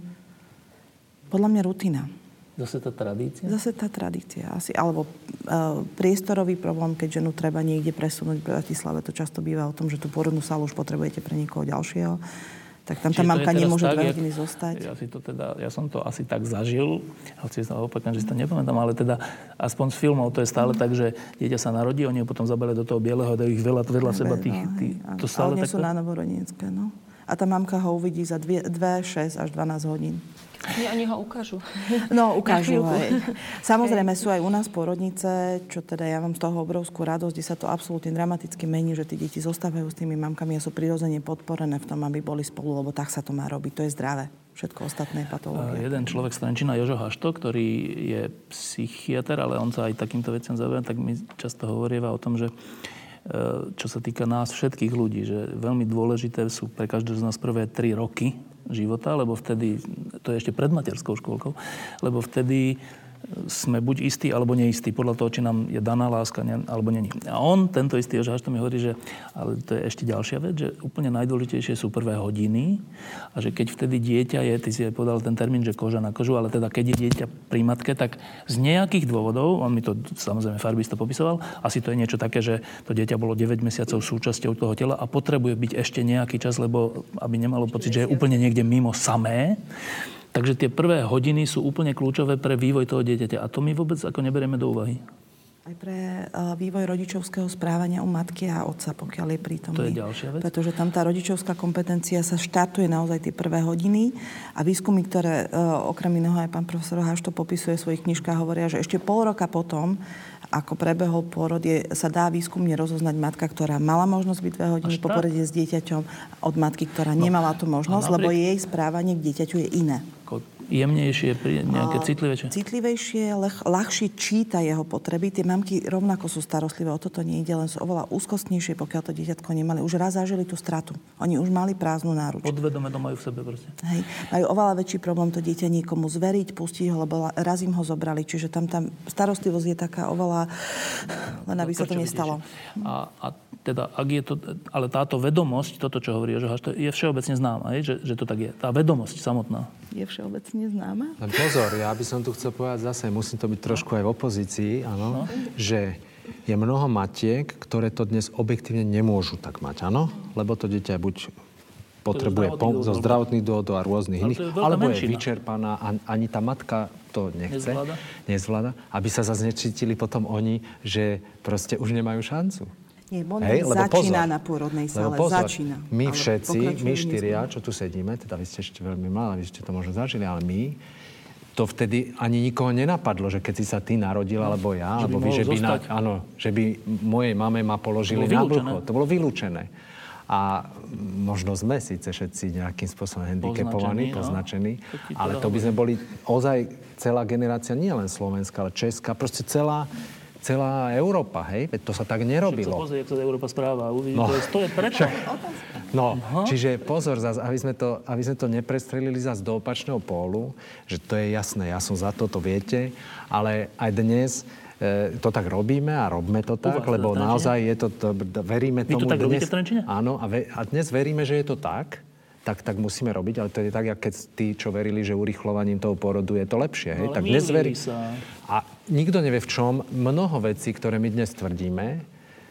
podľa mňa rutina. Zase tá tradícia? Zase tá tradícia. Asi, alebo uh, priestorový problém, keď ženu treba niekde presunúť v Bratislave. To často býva o tom, že tú pôrodnú sálu už potrebujete pre niekoho ďalšieho. Tak tam tá mamka nemôže tak, dve hodiny zostať. Ja, si to teda, ja som to asi tak zažil, hoci sa opakujem, že si to nepamätám, ale teda aspoň z filmov to je stále tak, že dieťa sa narodí, oni ho potom zabalia do toho bieleho, dajú ich veľa vedľa seba tých... tých to stále ale nie tak... sú na novorodenské, no. A a tá mamka ho uvidí za dva, šesť až dvanásť hodín. Nie, oni ho ukážu. No, ukážu ho. Samozrejme sú aj u nás pôrodnice, čo teda ja mám z toho obrovskú radosť, kde sa to absolútne dramaticky mení, že tí deti zostávajú s tými mamkami a sú prirodzene podporené v tom, aby boli spolu, lebo tak sa to má robiť. To je zdravé. Všetko ostatné patológie. Jeden človek z Trenčína, Jožo Hašto, ktorý je psychiatr, ale on sa aj takýmto veciam zaujíme, tak mi často hovorieva o tom, že čo sa týka nás všetkých ľudí, že veľmi dôležité sú pre každého z nás prvé tri roky života, lebo vtedy, to je ešte pred materskou škôlkou, lebo vtedy sme buď istí, alebo neistí, podľa toho, či nám je daná láska, ne, alebo není. A on, tento istý Jožo Hašto, mi hovorí, že ale to je ešte ďalšia vec, že úplne najdôležitejšie sú prvé hodiny a že keď vtedy dieťa je, ty si aj povedal ten termín, že koža na kožu, ale teda keď je dieťa pri matke, tak z nejakých dôvodov, on mi to samozrejme farbisto popisoval, asi to je niečo také, že to dieťa bolo deväť mesiacov súčasťou toho tela a potrebuje byť ešte nejaký čas, lebo aby nemalo pocit, že je úplne niekde mimo samé. Takže tie prvé hodiny sú úplne kľúčové pre vývoj toho dieťaťa. A to my vôbec ako neberieme do úvahy. Aj pre uh, vývoj rodičovského správania u matky a otca, pokiaľ je prítomný. To je ďalšia vec. Pretože tam tá rodičovská kompetencia sa štartuje naozaj tie prvé hodiny a výskumy, ktoré uh, okrem iného aj pán profesor Hašto popisuje v svojich knižkách, hovoria, že ešte pol roka potom, ako prebehol pôrod, je, sa dá výskumne rozoznať matka, ktorá mala možnosť byť dve hodiny po porode s dieťaťom od matky, ktorá no, nemala tú možnosť, napriek... lebo jej správanie k dieťaťu je iné. Jemnejšie, nejaké citlivejšie? Citlivejšie, leh, ľahšie číta jeho potreby. Tie mamky rovnako sú starostlivé, o toto nejde, len sú oveľa úzkostnejšie, pokiaľ to dieťatko nemali. Už raz zažili tú stratu. Oni už mali prázdnu náruč. Podvedome to majú v sebe proste. Hej. Majú oveľa väčší problém to dieťa niekomu zveriť, pustiť ho, lebo raz im ho zobrali. Čiže tam, tam starostlivosť je taká oveľa, len aby sa to nestalo. A, a teda, ak je to, ale táto vedomosť, toto, čo hovorí Jožo Hašto, je všeobecne známa, je? Že, že to tak je. Tá vedomosť samotná. Je všeobecne známa? Len pozor, ja by som tu chcel povedať zase, musím to byť trošku aj v opozícii, áno, no. Že je mnoho matiek, ktoré to dnes objektívne nemôžu tak mať, áno? Lebo to dieťa buď potrebuje pom- zo zdravotných dôvodov a rôznych iných, alebo je vyčerpaná a ani tá matka to nechce, nezvláda. nezvláda, aby sa zase necítili potom oni, že proste už nemajú šancu. Nie, on Hej, začína pozor, na pôrodnej sále, pozor, začína. My všetci, my štyria, čo tu sedíme, teda vy ste ešte veľmi malí, vy ste to možno zažili, ale my, to vtedy ani nikoho nenapadlo, že keď si sa ty narodil, alebo ja, alebo vy, že by, na, áno, že by mojej mame ma položili na brucho. To bolo vylúčené. A možno sme síce všetci nejakým spôsobom handicapovaní, poznačení, no. Ale to by sme boli ozaj celá generácia, nie len Slovenska, ale Česká, proste celá celá Európa, hej? Veď to sa tak nerobilo. Všetko pozrie, jak sa Európa správa. Uvidí, no. To je prečo. No, aha. Čiže pozor, zás, aby, sme to, aby sme to neprestrelili zase do opačného pólu, že to je jasné, ja som za to, to viete, ale aj dnes e, to tak robíme a robme to tak, lebo naozaj je to, to veríme tomu. Vy to tak dnes, robíte v Trenčine? Áno, a, ve, a dnes veríme, že je to tak, tak, tak musíme robiť, ale to je tak, jak keď tí, čo verili, že urýchľovaním toho pôrodu je to lepšie. Hej? No, tak dnes verí... sa. A nikto nevie v čom. Mnoho vecí, ktoré my dnes tvrdíme,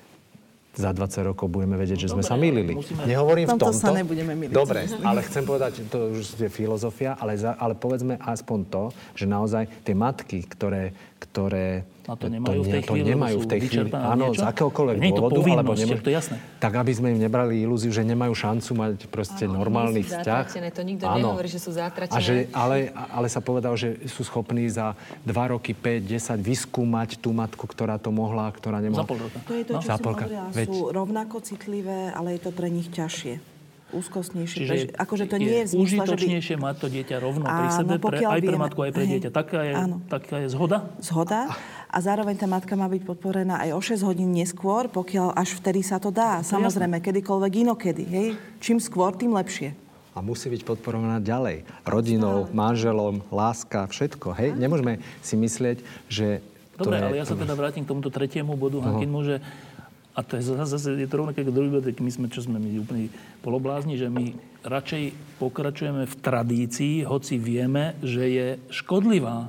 za dvadsať rokov budeme vedieť, no, že dobre, sme sa mýlili. Musíme... Nehovorím v tomto. sa nebudeme mýliť. Dobre, ale chcem povedať, to už je filozofia, ale, za, ale povedzme aspoň to, že naozaj tie matky, ktoré... ktoré a to nemajú to, v tej to chvíli, nemajú v tej chvíli, áno, z akéhokoľľvek dôvodu, alebo nemôžu, to jasné. Tak aby sme im nebrali ilúziu, že nemajú šancu mať proste áno, normálny vzťah. To nikto áno. nehovorí, že sú zatratené. A že, ale, ale sa povedal, že sú schopní za dva roky, päť, desať vyskúmať tú matku, ktorá to mohla, ktorá nemohla. Za pol roka. To je to, čo no? som hovorila. Veď... Sú rovnako citlivé, ale je to pre nich ťažšie. Úzkostnejšie. Čiže Prež, akože to nie je v zmysle, užitočnejšie by... mať to dieťa rovno pri sebe, pre, aj pre vieme, matku, aj pre dieťa. Taká je, taká je zhoda? Zhoda. A zároveň tá matka má byť podporená aj o šesť hodín neskôr, pokiaľ až vtedy sa to dá. To Samozrejme, jasné. Kedykoľvek inokedy. Hej? Čím skôr, tým lepšie. A musí byť podporovaná ďalej. Rodinou, manželom, láska, všetko. Hej? Nemôžeme si myslieť, že... Dobre, to je, ale ja sa teda vrátim k tomuto tretiemu bodu, Hankinmu, že a to je zase, je to rovnaké ako druhý bod, my sme, čo sme my úplne poloblázni, že my radšej pokračujeme v tradícii, hoci vieme, že je škodlivá.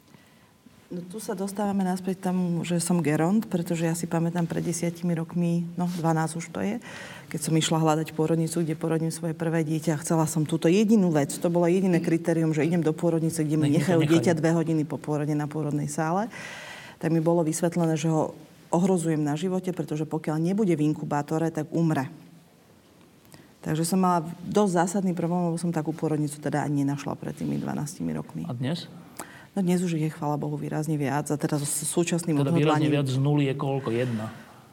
No tu sa dostávame naspäť tam, že som geront, pretože ja si pamätám pred desiatimi rokmi, no dvanásť už to je, keď som išla hľadať pôrodnicu, kde porodím svoje prvé dieťa. Chcela som túto jedinú vec, to bolo jediné kritérium, že idem do pôrodnice, kde mi nechajú dieťa dve hodiny po pôrode na pôrodnej sále. Tak mi bolo vysvetlené, že ho ohrozujem na živote, pretože pokiaľ nebude v inkubátore, tak umre. Takže som mala dosť zásadný problém, lebo som takú pôrodnicu teda ani nenašla pred tými dvanástimi rokmi. A dnes? No dnes už je, chvála Bohu, výrazne viac. A teraz s súčasným teda odhodlaním... výrazne viac z nuly je koľko? Jedna?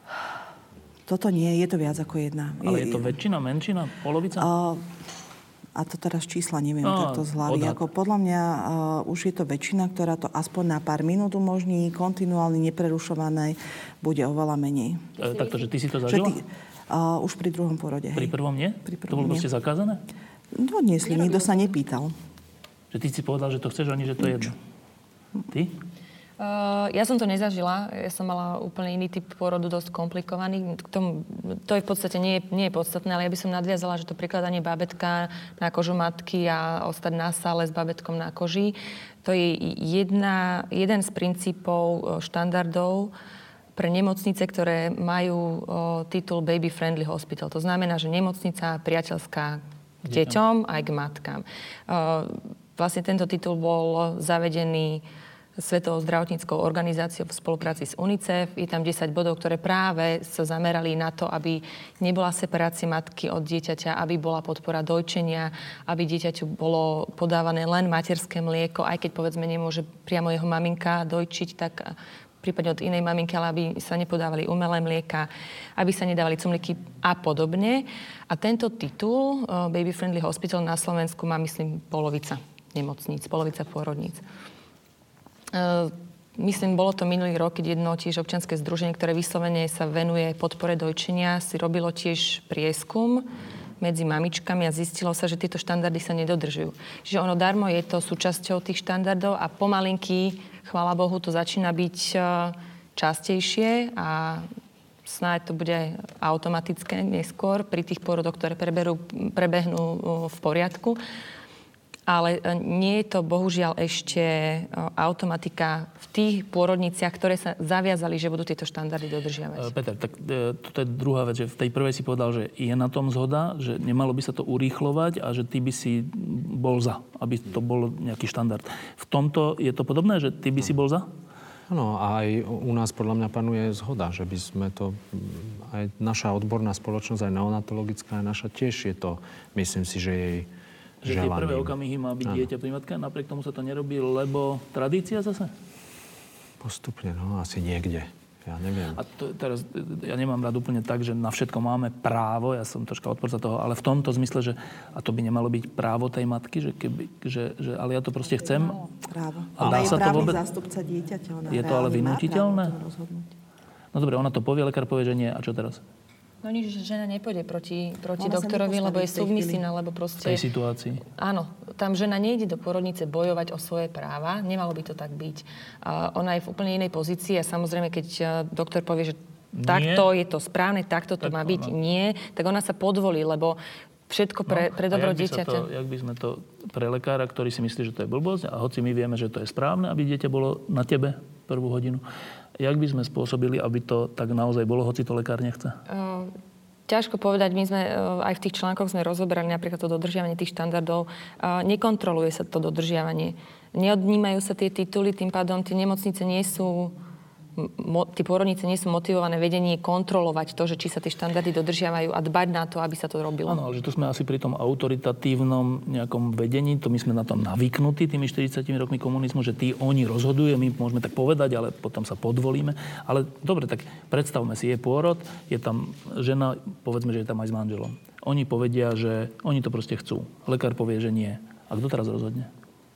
Toto nie, je to viac ako jedna. Ale je, je to väčšina, menšina, polovica? Uh, a to teraz čísla neviem no, takto z hlavy. Ako podľa mňa uh, už je to väčšina, ktorá to aspoň na pár minút umožní, kontinuálne, neprerušované, bude oveľa menej. E, takto, že ty si to zažila? Ty, uh, už pri druhom porode. Pri prvom nie? Pri prvom to bolo nie. proste zakázané? No dnesli, nikto sa nepýtal. Že ty si povedal, že to chceš, ani že to je jedno. Ty? Uh, ja som to nezažila. Ja som mala úplne iný typ pôrodu, dosť komplikovaný. K tomu, to je v podstate nie, nie je podstatné, ale ja by som nadviazala, že to prikladanie bábätka na kožu matky a ostať na sále s bábätkom na koži, to je jedna, jeden z princípov, štandardov pre nemocnice, ktoré majú o, titul Baby Friendly Hospital. To znamená, že nemocnica priateľská k deťom aj k matkám. O, vlastne tento titul bol zavedený Svetovou zdravotníckou organizáciou v spolupráci s UNICEF. Je tam desať bodov, ktoré práve sa zamerali na to, aby nebola separácia matky od dieťaťa, aby bola podpora dojčenia, aby dieťaťu bolo podávané len materské mlieko, aj keď povedzme nemôže priamo jeho maminka dojčiť, tak prípadne od inej maminky, ale aby sa nepodávali umelé mlieka, aby sa nedávali cumliky a podobne. A tento titul Baby Friendly Hospital na Slovensku má, myslím, polovica nemocníc, polovica pôrodníc. Uh, myslím, bolo to minulý rok, keď jedno tiež občianske združenie, ktoré vyslovene sa venuje podpore dojčenia, si robilo tiež prieskum medzi mamičkami a zistilo sa, že tieto štandardy sa nedodržujú. Čiže ono darmo je to súčasťou tých štandardov a pomalinky, chvála Bohu, to začína byť uh, častejšie a snáď to bude automatické neskôr pri tých pôrodoch, ktoré preberú, prebehnú uh, v poriadku. Ale nie je to bohužiaľ ešte automatika v tých pôrodniciach, ktoré sa zaviazali, že budú tieto štandardy dodržiavať. Peter, tak toto je druhá vec, že v tej prvej si povedal, že je na tom zhoda, že nemalo by sa to urýchlovať a že ty by si bol za, aby to bol nejaký štandard. V tomto je to podobné, že ty by si bol za? Áno, a aj u nás podľa mňa panuje zhoda, že by sme to, aj naša odborná spoločnosť, aj neonatologická, aj naša tiež je to, myslím si, že jej že tie prvé želaním. okamihy má byť dieťa pri matke, napriek tomu sa to nerobí, lebo tradícia zase? Postupne, no, asi niekde. Ja neviem. A to, teraz, ja nemám rád úplne tak, že na všetko máme právo, ja som troška odporca toho, ale v tomto zmysle, že a to by nemalo byť právo tej matky, že, keby, že, že ale ja to proste chcem. Právo. A dá je sa to právny vôbec... zástupca dieťaťa. Ona je to ale vynútiteľné? No dobre, ona to povie, lekár povie, že nie. A čo teraz? No nič, že žena nepôjde proti, proti doktorovi, lebo je submisívna, lebo proste... V tej situácii. Áno, tam žena nejde do pôrodnice bojovať o svoje práva, nemalo by to tak byť. Uh, ona je v úplne inej pozícii a samozrejme, keď uh, doktor povie, že nie. Takto je to správne, takto to tak má byť, ona... nie, tak ona sa podvolí, lebo všetko pre, no, pre dobro dieťaťa. To, jak by sme to pre lekára, ktorý si myslí, že to je blbosť, a hoci my vieme, že to je správne, aby dieťa bolo na tebe prvú hodinu, jak by sme spôsobili, aby to tak naozaj bolo, hoci to lekár nechce? Uh, ťažko povedať. My sme uh, aj v tých článkoch sme rozoberali napríklad to dodržiavanie tých štandardov. Uh, nekontroluje sa to dodržiavanie. Neodnímajú sa tie tituly, tým pádom tie nemocnice nie sú Mo, tí pôrodnice nie sú motivované vedenie kontrolovať to, že či sa tie štandardy dodržiavajú a dbať na to, aby sa to robilo. Áno, ale že tu sme asi pri tom autoritatívnom nejakom vedení, to my sme na tom navyknutí tými štyridsiatimi rokmi komunizmu, že tí oni rozhodujú, my môžeme tak povedať, ale potom sa podvolíme. Ale dobre, tak predstavme si, je pôrod, je tam žena, povedzme, že je tam aj s manželom. Oni povedia, že oni to proste chcú. Lekár povie, že nie. A kto teraz rozhodne?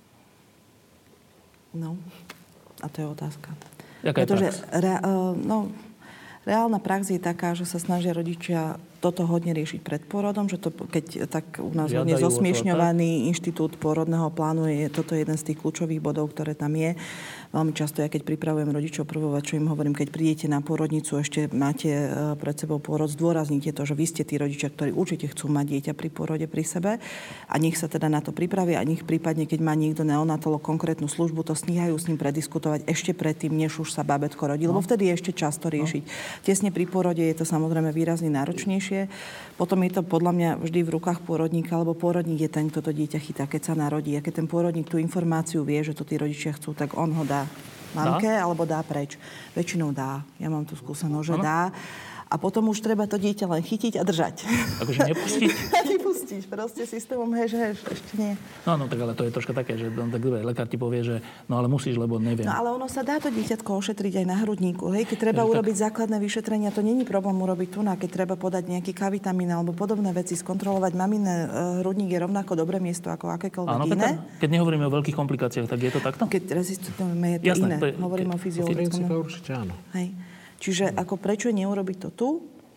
No, a to je otázka. Jaká je Pretože prax? Re, no, reálna prax je taká, že sa snažia rodičia toto hodne riešiť pred pôrodom, že to, keď tak u nás hodne zosmiešňovaný inštitút pôrodného plánu je toto jeden z tých kľúčových bodov, ktoré tam je. Veľmi často, ja keď pripravujem rodičov prvovať, čo im hovorím, keď prídete na pôrodnicu, ešte máte pred sebou pôrod, zdôrazníte to, že vy ste tí rodičia, ktorí určite chcú mať dieťa pri pôrode pri sebe a nech sa teda na to pripravia a nech prípadne, keď má niekto neonatolog konkrétnu službu, to stíhajú s ním prediskutovať ešte predtým, než už sa bábätko rodí, lebo vtedy je ešte čas to riešiť. No. Tesne pri pôrode je to samozrejme výrazne náročnejšie. Potom je to podľa mňa vždy v rukách pôrodníka, lebo pôrodník je ten, kto to dieťa chytá, keď sa narodí. A keď ten pôrodník tú informáciu vie, že to tí rodičia chcú, tak on ho dá mamke dá? alebo dá preč. Väčšinou dá. Ja mám tú skúsenosť, že ano? dá. A potom už treba to dieťa len chytiť a držať. Akože nepustiť? Nepustiť, proste systémom heš, heš, ešte nie. No, no, tak ale to je troška také, že no, tak dobre, lekár ti povie, že no ale musíš, lebo neviem. No ale ono sa dá to dieťatko ošetriť aj na hrudníku, hej? Keď treba Takže urobiť tak... základné vyšetrenia, to není problém urobiť tu, keď treba podať nejaký K-vitamín alebo podobné veci, skontrolovať maminné hrudník je rovnako dobré miesto ako akékoľvek Áno, iné. Peter, keď nehovoríme o veľkých komplikáciách, tak je to takto? Keď rezistujeme, je to Jasné, iné. To je, Hovorím ke... o fyziologickom. To určite áno. Hej. Čiže ako prečo neurobiť to tu?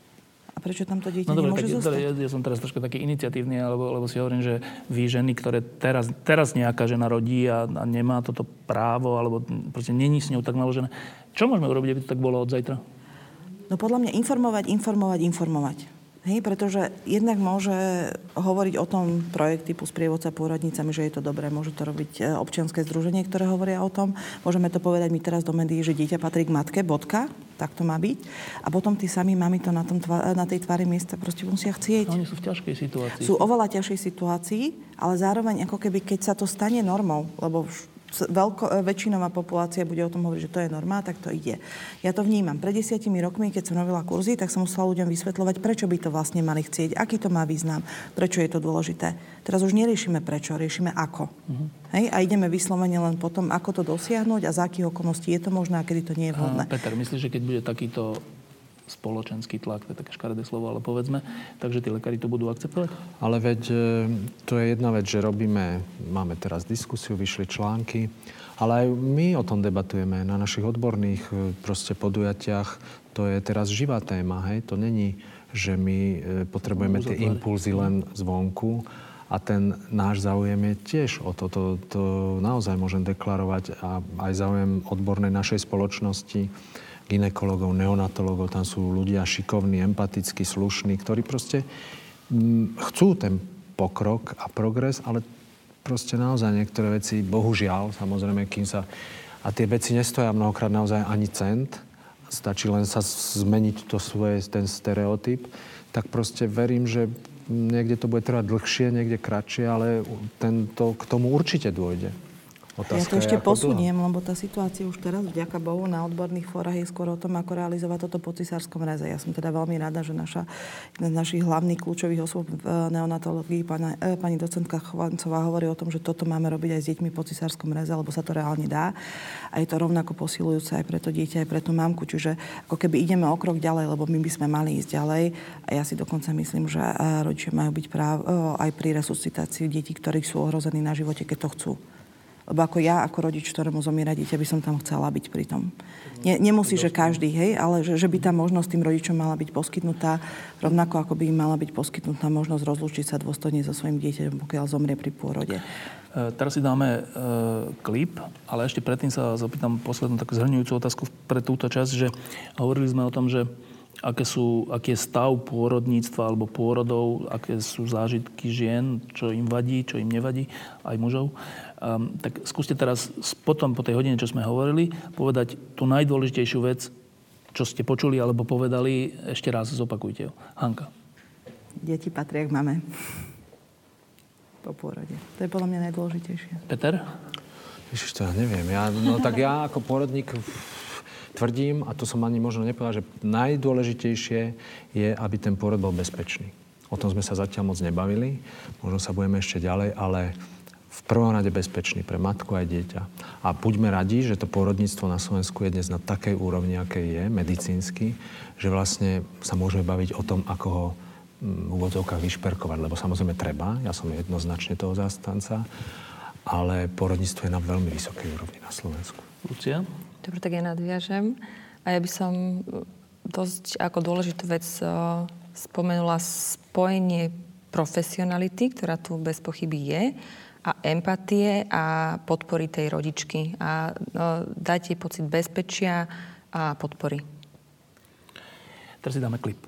A prečo tam to dieťa no, dobre, nemôže tak, zostať? Ja, ja som teraz troška taký iniciatívny, lebo, lebo si hovorím, že vy ženy, ktoré teraz, teraz nejaká žena rodí a, a nemá toto právo, alebo proste není s ňou tak naložené. Čo môžeme urobiť, aby to tak bolo od zajtra? No podľa mňa informovať, informovať, informovať. Hej, pretože jednak môže hovoriť o tom projekt typu sprievodca pôrodnicami, že je to dobré. Môže to robiť občianske združenie, ktoré hovoria o tom. Môžeme to povedať my teraz do médií, že dieťa patrí k matke, bodka. Tak to má byť. A potom tí sami mami to na, tom tva, na tej tvári miesta proste musia chcieť. Oni sú v ťažkej situácii. Sú oveľa ťažšej situácii, ale zároveň ako keby, keď sa to stane normou, lebo veľko, väčšinová populácia bude o tom hovoriť, že to je norma, tak to ide. Ja to vnímam. Pred desiatimi rokmi, keď som robila kurzy, tak som musela ľuďom vysvetľovať, prečo by to vlastne mali chcieť, aký to má význam, prečo je to dôležité. Teraz už neriešime prečo, riešime ako. Uh-huh. Hej? A ideme vyslovene len potom, ako to dosiahnuť a za akých okolností je to možné a kedy to nie je vhodné. A Peter, myslíš, že keď bude takýto spoločenský tlak, to je také škaredé slovo, ale povedzme, takže tí lekári to budú akceptovať? Ale veď to je jedna vec, že robíme, máme teraz diskusiu, vyšli články, ale aj my o tom debatujeme na našich odborných proste podujatiach. To je teraz živá téma, hej? To není, že my potrebujeme tie impulzy len zvonku a ten náš záujem je tiež o to. To, to naozaj môžem deklarovať a aj záujem odbornej našej spoločnosti, gynekologov, neonatologov, tam sú ľudia šikovní, empatickí, slušní, ktorí proste m, chcú ten pokrok a progres, ale proste naozaj niektoré veci, bohužiaľ, samozrejme, kým sa... A tie veci nestoja mnohokrát naozaj ani cent, stačí len sa zmeniť to svoje, ten stereotyp, tak proste verím, že niekde to bude trvať dlhšie, niekde kratšie, ale tento, k tomu určite dôjde. Otázka ja to ešte posuniem, dlho. lebo tá situácia už teraz, vďaka Bohu, na odborných fórach je skôr o tom, ako realizovať toto po cisárskom reze. Ja som teda veľmi rada, že naša, jedna z našich hlavných kľúčových osôb v neonatológii, pana, eh, pani docentka Chovancová, hovorí o tom, že toto máme robiť aj s deťmi po cisárskom reze, lebo sa to reálne dá. A je to rovnako posilujúce aj pre to dieťa, aj pre tú mamku. Čiže ako keby ideme o krok ďalej, lebo my by sme mali ísť ďalej. A ja si dokonca myslím, že rodičia majú byť práv, aj pri resuscitácii detí, ktorí sú ohrození na živote, keď to chcú. Lebo ako ja, ako rodič, ktorému zomiera dieťa, by som tam chcela byť pri tom. Nie, nemusí, že každý, hej, ale že, že by tá možnosť tým rodičom mala byť poskytnutá, rovnako ako by im mala byť poskytnutá možnosť rozlúčiť sa dôstojne so svojím dieťaťom, pokiaľ zomrie pri pôrode. E, teraz si dáme e, klip, ale ešte predtým sa zapýtam poslednú takú zhrňujúcu otázku pre túto časť, že hovorili sme o tom, že aké sú, aký je stav pôrodníctva alebo pôrodov, aké sú zážitky žien, čo im vadí, čo im nevadí, aj mužov. Um, tak skúste teraz potom, po tej hodine, čo sme hovorili, povedať tú najdôležitejšiu vec, čo ste počuli alebo povedali, ešte raz zopakujte ho. Hanka. Deti patria k mame. Po pôrode. To je podľa mňa najdôležitejšie. Peter? Ježiš, to ja neviem. Ja, no tak ja ako pôrodník tvrdím, a to som ani možno nepovedal, že najdôležitejšie je, aby ten pôrod bol bezpečný. O tom sme sa zatiaľ moc nebavili. Možno sa budeme ešte ďalej, ale v prvom rade bezpečný pre matku aj dieťa. A buďme radi, že to pôrodníctvo na Slovensku je dnes na takej úrovni, akej je, medicínsky, že vlastne sa môžeme baviť o tom, ako ho v úvodzovkách vyšperkovať, lebo samozrejme treba, ja som jednoznačne toho zástanca, ale pôrodníctvo je na veľmi vysokej úrovni na Slovensku. Lucia? Dobre, tak ja nadviažem. A ja by som dosť ako dôležitú vec spomenula spojenie profesionality, ktorá tu bez pochyby je, a empatie a podpory tej rodičky. A no, dať jej pocit bezpečia a podpory. Teraz si dáme klip.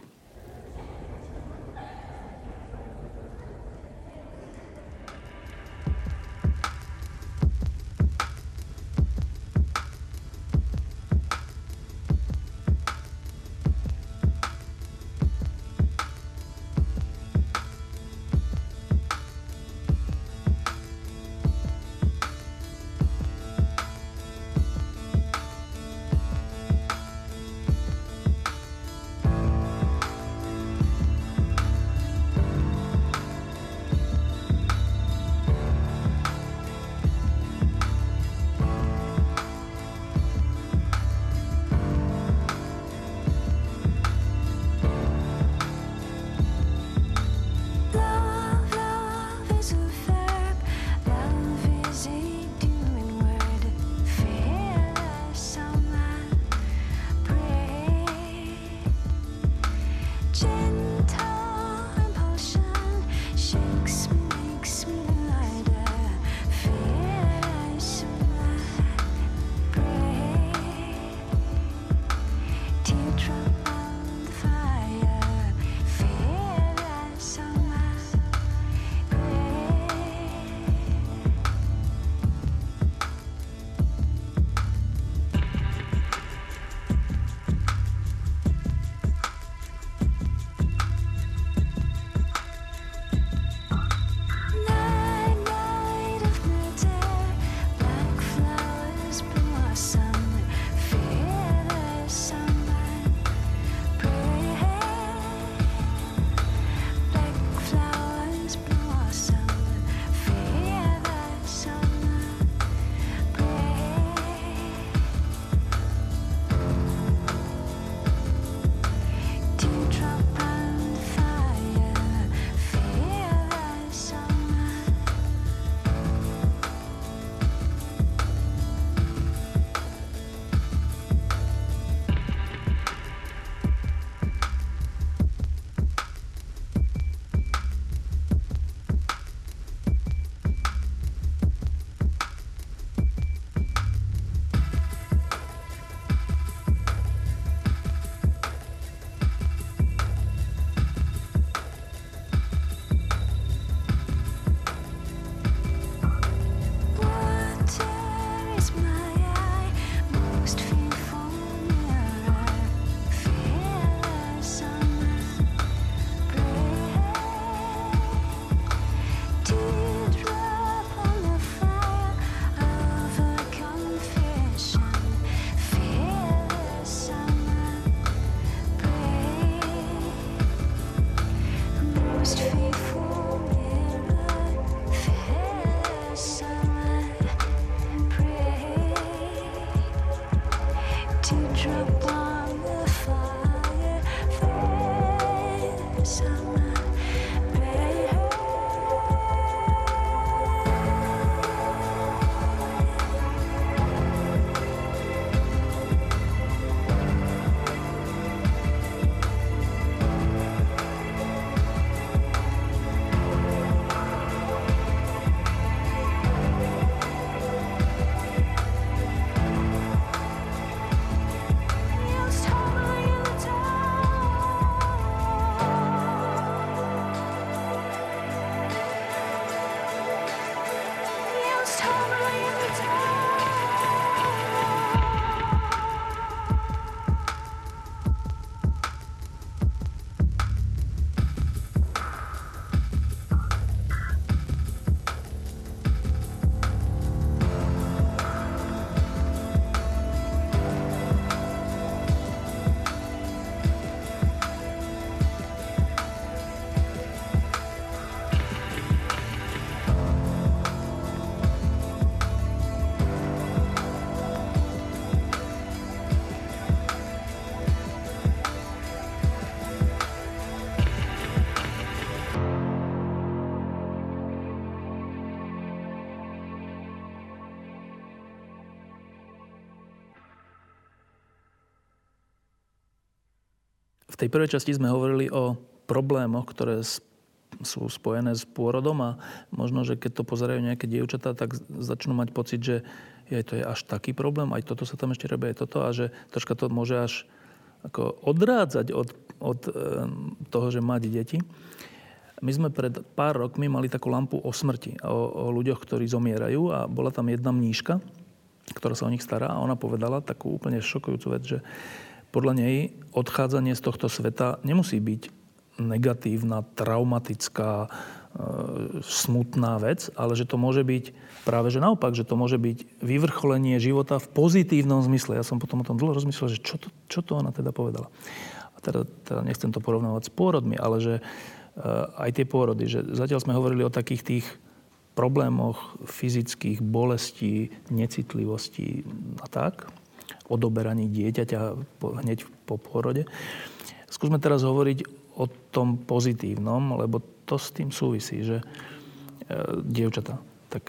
V tej prvej časti sme hovorili o problémoch, ktoré sú spojené s pôrodom a možno, že keď to pozerajú nejaké dievčatá, tak začnú mať pocit, že je, to je až taký problém, aj toto sa tam ešte robí, aj toto a že troška to môže až ako odrádzať od, od toho, že mať deti. My sme pred pár rokmi mali takú lampu o smrti, o, o ľuďoch, ktorí zomierajú a bola tam jedna mníška, ktorá sa o nich stará a ona povedala takú úplne šokujúcu vec, že podľa nej odchádzanie z tohto sveta nemusí byť negatívna, traumatická, e, smutná vec, ale že to môže byť práve že naopak, že to môže byť vyvrcholenie života v pozitívnom zmysle. Ja som potom o tom dlho rozmyslel, že čo to, čo to ona teda povedala. A teda, teda nechcem to porovnávať s pôrodmi, ale že e, aj tie pôrody, že zatiaľ sme hovorili o takých tých problémoch fyzických, bolestí, necitlivosti a tak, odoberaní dieťaťa hneď po pôrode. Skúsme teraz hovoriť o tom pozitívnom, lebo to s tým súvisí, že e, dievčatá, tak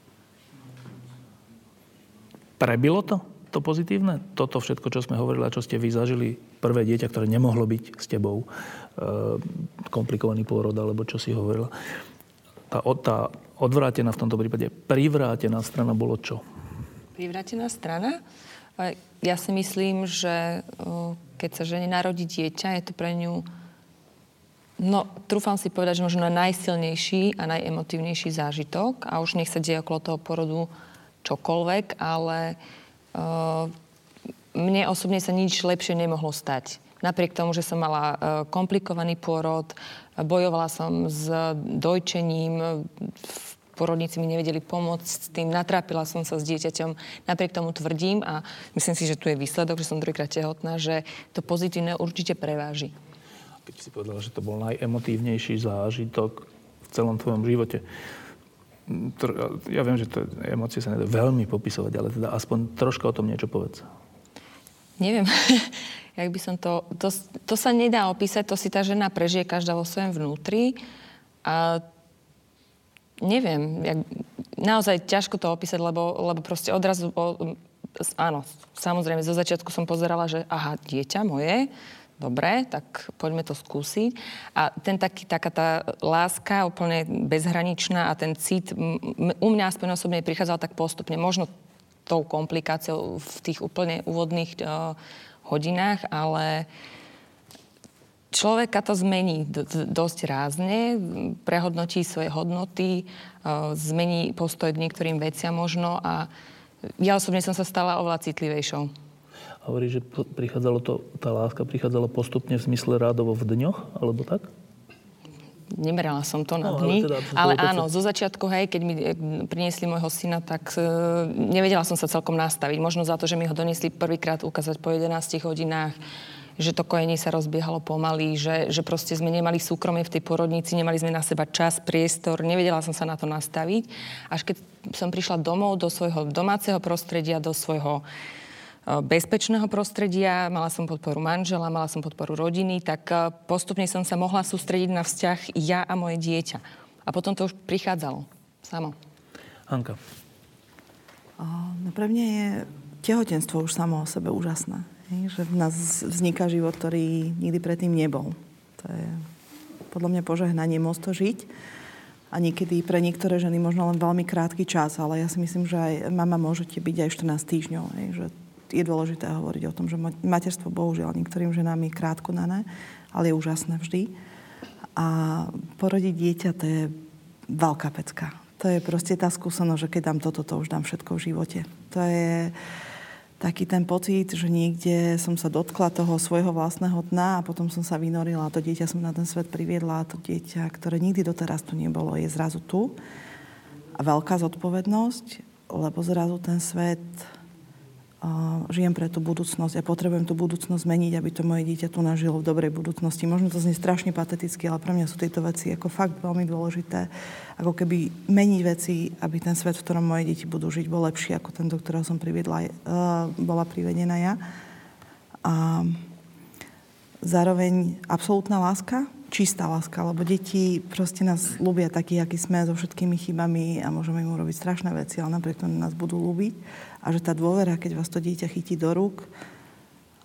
prebilo to, to pozitívne? Toto všetko, čo sme hovorili a čo ste vy zažili, prvé dieťa, ktoré nemohlo byť s tebou, e, komplikovaný pôrod, alebo čo si hovorila. Tá, tá odvrátená v tomto prípade, privrátená strana bolo čo? Privrátená strana? Ja si myslím, že keď sa žene narodí dieťa, je to pre ňu, no, trúfam si povedať, že možno najsilnejší a najemotívnejší zážitok a už nech sa deje okolo toho porodu čokoľvek, ale uh, mne osobne sa nič lepšie nemohlo stať. Napriek tomu, že som mala uh, komplikovaný pôrod, bojovala som s dojčením, v porodníci mi nevedeli pomôcť s tým, natrápila som sa s dieťaťom. Napriek tomu tvrdím a myslím si, že tu je výsledok, že som druhýkrát tehotná, že to pozitívne určite preváži. Keď si povedala, že to bol najemotívnejší zážitok v celom tvojom živote. Ja viem, že to emócie sa nedá veľmi popisovať, ale teda aspoň troška o tom niečo povedz. Neviem. Jak by som to, to... To sa nedá opísať, to si tá žena prežije každá vo svojom vnútri a neviem, jak, naozaj ťažko to opísať, lebo, lebo proste odrazu, o, áno, samozrejme, zo začiatku som pozerala, že aha, dieťa moje, dobre, tak poďme to skúsiť. A ten taký, taká tá láska úplne bezhraničná a ten cit, m, u mňa aspoň osobne prichádzal tak postupne, možno tou komplikáciou v tých úplne úvodných uh, hodinách, ale človeka to zmení dosť rázne, prehodnotí svoje hodnoty, zmení postoj k niektorým veciam možno a ja osobne som sa stala oveľa citlivejšou. Hovorí, že prichádzalo to, tá láska prichádzala postupne v zmysle rádovo v dňoch, alebo tak? Nemerala som to na no, dni, ale, teda, ale áno, zo začiatku, hej, keď mi priniesli môjho syna, tak uh, nevedela som sa celkom nastaviť. Možno za to, že mi ho doniesli prvýkrát ukázať po jedenástich hodinách, že to kojenie sa rozbiehalo pomaly, že, že proste sme nemali súkromie v tej porodnici, nemali sme na seba čas, priestor, nevedela som sa na to nastaviť. Až keď som prišla domov do svojho domáceho prostredia, do svojho bezpečného prostredia, mala som podporu manžela, mala som podporu rodiny, tak postupne som sa mohla sústrediť na vzťah ja a moje dieťa. A potom to už prichádzalo samo. Hanka. No pre mňa je tehotenstvo už samo o sebe úžasné. Že v nás vzniká život, ktorý nikdy predtým nebol. To je podľa mňa požehnanie môcť to žiť. A niekedy pre niektoré ženy možno len veľmi krátky čas, ale ja si myslím, že aj mama môžete byť aj štrnásť týždňov. Že je dôležité hovoriť o tom, že materstvo bohužiaľ niektorým ženám je krátko dané, ale je úžasné vždy. A porodiť dieťa, to je veľká pecka. To je proste tá skúsenosť, že keď dám toto, to už dám všetko v živote. To je taký ten pocit, že niekde som sa dotkla toho svojho vlastného dna a potom som sa vynorila a to dieťa som na ten svet priviedla a to dieťa, ktoré nikdy doteraz tu nebolo, je zrazu tu. A veľká zodpovednosť, lebo zrazu ten svet uh, žijem pre tú budúcnosť a potrebujem tú budúcnosť zmeniť, aby to moje dieťa tu nažilo v dobrej budúcnosti. Možno to znie strašne pateticky, ale pre mňa sú tieto veci ako fakt veľmi dôležité. Ako keby meniť veci, aby ten svet, v ktorom moje deti budú žiť, bol lepší ako ten, do ktorého som priviedla, uh, bola privedená ja. A zároveň absolútna láska, čistá láska, lebo deti proste nás ľúbia takí, akí sme, so všetkými chybami a môžeme im urobiť strašné veci, ale napriek tomu nás budú ľúbiť. A že tá dôvera, keď vás to dieťa chytí do rúk,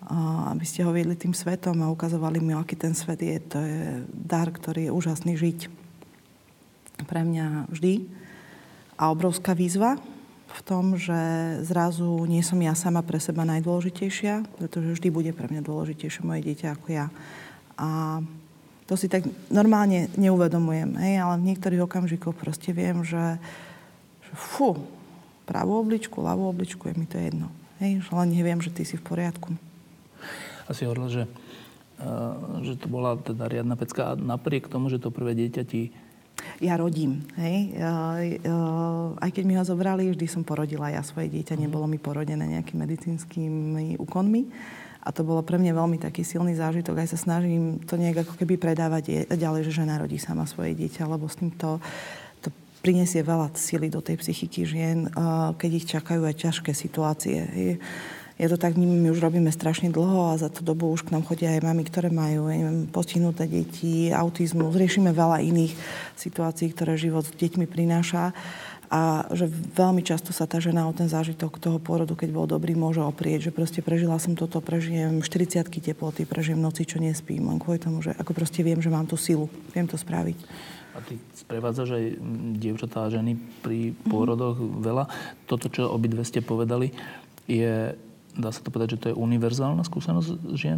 aby ste ho viedli tým svetom a ukazovali mi, aký ten svet je. To je dar, ktorý je úžasný žiť. Pre mňa vždy. A obrovská výzva v tom, že zrazu nie som ja sama pre seba najdôležitejšia, pretože vždy bude pre mňa dôležitejšie moje dieťa ako ja. A to si tak normálne neuvedomujem, hej, ale v niektorých okamžikoch proste viem, že, že fú, pravú obličku, ľavú obličku, je mi to jedno. Hej, že len neviem, že ty si v poriadku. A si hovorila, že, uh, že to bola teda riadna pecka a napriek tomu, že to prvé dieťa ti... Ja rodím, hej. Uh, uh, aj keď mi ho zobrali, vždy som porodila ja svoje dieťa. Mm. Nebolo mi porodené nejakými medicínskymi úkonmi. A to bolo pre mňa veľmi taký silný zážitok. Aj sa snažím to nejak ako keby predávať ďalej, že žena rodí sama svoje dieťa, lebo s tým to, to prinesie veľa sily do tej psychiky žien, uh, keď ich čakajú aj ťažké situácie. Hej. Je to tak, my už robíme strašne dlho a za tú dobu už k nám chodia aj mami, ktoré majú neviem, postihnuté deti, autizmus. Riešime veľa iných situácií, ktoré život s deťmi prináša. A že veľmi často sa tá žena o ten zážitok toho pôrodu, keď bol dobrý, môže oprieť. Že proste prežila som toto, prežijem štyridsiatky teploty, prežijem noci, čo nespím. Len kvôli tomu, že ako proste viem, že mám tú silu. Viem to spraviť. A ty sprevádzaš aj dievčatá a ženy pri pôrodoch mm-hmm. veľa. Toto, čo obidve ste povedali, je... Dá sa to povedať, že to je univerzálna skúsenosť žien?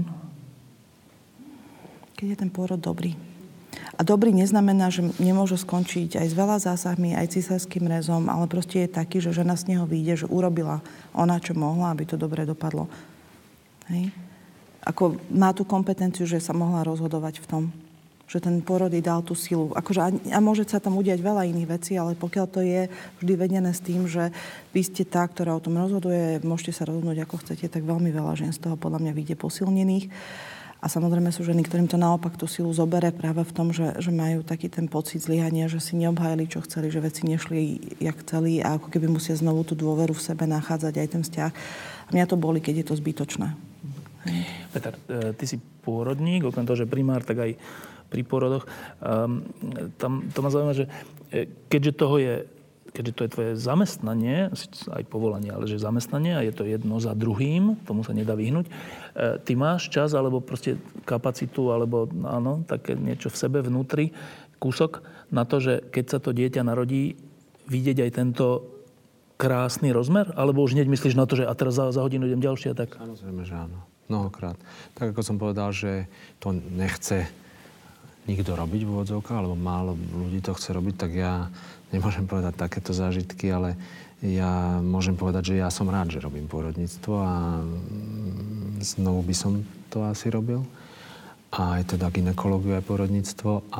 Keď je ten pôrod dobrý. A dobrý neznamená, že nemôže skončiť aj s veľa zásahmi, aj císarským rezom, ale proste je taký, že žena z neho vyjde, že urobila ona, čo mohla, aby to dobre dopadlo. Hej? Ako má tú kompetenciu, že sa mohla rozhodovať v tom, že ten pôrod jej dal tú silu. Akože, a môže sa tam udiať veľa iných vecí, ale pokiaľ to je vždy vedené s tým, že vy ste tá, ktorá o tom rozhoduje, môžete sa rozhodnúť ako chcete, tak veľmi veľa žien z toho podľa mňa vyjde posilnených. A samozrejme sú ženy, ktorým to naopak tú silu zobere práve v tom, že, že majú taký ten pocit zlyhania, že si neobhájili, čo chceli, že veci nešli, jak chceli a ako keby musia znovu tú dôveru v sebe nachádzať aj ten vzťah. A mňa to boli, keď je to zbytočné. Peter, ty si pôrodník, okrem toho, že primár, tak aj pri pôrodoch. Um, tam, to ma zaujíma, že keďže toho je, keďže to je tvoje zamestnanie, aj povolanie, ale že zamestnanie a je to jedno za druhým, tomu sa nedá vyhnúť, ty máš čas, alebo proste kapacitu, alebo áno, také niečo v sebe vnútri, kúsok na to, že keď sa to dieťa narodí, vidieť aj tento krásny rozmer? Alebo už hneď myslíš na to, že a teraz za, za hodinu idem ďalšie? Tak... Samozrejme, že áno. Mnohokrát. Tak ako som povedal, že to nechce nikto robiť v úvodzovkách, alebo málo ľudí to chce robiť, tak ja nemôžem povedať takéto zážitky, ale ja môžem povedať, že ja som rád, že robím pôrodníctvo a znovu by som to asi robil. A aj teda gynekológiu aj pôrodníctvo. A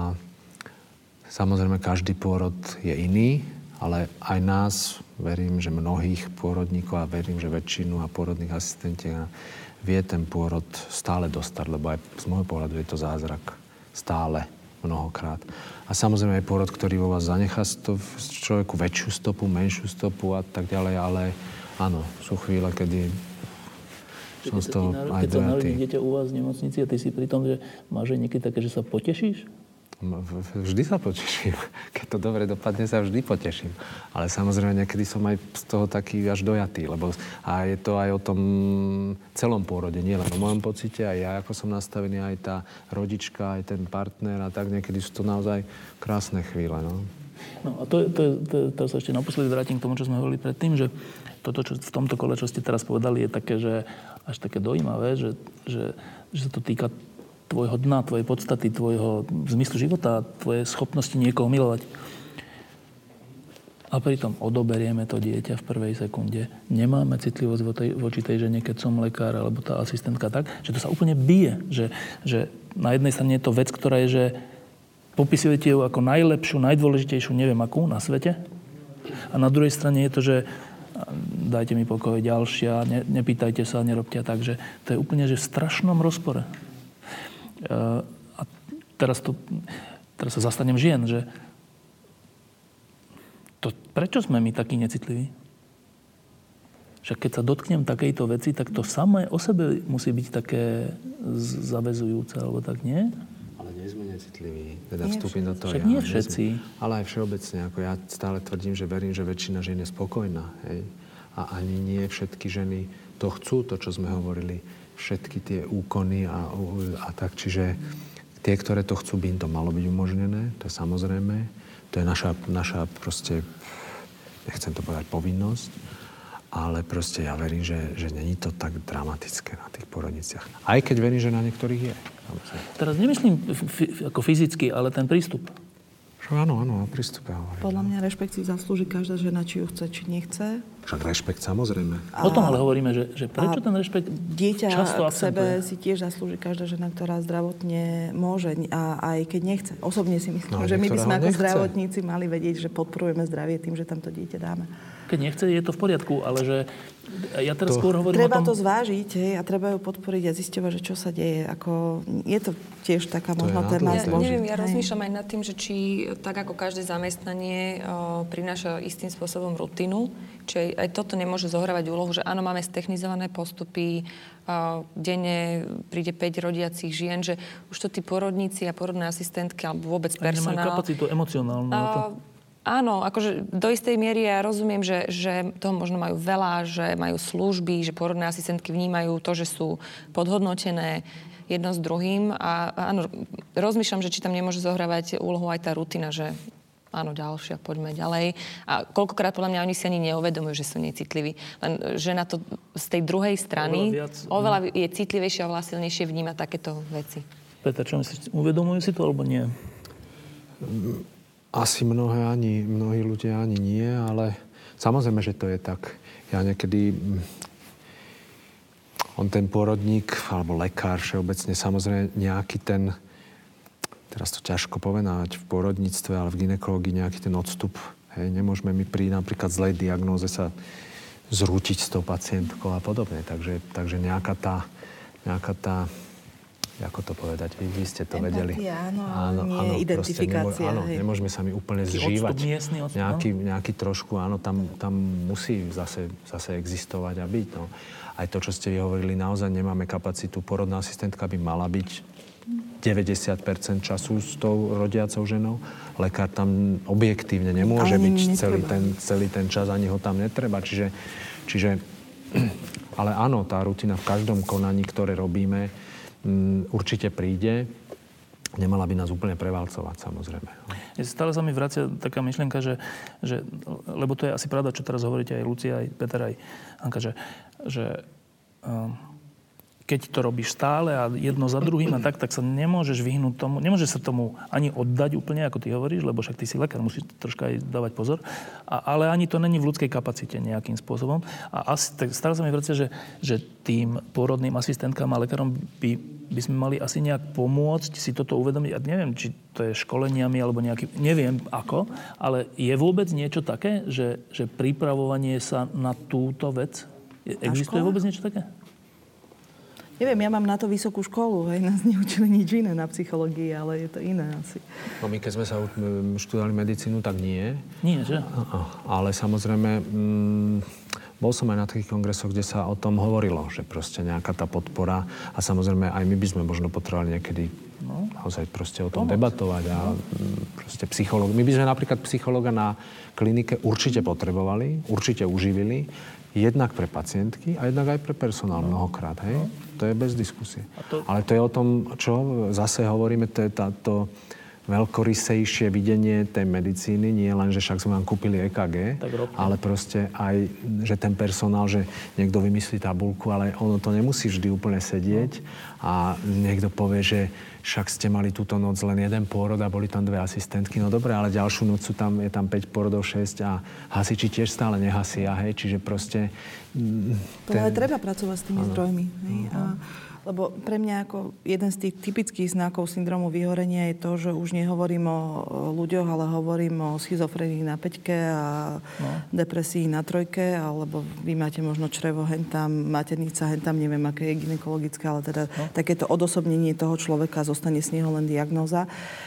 samozrejme, každý pôrod je iný, ale aj nás, verím, že mnohých pôrodníkov a verím, že väčšinu a pôrodných asistentiek vie ten pôrod stále dostať, lebo aj z môjho pohľadu je to zázrak. Stále, mnohokrát. A samozrejme aj pôrod, ktorý vo vás zanechá v človeku väčšiu stopu, menšiu stopu a tak ďalej, ale áno, sú chvíle, kedy som z toho aj dojatý. Keď sa narodí dieťa u vás v nemocnici a ty si pri tom, že máš aj niekedy také, že sa potešíš? Vždy sa poteším. Keď to dobre dopadne, sa vždy poteším. Ale samozrejme, niekedy som aj z toho taký až dojatý, lebo a je to aj o tom celom pôrode, nie len o mojom pocite, aj ja, ako som nastavený, aj tá rodička, aj ten partner a tak, niekedy sú to naozaj krásne chvíle, no. No a to, to, to, to sa ešte naposledy vrátim k tomu, čo sme hovorili predtým, že toto, čo v tomto kole, čo ste teraz povedali, je také, že až také dojímavé, že, že, že sa to týka tvojho dna, tvojej podstaty, tvojho zmyslu života, tvoje schopnosti niekoho milovať. A pritom odoberieme to dieťa v prvej sekunde. Nemáme citlivosť voči tej žene, keď som lekár alebo tá asistentka tak, že to sa úplne bije. Že, že na jednej strane je to vec, ktorá je, že popisujete ju ako najlepšiu, najdôležitejšiu, neviem akú, na svete. A na druhej strane je to, že dajte mi pokoj ďalšia, ne, nepýtajte sa, nerobte tak, že to je úplne, že v strašnom rozpore. A teraz, to, teraz sa zastanem žien, že to, prečo sme my takí necitliví? Však keď sa dotknem takejto veci, tak to samé o sebe musí byť také zaväzujúce, alebo tak, nie? Ale nie sme necitliví. Teda vstúpim do toho. Však nie všetci. Ale aj všeobecne, ako ja stále tvrdím, že verím, že väčšina žien je spokojná. Hej? A ani nie všetky ženy to chcú, to, čo sme hovorili. všetky tie úkony a, a tak. Čiže tie, ktoré to chcú, by im to malo byť umožnené, to je samozrejme. To je naša, naša proste, nechcem to povedať, povinnosť, ale proste ja verím, že, že není to tak dramatické na tých porodniciach. Aj keď verím, že na niektorých je. Teraz nemyslím f- ako fyzicky, ale ten prístup. Čo áno, áno, o prístupe hovorím. Podľa mňa rešpekt si zaslúži každá žena, či ju chce, či nechce. Však rešpekt, samozrejme. A, o tom ale hovoríme, že, že prečo ten rešpekt dieťa často k sebe akcentuje? si tiež zaslúži každá žena, ktorá zdravotne môže, a aj keď nechce. Osobne si myslím, No, že my by sme ako nechce. zdravotníci mali vedieť, že podporujeme zdravie tým, že tam to dieťa dáme. Keď nechce, je to v poriadku, ale že ja teraz To- skôr hovorím Treba o tom... to zvážiť, hej, a treba ju podporiť a zisťovať, že čo sa deje. Ako, je to tiež taká To je možno na téma dlhé. Ja zložiť. neviem, ja hej. rozmýšľam aj nad tým, že či tak ako každé zamestnanie o, prináša istým spôsobom rutinu, či aj, aj toto nemôže zohrávať úlohu, že áno, máme stechnizované postupy, o, denne príde päť rodiacich žien, že už to tí porodníci a porodné asistentky alebo vôbec Ani nemajú personál... kapacitu emocionálnu na to. A, áno, akože do istej miery ja rozumiem, že, že toho možno majú veľa, že majú služby, že porodné asistentky vnímajú to, že sú podhodnotené jedno s druhým. A áno, rozmýšľam, že či tam nemôže zohrávať úlohu aj tá rutina, že áno, ďalšia, poďme ďalej. A koľkokrát podľa mňa oni si ani neuvedomujú, že sú necitliví. Len že na to z tej druhej strany Oveľa viac, oveľa je citlivejšie a oveľa silnejšie vníma takéto veci. Peter, čo myslíš? Uvedomujú si to, alebo nie? Asi mnohé ani, mnohí ľudia ani nie, ale samozrejme, že to je tak. Ja niekedy... On ten pôrodník, alebo lekár všeobecne, samozrejme nejaký ten... Teraz to ťažko povedať v pôrodníctve, ale v gynekológii nejaký ten odstup. Hej, nemôžeme my pri napríklad zlej diagnóze sa zrútiť s tou pacientkou a podobne. Takže, takže nejaká tá... Nejaká tá ako to povedať? Vy, vy ste to Empatia, vedeli. áno, ale nie identifikácia, Nemô, áno, hej. nemôžeme sa mi úplne Taký zžívať. odstup, miestny odstup, nejaký, nejaký trošku, áno, tam, tam musí zase, zase existovať a byť. No. Aj to, čo ste vy hovorili, naozaj nemáme kapacitu. Porodná asistentka by mala byť deväťdesiat percent času s tou rodiacou ženou. Lekár tam objektívne nemôže Ale byť netreba. celý ten, celý ten čas, ani ho tam netreba. Čiže, čiže ale áno, tá rutina v každom konaní, ktoré robíme, m, určite príde. Nemala by nás úplne prevalcovať, samozrejme. Stále sa mi vracia taká myšlienka, že, že, lebo to je asi pravda, čo teraz hovoríte aj Lucia, aj Peter, aj Anka, že, že um, keď to robíš stále a jedno za druhým a tak, tak sa nemôžeš vyhnúť tomu, nemôžeš sa tomu ani oddať úplne, ako ty hovoríš, lebo však ty si lekár, musíš troška aj dávať pozor, a, ale ani to není v ľudskej kapacite nejakým spôsobom. A asi, tak stále sa mi vracia, že, že tým pôrodným asistentkám a lekárom by, by sme mali asi nejak pomôcť si toto uvedomiť. A neviem, či to je školeniami alebo nejaký, neviem ako, ale je vôbec niečo také, že, že pripravovanie sa na túto vec, existuje vôbec niečo také? Neviem, ja mám na to vysokú školu, hej, nás neučili nič iné na psychológii, ale je to iné asi. No my, keď sme sa študovali medicínu, tak nie. Nie, že? Ale samozrejme, mm, bol som aj na takých kongresoch, kde sa o tom hovorilo, že proste nejaká tá podpora a samozrejme aj my by sme možno potrebovali niekedy no, naozaj proste o tom pomoc. debatovať a no. proste psychológ. My by sme napríklad psychológa na klinike určite potrebovali, určite uživili, jednak pre pacientky a jednak aj pre personál no. mnohokrát, hej? No. To je bez diskusie. To... Ale to je o tom, čo zase hovoríme, to je táto veľkorysejšie videnie tej medicíny, nie len, že však sme vám kúpili é ká gé, ale proste aj, že ten personál, že niekto vymyslí tabuľku, ale ono to nemusí vždy úplne sedieť a niekto povie, že však ste mali túto noc len jeden pôrod a boli tam dve asistentky. No dobre, ale ďalšiu noc sú tam, je tam päť pôrodov, šesť a hasiči tiež stále nehasia, hej, čiže proste... Ten... Ale treba pracovať s tými ano. zdrojmi, hej, a lebo pre mňa ako jeden z tých typických znakov syndromu vyhorenia je to, že už nehovorím o ľuďoch, ale hovorím o schizofrenii na päťke a no. depresii na trojke, alebo vy máte možno črevo hentam, maternica hentam, neviem, aké je gynekologické, ale teda no. takéto odosobnenie toho človeka, zostane z neho len diagnóza.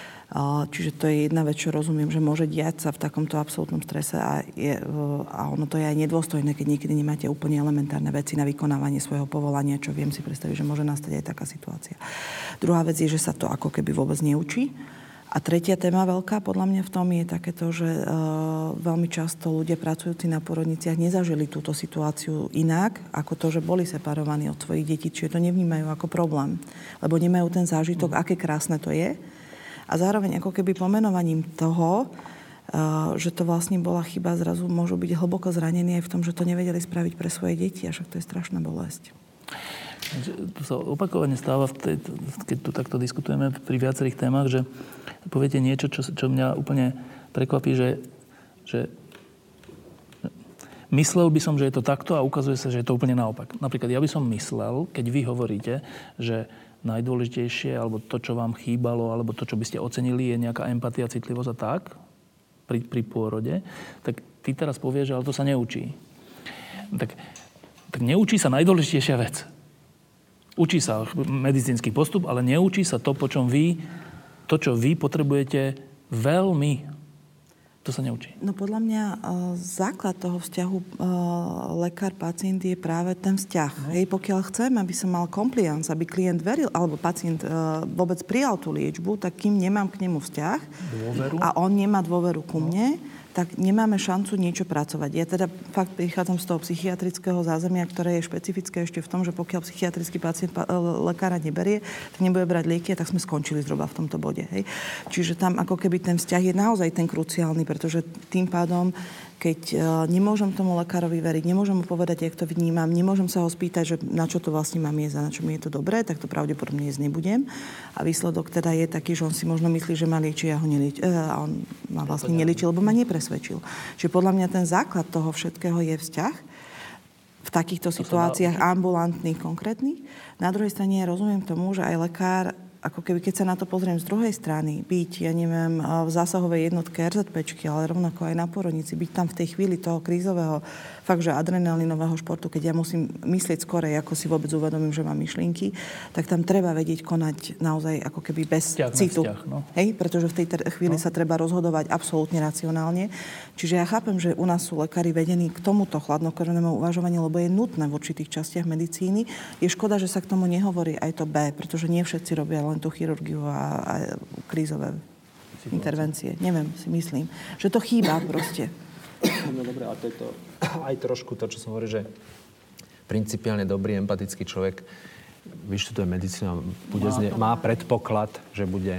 Čiže to je jedna vec, čo rozumiem, že môže diať sa v takomto absolútnom strese a, je, a ono to je aj nedôstojné, keď niekedy nemáte úplne elementárne veci na vykonávanie svojho povolania, čo viem si predstaviť, že môže nastať aj taká situácia. Druhá vec je, že sa to ako keby vôbec neučí. A tretia téma veľká podľa mňa v tom je takéto, že uh, veľmi často ľudia pracujúci na pôrodniciach nezažili túto situáciu inak, ako to, že boli separovaní od svojich detí, čiže to nevnímajú ako problém, lebo nemajú ten zážitok, aké krásne to je. A zároveň ako keby pomenovaním toho, uh, že to vlastne bola chyba, zrazu môžu byť hlboko zranení aj v tom, že to nevedeli spraviť pre svoje deti, a však to je strašná bolesť. To sa opakovane stáva, v tej, keď tu takto diskutujeme pri viacerých témach, že poviete niečo, čo, čo mňa úplne prekvapí, že, že myslel by som, že je to takto a ukazuje sa, že je to úplne naopak. Napríklad ja by som myslel, keď vy hovoríte, že najdôležitejšie, alebo to, čo vám chýbalo, alebo to, čo by ste ocenili, je nejaká empatia, citlivosť a tak, pri, pri pôrode, tak ty teraz povieš, že ale to sa neučí. Tak, tak neučí sa najdôležitejšia vec. Učí sa medicínsky postup, ale neučí sa to, po čom vy, to, čo vy potrebujete veľmi. To sa neučí. No podľa mňa základ toho vzťahu lekár-pacient je práve ten vzťah. No. Hej, pokiaľ chcem, aby som mal compliance, aby klient veril, alebo pacient vôbec prijal tú liečbu, tak kým nemám k nemu vzťah dôveru, a on nemá dôveru ku mne, tak nemáme šancu niečo pracovať. Ja teda fakt prichádzam z toho psychiatrického zázemia, ktoré je špecifické ešte v tom, že pokiaľ psychiatrický pacient lekára neberie, tak nebude brať lieky, tak sme skončili zhruba v tomto bode. Hej. Čiže tam ako keby ten vzťah je naozaj ten kruciálny, pretože tým pádom, keď nemôžem tomu lekárovi veriť, nemôžem mu povedať, jak to vnímam, nemôžem sa ho spýtať, že na čo to vlastne mám jesť a na čo mi je to dobré, tak to pravdepodobne jesť nebudem. A výsledok teda je taký, že on si možno myslí, že ma lieči, ja ho nelieči, a on ma vlastne nelieči, lebo ma nepresvedčil. Čiže podľa mňa ten základ toho všetkého je vzťah v takýchto situáciách ambulantných, konkrétnych. Na druhej strane ja rozumiem tomu, že aj lekár, ako keby, keď sa na to pozriem z druhej strany, byť, ja neviem, v zásahovej jednotke er zet péčky, ale rovnako aj na pôrodnici, byť tam v tej chvíli toho krízového, fakt, že adrenalinového športu, keď ja musím myslieť skorej, ako si vôbec uvedomím, že mám myšlienky, tak tam treba vedieť konať naozaj ako keby bez vzťah citu. Vzťah, no. Hej, pretože v tej ter- chvíli no. sa treba rozhodovať absolútne racionálne. Čiže ja chápem, že u nás sú lekári vedení k tomuto chladnokrvnému uvažovaniu, lebo je nutné v určitých častiach medicíny. Je škoda, že sa k tomu nehovorí aj to B, pretože nie všetci robia len tú chirurgiu a, a krízové situácie. Intervencie. Neviem, si myslím. Že to chýba proste. No dobre, a to je to aj trošku to, čo som hovoril, že principiálne dobrý, empatický človek vyštuduje medicínu, bude zne, má predpoklad, že bude e,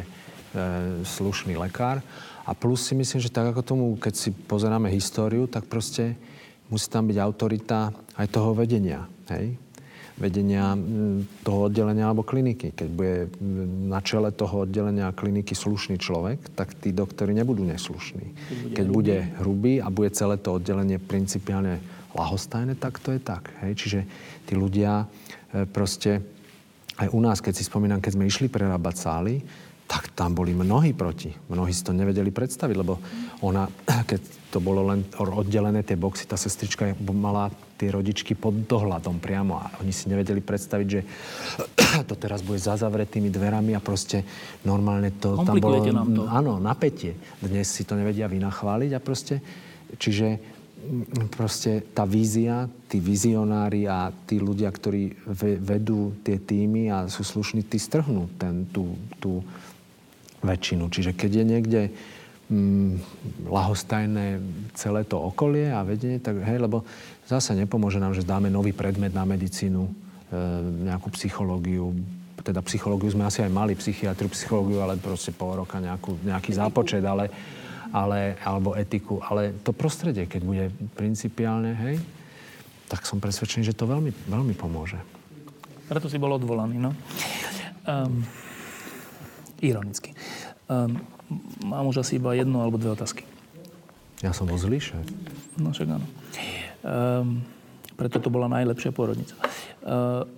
slušný lekár. A plus si myslím, že tak ako tomu, keď si pozeráme históriu, tak proste musí tam byť autorita aj toho vedenia, hej? Vedenia toho oddelenia alebo kliniky. Keď bude na čele toho oddelenia kliniky slušný človek, tak tí doktori nebudú neslušní. Keď bude hrubý a bude celé to oddelenie principiálne ľahostajné, tak to je tak. Hej? Čiže tí ľudia proste, aj u nás, keď si spomínam, keď sme išli prerábať sály, tak tam boli mnohí proti. Mnohí si to nevedeli predstaviť, lebo ona, keď to bolo len oddelené, tie boxy, tá sestrička mala tie rodičky pod dohľadom priamo a oni si nevedeli predstaviť, že to teraz bude za zavretými dverami a proste normálne to tam bolo... Nám to. Áno, napätie. Dnes si to nevedia vynachváliť a proste... Čiže proste tá vízia, tí vizionári a tí ľudia, ktorí vedú tie týmy a sú slušní, tí strhnú ten, tú, tú väčšinu. Čiže keď je niekde mm, ľahostajné celé to okolie a vedenie, tak hej, lebo zase nepomôže nám, že dáme nový predmet na medicínu, e, nejakú psychológiu. Teda psychológiu sme asi aj mali, psychiatriu, psychológiu, ale proste pol roka nejakú, nejaký zápočet, ale, ale, alebo etiku. Ale to prostredie, keď bude principiálne, hej, tak som presvedčený, že to veľmi, veľmi pomôže. Preto si bol odvolaný, no. Um, ironicky. Um, mám už asi iba jednu alebo dve otázky. Ja som bol zlý šéf. No však áno. Um, preto to bola najlepšia pôrodnica. Uh,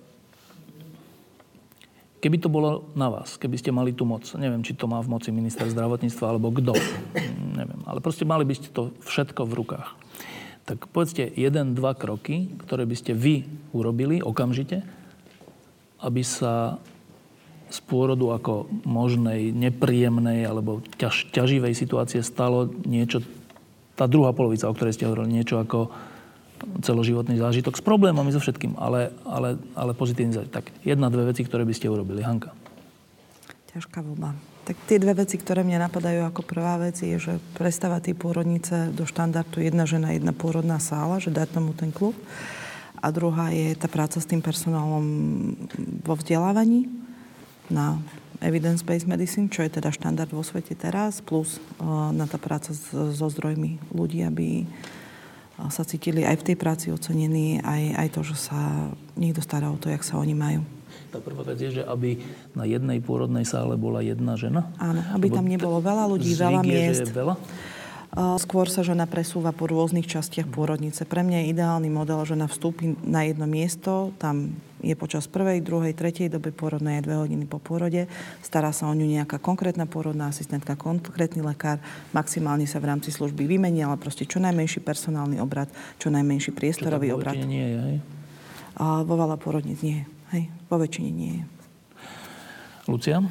keby to bolo na vás, keby ste mali tú moc, neviem, či to má v moci minister zdravotníctva alebo kto, neviem, ale proste mali by ste to všetko v rukách. Tak povedzte jeden, dva kroky, ktoré by ste vy urobili okamžite, aby sa z pôrodu ako možnej, nepríjemnej alebo ťaž, ťaživej situácie stalo niečo, tá druhá polovica, o ktorej ste hovorili, niečo ako celoživotný zážitok s problémami so všetkým, ale, ale, ale pozitívny zážitok. Tak jedna, dve veci, ktoré by ste urobili. Hanka. Ťažká voľba. Tak tie dve veci, ktoré mňa napadajú ako prvá vec, je, že prestávať tie pôrodnice do štandardu jedna žena, jedna pôrodná sála, že dať tomu ten klub. A druhá je tá práca s tým personálom vo vzdelávaní na evidence-based medicine, čo je teda štandard vo svete teraz, plus uh, na tá práca s, so zdrojmi ľudí, aby sa cítili aj v tej práci ocenení, aj, aj to, že sa niekto stará o to, jak sa oni majú. Tá prvá vec je, že aby na jednej pôrodnej sále bola jedna žena? Áno, aby tam nebolo veľa ľudí, veľa miest. Je veľa? Skôr sa žena presúva po rôznych častiach pôrodnice. Pre mňa je ideálny model, že žena vstúpi na jedno miesto, tam je počas prvej, druhej, tretej doby pôrodnej, je dve hodiny po pôrode, stará sa o ňu nejaká konkrétna pôrodná asistentka, konkrétny lekár, maximálne sa v rámci služby vymení, ale proste čo najmenší personálny obrad, čo najmenší priestorový obrad. Čo tak vo väčšine nie je, hej? A vo veľa pôrodníc nie je, hej? Vo väčšine nie je. Lucia?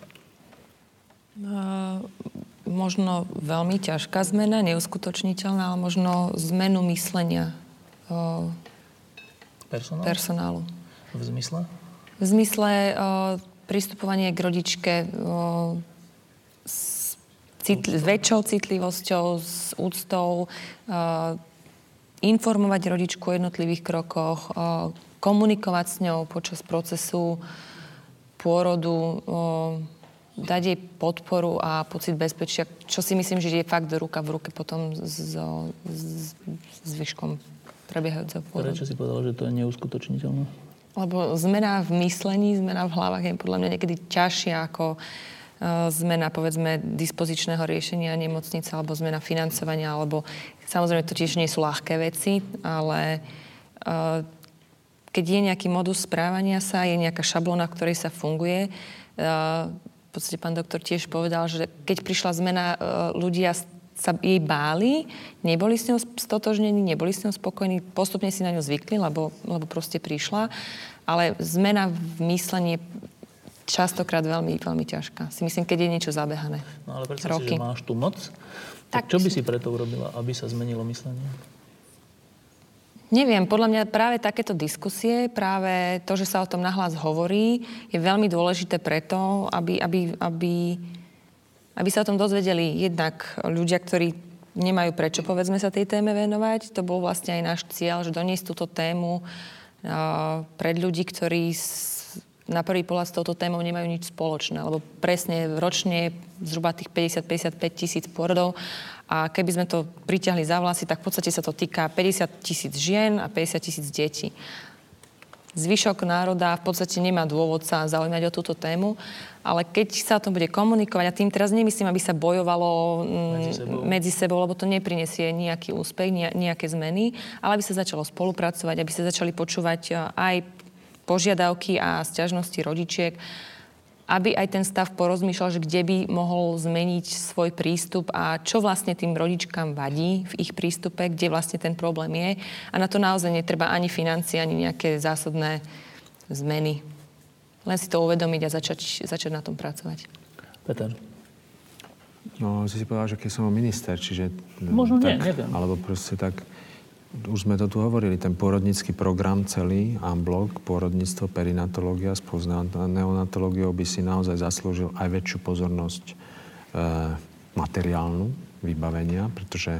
Uh... Možno veľmi ťažká zmena, neuskutočniteľná, ale možno zmenu myslenia o, Personál? personálu. V zmysle? V zmysle o, pristupovanie k rodičke o, s, citli, s väčšou citlivosťou, s úctou, o, informovať rodičku o jednotlivých krokoch, o, komunikovať s ňou počas procesu pôrodu, o, dať jej podporu a pocit bezpečia, čo si myslím, že je fakt do ruka v ruke potom s, s, s zvyškom prebiehajúceho pôrodu. Prečo si povedala, že to je neuskutočniteľné? Lebo zmena v myslení, zmena v hlavách je podľa mňa niekedy ťažšia ako uh, zmena, povedzme, dispozičného riešenia nemocnice alebo zmena financovania, alebo samozrejme to tiež nie sú ľahké veci, ale uh, keď je nejaký modus správania sa, je nejaká šablóna, v ktorej sa funguje, uh, v podstate pán doktor tiež povedal, že keď prišla zmena, ľudia sa jej báli, neboli s ňou stotožnení, neboli s ňou spokojní, postupne si na ňu zvykli, lebo, lebo proste prišla. Ale zmena v myslení je častokrát veľmi, veľmi ťažká. Si myslím, keď je niečo zabehané. No ale predstav si, že máš tú moc. Tak, tak čo by si preto urobila, aby sa zmenilo myslenie? Neviem, podľa mňa práve takéto diskusie, práve to, že sa o tom nahlas hovorí, je veľmi dôležité preto, aby, aby, aby, aby sa o tom dozvedeli jednak ľudia, ktorí nemajú prečo, povedzme, sa tej téme venovať. To bol vlastne aj náš cieľ, že doniesť túto tému uh, pred ľudí, ktorí s, na prvý pohľad s touto témou nemajú nič spoločné, lebo presne ročne zhruba tých päťdesiat až päťdesiatpäť tisíc pôrodov. A keby sme to pritiahli za vlasy, tak v podstate sa to týka päťdesiat tisíc žien a päťdesiat tisíc detí. Zvyšok národa v podstate nemá dôvod sa zaujímať o túto tému, ale keď sa o tom bude komunikovať, a tým teraz nemyslím, aby sa bojovalo medzi sebou, medzi sebou lebo to neprinesie nejaký úspech, nejaké zmeny, ale aby sa začalo spolupracovať, aby sa začali počúvať aj požiadavky a sťažnosti rodičiek, aby aj ten stav porozmýšľal, že kde by mohol zmeniť svoj prístup a čo vlastne tým rodičkám vadí v ich prístupe, kde vlastne ten problém je. A na to naozaj netreba ani financie, ani nejaké zásadné zmeny. Len si to uvedomiť a začať, začať na tom pracovať. Peter. No, si si povedal, že keď som minister, čiže... Možno tak, nie, neviem. Alebo proste tak... Už sme to tu hovorili, ten pôrodnícky program celý, en-bloc, pôrodníctvo, perinatológia spolu s neonatológiou by si naozaj zaslúžil aj väčšiu pozornosť e, materiálnu vybavenia, pretože e,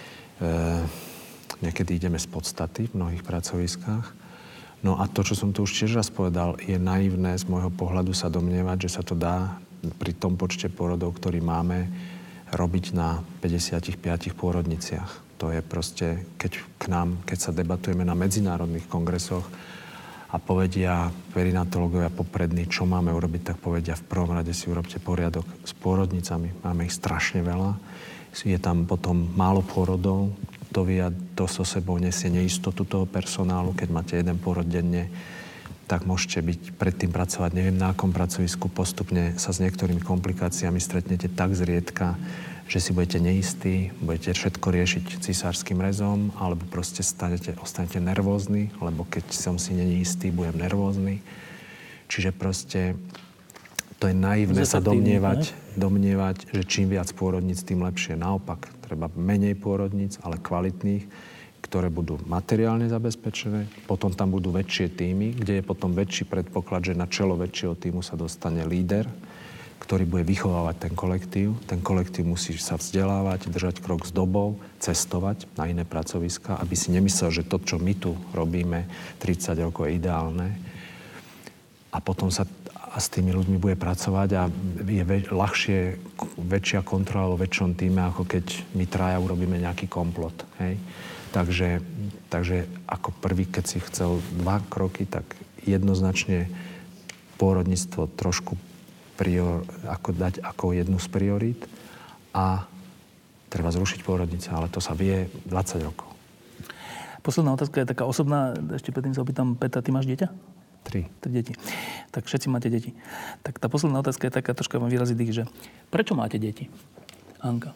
niekedy ideme z podstaty v mnohých pracoviskách. No a to, čo som tu už tiež raz povedal, je naivné z môjho pohľadu sa domnievať, že sa to dá pri tom počte pôrodov, ktorý máme, robiť na päťdesiatpäť pôrodniciach. To je proste, keď k nám, keď sa debatujeme na medzinárodných kongresoch a povedia perinatológovia poprední, čo máme urobiť, tak povedia v prvom rade si urobte poriadok s pôrodnicami. Máme ich strašne veľa. Je tam potom málo pôrodov. To vie, to so sebou nesie neistotu toho personálu. Keď máte jeden pôrod denne, tak môžete byť predtým pracovať, neviem na akom pracovisku, postupne sa s niektorými komplikáciami stretnete tak zriedka, že si budete neistí, budete všetko riešiť cisárskym rezom, alebo proste stanete, ostanete nervózni, lebo keď som si neistý, budem nervózny. Čiže proste to je naivné sa domnievať, domnievať, že čím viac pôrodníc, tým lepšie. Naopak, treba menej pôrodníc, ale kvalitných, ktoré budú materiálne zabezpečené. Potom tam budú väčšie týmy, kde je potom väčší predpoklad, že na čelo väčšieho týmu sa dostane líder, ktorý bude vychovávať ten kolektív. Ten kolektív musí sa vzdelávať, držať krok s dobou, cestovať na iné pracoviská, aby si nemyslel, že to, čo my tu robíme tridsať rokov, je ideálne. A potom sa a s tými ľuďmi bude pracovať a je väč- ľahšie, väčšia kontrola vo väčšom týme, ako keď my traja urobíme nejaký komplot. Hej? Takže, takže ako prvý, keď si chcel dva kroky, tak jednoznačne pôrodníctvo trošku prior, ako dať ako jednu z priorít a treba zrušiť pôrodnice, ale to sa vie dvadsať rokov. Posledná otázka je taká osobná. Ešte predtým sa opýtam, Petra, ty máš dieťa? Tri. Tri deti. Tak všetci máte deti. Tak tá posledná otázka je taká, troška vám vyrazí dých, že prečo máte deti? Anka.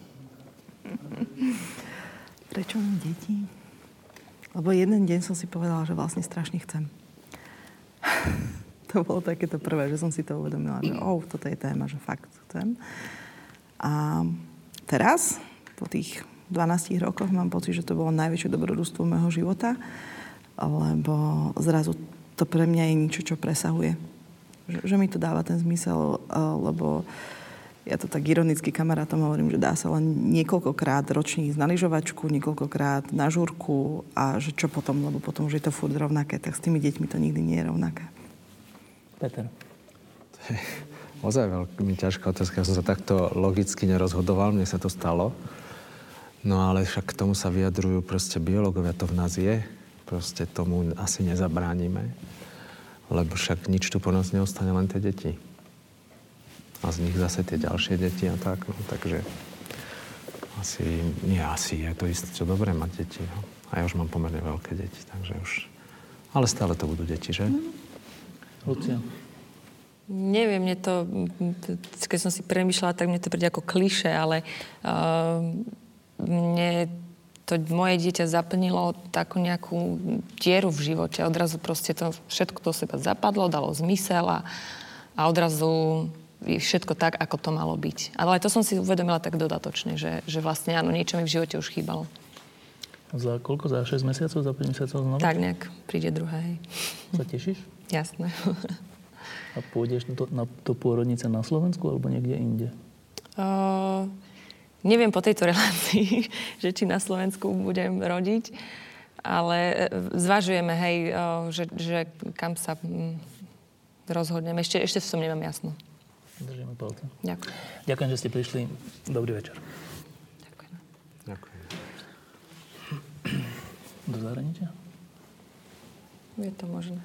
Prečo mám deti? Lebo jeden deň som si povedala, že vlastne strašne chcem. To bolo takéto prvé, že som si to uvedomila, že oh, toto je téma, že fakt chcem. A teraz, po tých dvanástich rokoch, mám pocit, že to bolo najväčšie dobrodružstvo môjho života, lebo zrazu to pre mňa je niečo, čo presahuje. Že, že mi to dáva ten zmysel, lebo ja to tak ironicky kamarátom hovorím, že dá sa len niekoľkokrát ročne ísť na lyžovačku, niekoľkokrát na žúrku a že čo potom, lebo potom už je to furt rovnaké, tak s tými deťmi to nikdy nie je rovnaké. Peter. To je ozaj veľmi ťažká otázka. Ja som sa takto logicky nerozhodoval, mne sa to stalo. No ale však k tomu sa vyjadrujú proste biológovia, to v nás je. Proste tomu asi nezabránime, lebo však nič tu po nás neostane, len tie deti. A z nich zase tie ďalšie deti a tak, no, takže asi, nie asi, je to isté, čo dobré mať deti, no. A ja už mám pomerne veľké deti, takže už, ale stále to budú deti, že? Lucia. Neviem, mne to, keď som si premýšľala, tak mne to príde ako klišé, ale uh, mne to moje dieťa zaplnilo takú nejakú dieru v živote. Odrazu proste to všetko do seba zapadlo, dalo zmysel a, a odrazu je všetko tak, ako to malo byť. Ale to som si uvedomila tak dodatočne, že, že vlastne áno, niečo mi v živote už chýbalo. Za koľko? Za šesť mesiacov? Za päť mesiacov znova? Tak nejak príde druhá, hej. Sa tešíš? Jasné. A pôjdeš do, na do pôrodnice na Slovensku alebo niekde inde? Uh, neviem po tejto relácii, že či na Slovensku budem rodiť, ale zvažujeme, hej, uh, že, že kam sa um, rozhodneme. Ešte, ešte som nemám jasno. Držíme palce. Ďakujem. Ďakujem, že ste prišli. Dobrý večer. Ďakujem. Ďakujem. Do zahraničia? Je to možné.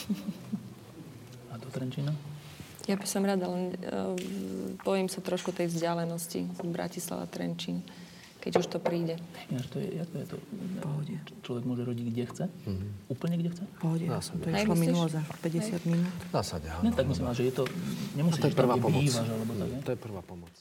A do Trenčína? Ja by som rada, len uh, bojím sa trošku tej vzdialenosti z Bratislava Trenčín, keď už to príde. Ináč to je, ako je to? Pohode. Človek môže rodiť kde chce? Mm-hmm. Úplne kde chce? Pohode. Dá sa To dať. išlo minulo za päťdesiat minút. Dá sa ďalej. Ne, tak myslím, že je to... Nemusíš To je prvá tam, kde pomoc. bývaš, alebo tak, ne? To je prvá pomoc.